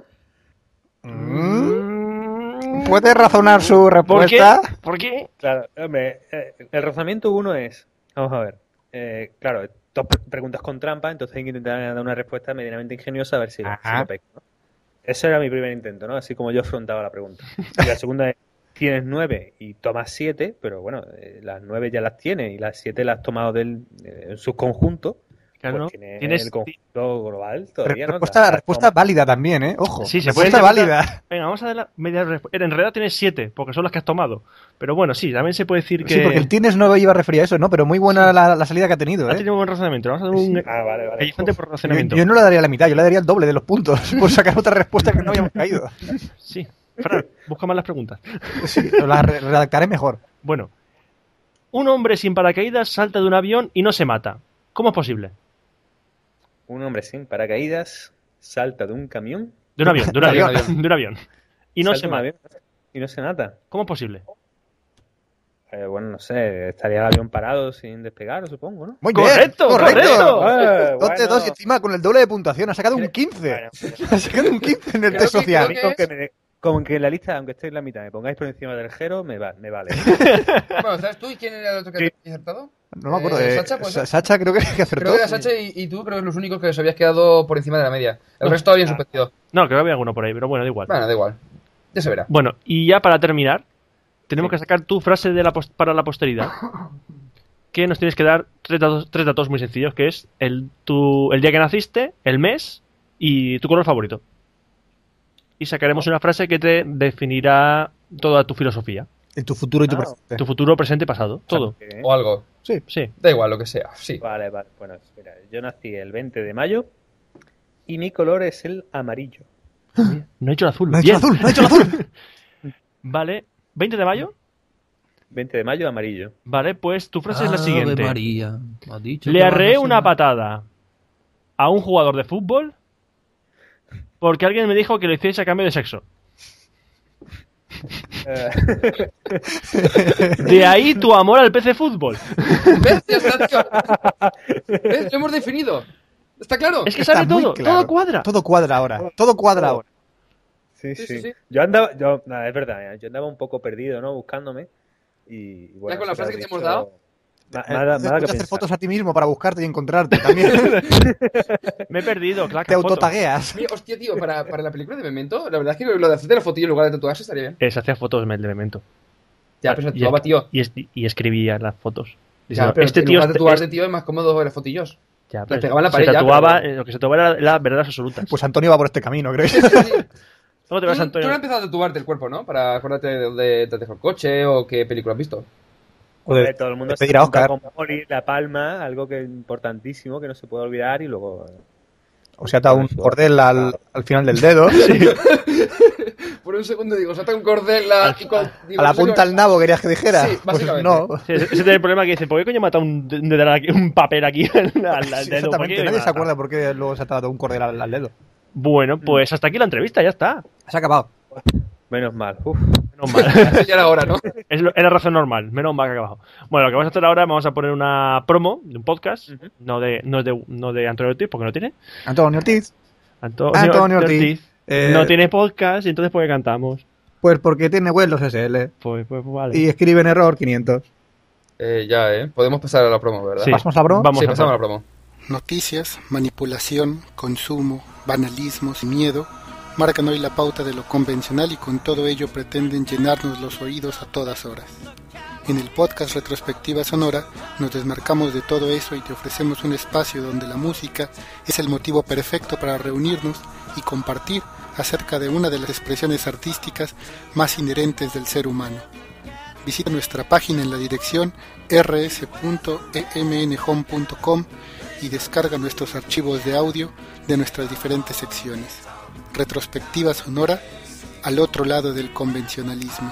Speaker 3: ¿Puede razonar su
Speaker 2: ¿Por qué?
Speaker 3: respuesta?
Speaker 2: ¿Por qué?
Speaker 5: Claro, hombre, el razonamiento uno es, vamos a ver, claro, dos preguntas con trampa, entonces hay que intentar dar una respuesta medianamente ingeniosa a ver si
Speaker 3: Ajá.
Speaker 5: lo pego, ¿no? Ese era mi primer intento, ¿no? Así como yo afrontaba la pregunta. Y la segunda es, tienes 9 y tomas 7, pero bueno, las 9 ya las tienes y las 7 las has tomado en sus conjuntos
Speaker 2: Claro,
Speaker 5: Pues tiene
Speaker 2: tienes...
Speaker 5: el conjunto global todavía, ¿no?
Speaker 3: Respuesta válida también, ¿eh? Ojo.
Speaker 2: Sí, se puede
Speaker 3: respuesta
Speaker 2: interpretar-
Speaker 3: válida.
Speaker 2: Venga, vamos a dar la media respuesta. En realidad tienes 7, porque son las que has tomado. Pero bueno, sí, también se puede decir que...
Speaker 3: Sí, porque el Tines no iba a referir a eso, ¿no? Pero muy buena la salida que ha tenido,
Speaker 2: Ha
Speaker 3: ¿eh?
Speaker 2: tenido un buen razonamiento. Vamos a dar un
Speaker 5: Vale.
Speaker 2: elefante por razonamiento.
Speaker 3: Yo no le daría la mitad, yo le daría el doble de los puntos por sacar otra respuesta que no habíamos caído.
Speaker 2: Sí. Fran, busca más las preguntas.
Speaker 3: Sí, la redactaré mejor.
Speaker 2: Bueno. Un hombre sin paracaídas salta de un avión y no se mata. ¿Cómo es posible?
Speaker 5: Un hombre sin paracaídas salta de un camión.
Speaker 2: De un avión, de un
Speaker 4: De un
Speaker 2: avión,
Speaker 4: avión.
Speaker 2: de un avión. Y no
Speaker 5: salta
Speaker 2: se
Speaker 5: de un
Speaker 2: mata.
Speaker 5: avión y no se mata.
Speaker 2: ¿Cómo es posible?
Speaker 5: Bueno, no sé, estaría el avión parado sin despegar, supongo, ¿no?
Speaker 3: Muy
Speaker 2: ¡Correcto,
Speaker 3: bien,
Speaker 2: correcto!
Speaker 3: Dos de dos y encima con el doble de puntuación. Ha sacado un 15.
Speaker 5: Bueno, pues,
Speaker 3: Ha sacado un 15 en el
Speaker 4: Creo
Speaker 3: test
Speaker 4: que-
Speaker 3: social.
Speaker 4: creo
Speaker 5: con que en la lista, aunque esté en la mitad, me pongáis por encima del Jero, me vale.
Speaker 4: Bueno, ¿sabes tú y quién era el otro que había acertado?
Speaker 3: No me acuerdo.
Speaker 4: ¿Sacha, puede ser?
Speaker 3: Sacha creo que acertó.
Speaker 4: Creo que era Sacha y tú creo que los únicos que os habías quedado por encima de la media. El resto habían suspendido.
Speaker 2: No, creo que había alguno por ahí, pero bueno, da igual.
Speaker 4: Bueno, da igual. Ya se verá.
Speaker 2: Bueno, y ya para terminar, tenemos que sacar tu frase para la posteridad. Que nos tienes que dar tres datos muy sencillos, que es el día que naciste, el mes y tu color favorito. Y sacaremos una frase que te definirá toda tu filosofía.
Speaker 3: En tu futuro y tu
Speaker 5: Ah,
Speaker 3: presente.
Speaker 2: Tu futuro, presente, pasado. Todo.
Speaker 4: O algo.
Speaker 3: Sí.
Speaker 2: Sí.
Speaker 4: Da igual lo que sea. Sí.
Speaker 5: Vale. Bueno, mira, yo nací el 20 de mayo y mi color es el amarillo.
Speaker 2: No he hecho el azul.
Speaker 3: No ha hecho el
Speaker 2: Bien.
Speaker 3: azul, no ha hecho el azul.
Speaker 2: Vale. 20 de mayo.
Speaker 5: 20 de mayo, amarillo.
Speaker 2: Vale, pues tu frase es la siguiente.
Speaker 7: María, ha dicho
Speaker 2: Le
Speaker 7: que vas a
Speaker 2: arreé
Speaker 7: hacer
Speaker 2: una patada a un jugador de fútbol porque alguien me dijo que lo hiciese a cambio de sexo. De ahí tu amor al PC fútbol.
Speaker 4: ¿Ves? Ya está, tío. ¿Ves? Lo hemos definido. ¿Está claro?
Speaker 2: Es que
Speaker 3: Está
Speaker 2: sale
Speaker 3: muy
Speaker 2: todo,
Speaker 3: claro.
Speaker 2: todo cuadra.
Speaker 3: Todo cuadra ahora. Todo cuadra ahora.
Speaker 5: Sí,
Speaker 4: Sí,
Speaker 5: sí.
Speaker 4: sí.
Speaker 5: Nada, es verdad, yo andaba un poco perdido, ¿no? Buscándome. Y bueno,
Speaker 4: Ya con la
Speaker 5: eso
Speaker 4: frase
Speaker 5: has
Speaker 4: que te hemos
Speaker 5: dicho,
Speaker 4: dado.
Speaker 5: Nada
Speaker 3: Puedes
Speaker 5: que
Speaker 3: hacer
Speaker 5: pensar.
Speaker 3: fotos a ti mismo para buscarte y encontrarte también.
Speaker 2: Me he perdido, claro.
Speaker 3: Te autotagueas.
Speaker 4: Mira, hostia, tío, para la película de Memento, la verdad es que lo de hacerte la fotillo en lugar de tatuarse estaría bien.
Speaker 2: Se hacía fotos de Memento.
Speaker 4: Ya, pero se tatuaba, tío.
Speaker 2: Y escribía las fotos.
Speaker 4: Ya,
Speaker 2: Diciendo,
Speaker 4: pero
Speaker 2: este
Speaker 4: en
Speaker 2: tío
Speaker 4: lugar de
Speaker 2: es-
Speaker 4: tatuarte, tío, es más cómodo las fotillos.
Speaker 2: ya,
Speaker 4: las
Speaker 2: pero
Speaker 4: pegaba en la
Speaker 2: se
Speaker 4: pared ya,
Speaker 2: tatuaba,
Speaker 4: pero-
Speaker 2: lo que se tatuaba era la verdad absoluta.
Speaker 3: Pues Antonio va por este camino, creo.
Speaker 4: Sí, sí, sí.
Speaker 2: ¿Cómo te
Speaker 4: Tú
Speaker 2: vas,
Speaker 4: no
Speaker 2: Antonio?
Speaker 4: has empezado a tatuarte el cuerpo, ¿no? Para acordarte de dónde te dejó el coche o qué película has visto.
Speaker 5: Hombre, todo el mundo
Speaker 3: de pedir a Oscar.
Speaker 5: con Mori, La Palma, algo que es importantísimo, que no se puede olvidar, y luego...
Speaker 3: O sea, te ha un cordel al final del dedo.
Speaker 4: Por un segundo digo, salta un cordel
Speaker 3: A la punta del nabo querías que dijera.
Speaker 4: Sí,
Speaker 3: Pues
Speaker 4: básicamente.
Speaker 3: no.
Speaker 2: Sí, ese tiene el problema que dice, ¿por qué coño mata un papel aquí al
Speaker 3: Sí,
Speaker 2: dedo? ¿Por
Speaker 3: exactamente.
Speaker 2: qué
Speaker 3: Nadie se
Speaker 2: mata?
Speaker 3: acuerda por qué luego se ha atado un cordel al dedo.
Speaker 2: Bueno, pues hasta aquí la entrevista, ya está.
Speaker 3: Se ha acabado.
Speaker 5: Menos mal. Uf.
Speaker 2: Menos mal.
Speaker 4: Ya era hora, ¿no?
Speaker 2: Era razón normal, menos mal que ha acabado. Bueno, lo que vamos a hacer ahora, vamos a poner una promo de un podcast, no de Antonio Ortiz, porque no tiene.
Speaker 3: Antonio Ortiz.
Speaker 2: Antonio Ortiz.
Speaker 3: Eh,
Speaker 2: No tiene podcast, y entonces ¿por qué cantamos?
Speaker 3: Pues porque tiene web los SL.
Speaker 2: Pues vale.
Speaker 3: Y escribe en error 500.
Speaker 4: Podemos pasar a la promo, ¿verdad?
Speaker 2: Sí.
Speaker 3: ¿Pasamos la broma?
Speaker 2: Vamos
Speaker 4: Sí,
Speaker 2: a
Speaker 4: pasamos a la promo.
Speaker 8: Noticias, manipulación, consumo, banalismos y miedo marcan hoy la pauta de lo convencional y con todo ello pretenden llenarnos los oídos a todas horas. En el podcast Retrospectiva Sonora nos desmarcamos de todo eso y te ofrecemos un espacio donde la música es el motivo perfecto para reunirnos y compartir acerca de una de las expresiones artísticas más inherentes del ser humano. Visita nuestra página en la dirección rs.emnhome.com y descarga nuestros archivos de audio de nuestras diferentes secciones. Retrospectiva Sonora, al otro lado del convencionalismo.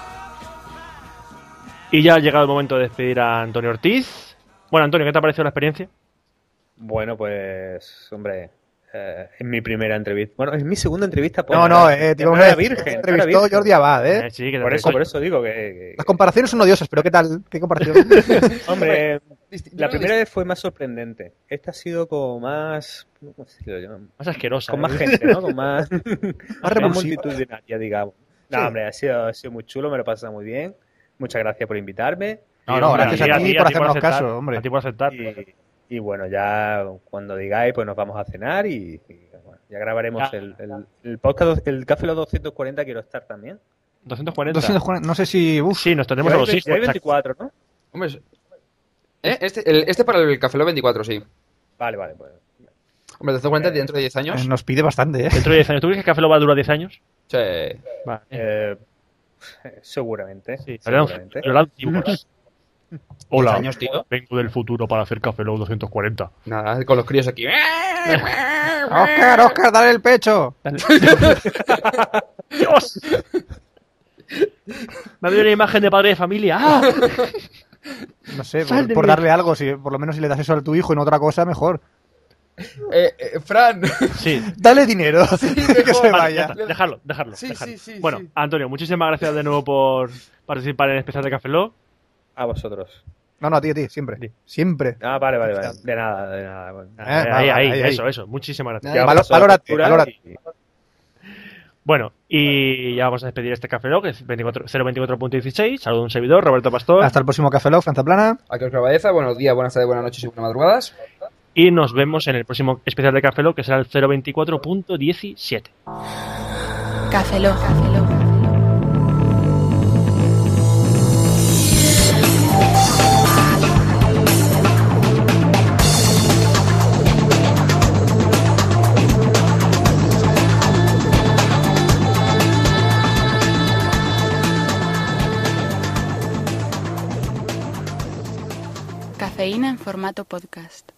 Speaker 2: Y ya ha llegado el momento de despedir a Antonio Ortiz. Bueno, Antonio, ¿qué te ha parecido la experiencia?
Speaker 5: Bueno, pues, hombre, es mi primera entrevista. Bueno, es mi segunda entrevista. Pues,
Speaker 3: No, no,
Speaker 5: tío,
Speaker 3: tío,
Speaker 5: era virgen. era
Speaker 3: entrevistó
Speaker 5: virgen.
Speaker 3: Jordi Abad, ¿eh?
Speaker 2: Sí, que
Speaker 5: Por
Speaker 2: te-
Speaker 5: eso digo que
Speaker 3: Las comparaciones son odiosas, pero ¿qué tal? ¿Qué comparación?
Speaker 5: hombre,
Speaker 4: Yo
Speaker 5: la
Speaker 4: no
Speaker 5: primera vez fue más sorprendente. Esta ha sido como más... ¿cómo decirlo yo?
Speaker 2: más asquerosa.
Speaker 5: Con más
Speaker 2: ¿eh?
Speaker 5: gente, ¿no? Con más
Speaker 3: revulsiva.
Speaker 5: multitudinaria, digamos. No,
Speaker 3: Sí.
Speaker 5: hombre, ha sido muy chulo, me lo he pasado muy bien. Muchas gracias por invitarme.
Speaker 3: No, no,
Speaker 2: Hombre,
Speaker 3: gracias a ti por hacernos
Speaker 2: aceptar,
Speaker 3: caso, hombre.
Speaker 2: A ti por aceptar.
Speaker 5: Y bueno, ya cuando digáis, pues nos vamos a cenar y bueno, ya grabaremos
Speaker 2: Ya.
Speaker 5: el podcast, el Café Los 240, quiero estar también.
Speaker 2: 240.
Speaker 3: 240, no sé si... Uf,
Speaker 2: Sí, nos tenemos a los hijos.
Speaker 5: Ya hay 24, ¿no?
Speaker 4: Hombre, este para el Café Lo 24, sí.
Speaker 5: Vale, vale. Pues.
Speaker 4: Hombre, ¿te das cuenta dentro de 10 años?
Speaker 3: Nos pide bastante, ¿eh?
Speaker 2: Dentro de 10 años. ¿Tú crees que Café Lock va a durar 10 años?
Speaker 4: Sí.
Speaker 2: Vale.
Speaker 5: Seguramente.
Speaker 2: Sí,
Speaker 5: seguramente.
Speaker 2: lo lanzamos.
Speaker 4: 10
Speaker 2: Hola,
Speaker 4: años, tío.
Speaker 2: vengo del futuro para hacer Café Lock 240.
Speaker 4: Nada, con los críos aquí.
Speaker 3: Oscar, dale el pecho.
Speaker 2: ¡Dios! Me ha habido una imagen de padre de familia. ¡Ah!
Speaker 3: No sé,
Speaker 2: Sal de
Speaker 3: por
Speaker 2: mi-
Speaker 3: darle algo, si por lo menos si le das eso a tu hijo y no otra cosa, mejor.
Speaker 4: Fran.
Speaker 2: Sí.
Speaker 3: Dale dinero, que se
Speaker 2: Vale, ya
Speaker 3: vaya.
Speaker 2: está, dejarlo.
Speaker 4: Sí,
Speaker 2: dejarlo.
Speaker 4: sí, sí,
Speaker 2: Bueno,
Speaker 4: sí.
Speaker 2: Antonio, muchísimas gracias de nuevo por participar en el especial de Café Lock.
Speaker 5: A vosotros.
Speaker 3: No, a ti, siempre.
Speaker 2: Sí.
Speaker 3: Siempre.
Speaker 5: Ah, vale. De nada. Bueno.
Speaker 2: Ahí,
Speaker 3: ahí.
Speaker 2: eso. Muchísimas gracias.
Speaker 5: Ya
Speaker 3: Való-
Speaker 5: paso la
Speaker 3: valórate,
Speaker 5: factura
Speaker 3: valórate.
Speaker 5: y-
Speaker 2: Bueno, y ya vamos a despedir este Café Lock, es 024.16. Saludo a un servidor, Roberto Pastor.
Speaker 3: Hasta el próximo Café Lock, Franza Plana.
Speaker 4: Aquí os Baeza, buenos días, buenas tardes, buenas noches y buenas madrugadas.
Speaker 2: Y nos vemos en el próximo especial de Café Lock, que será el 024.17.
Speaker 6: Café Lock. Cafeína en formato podcast.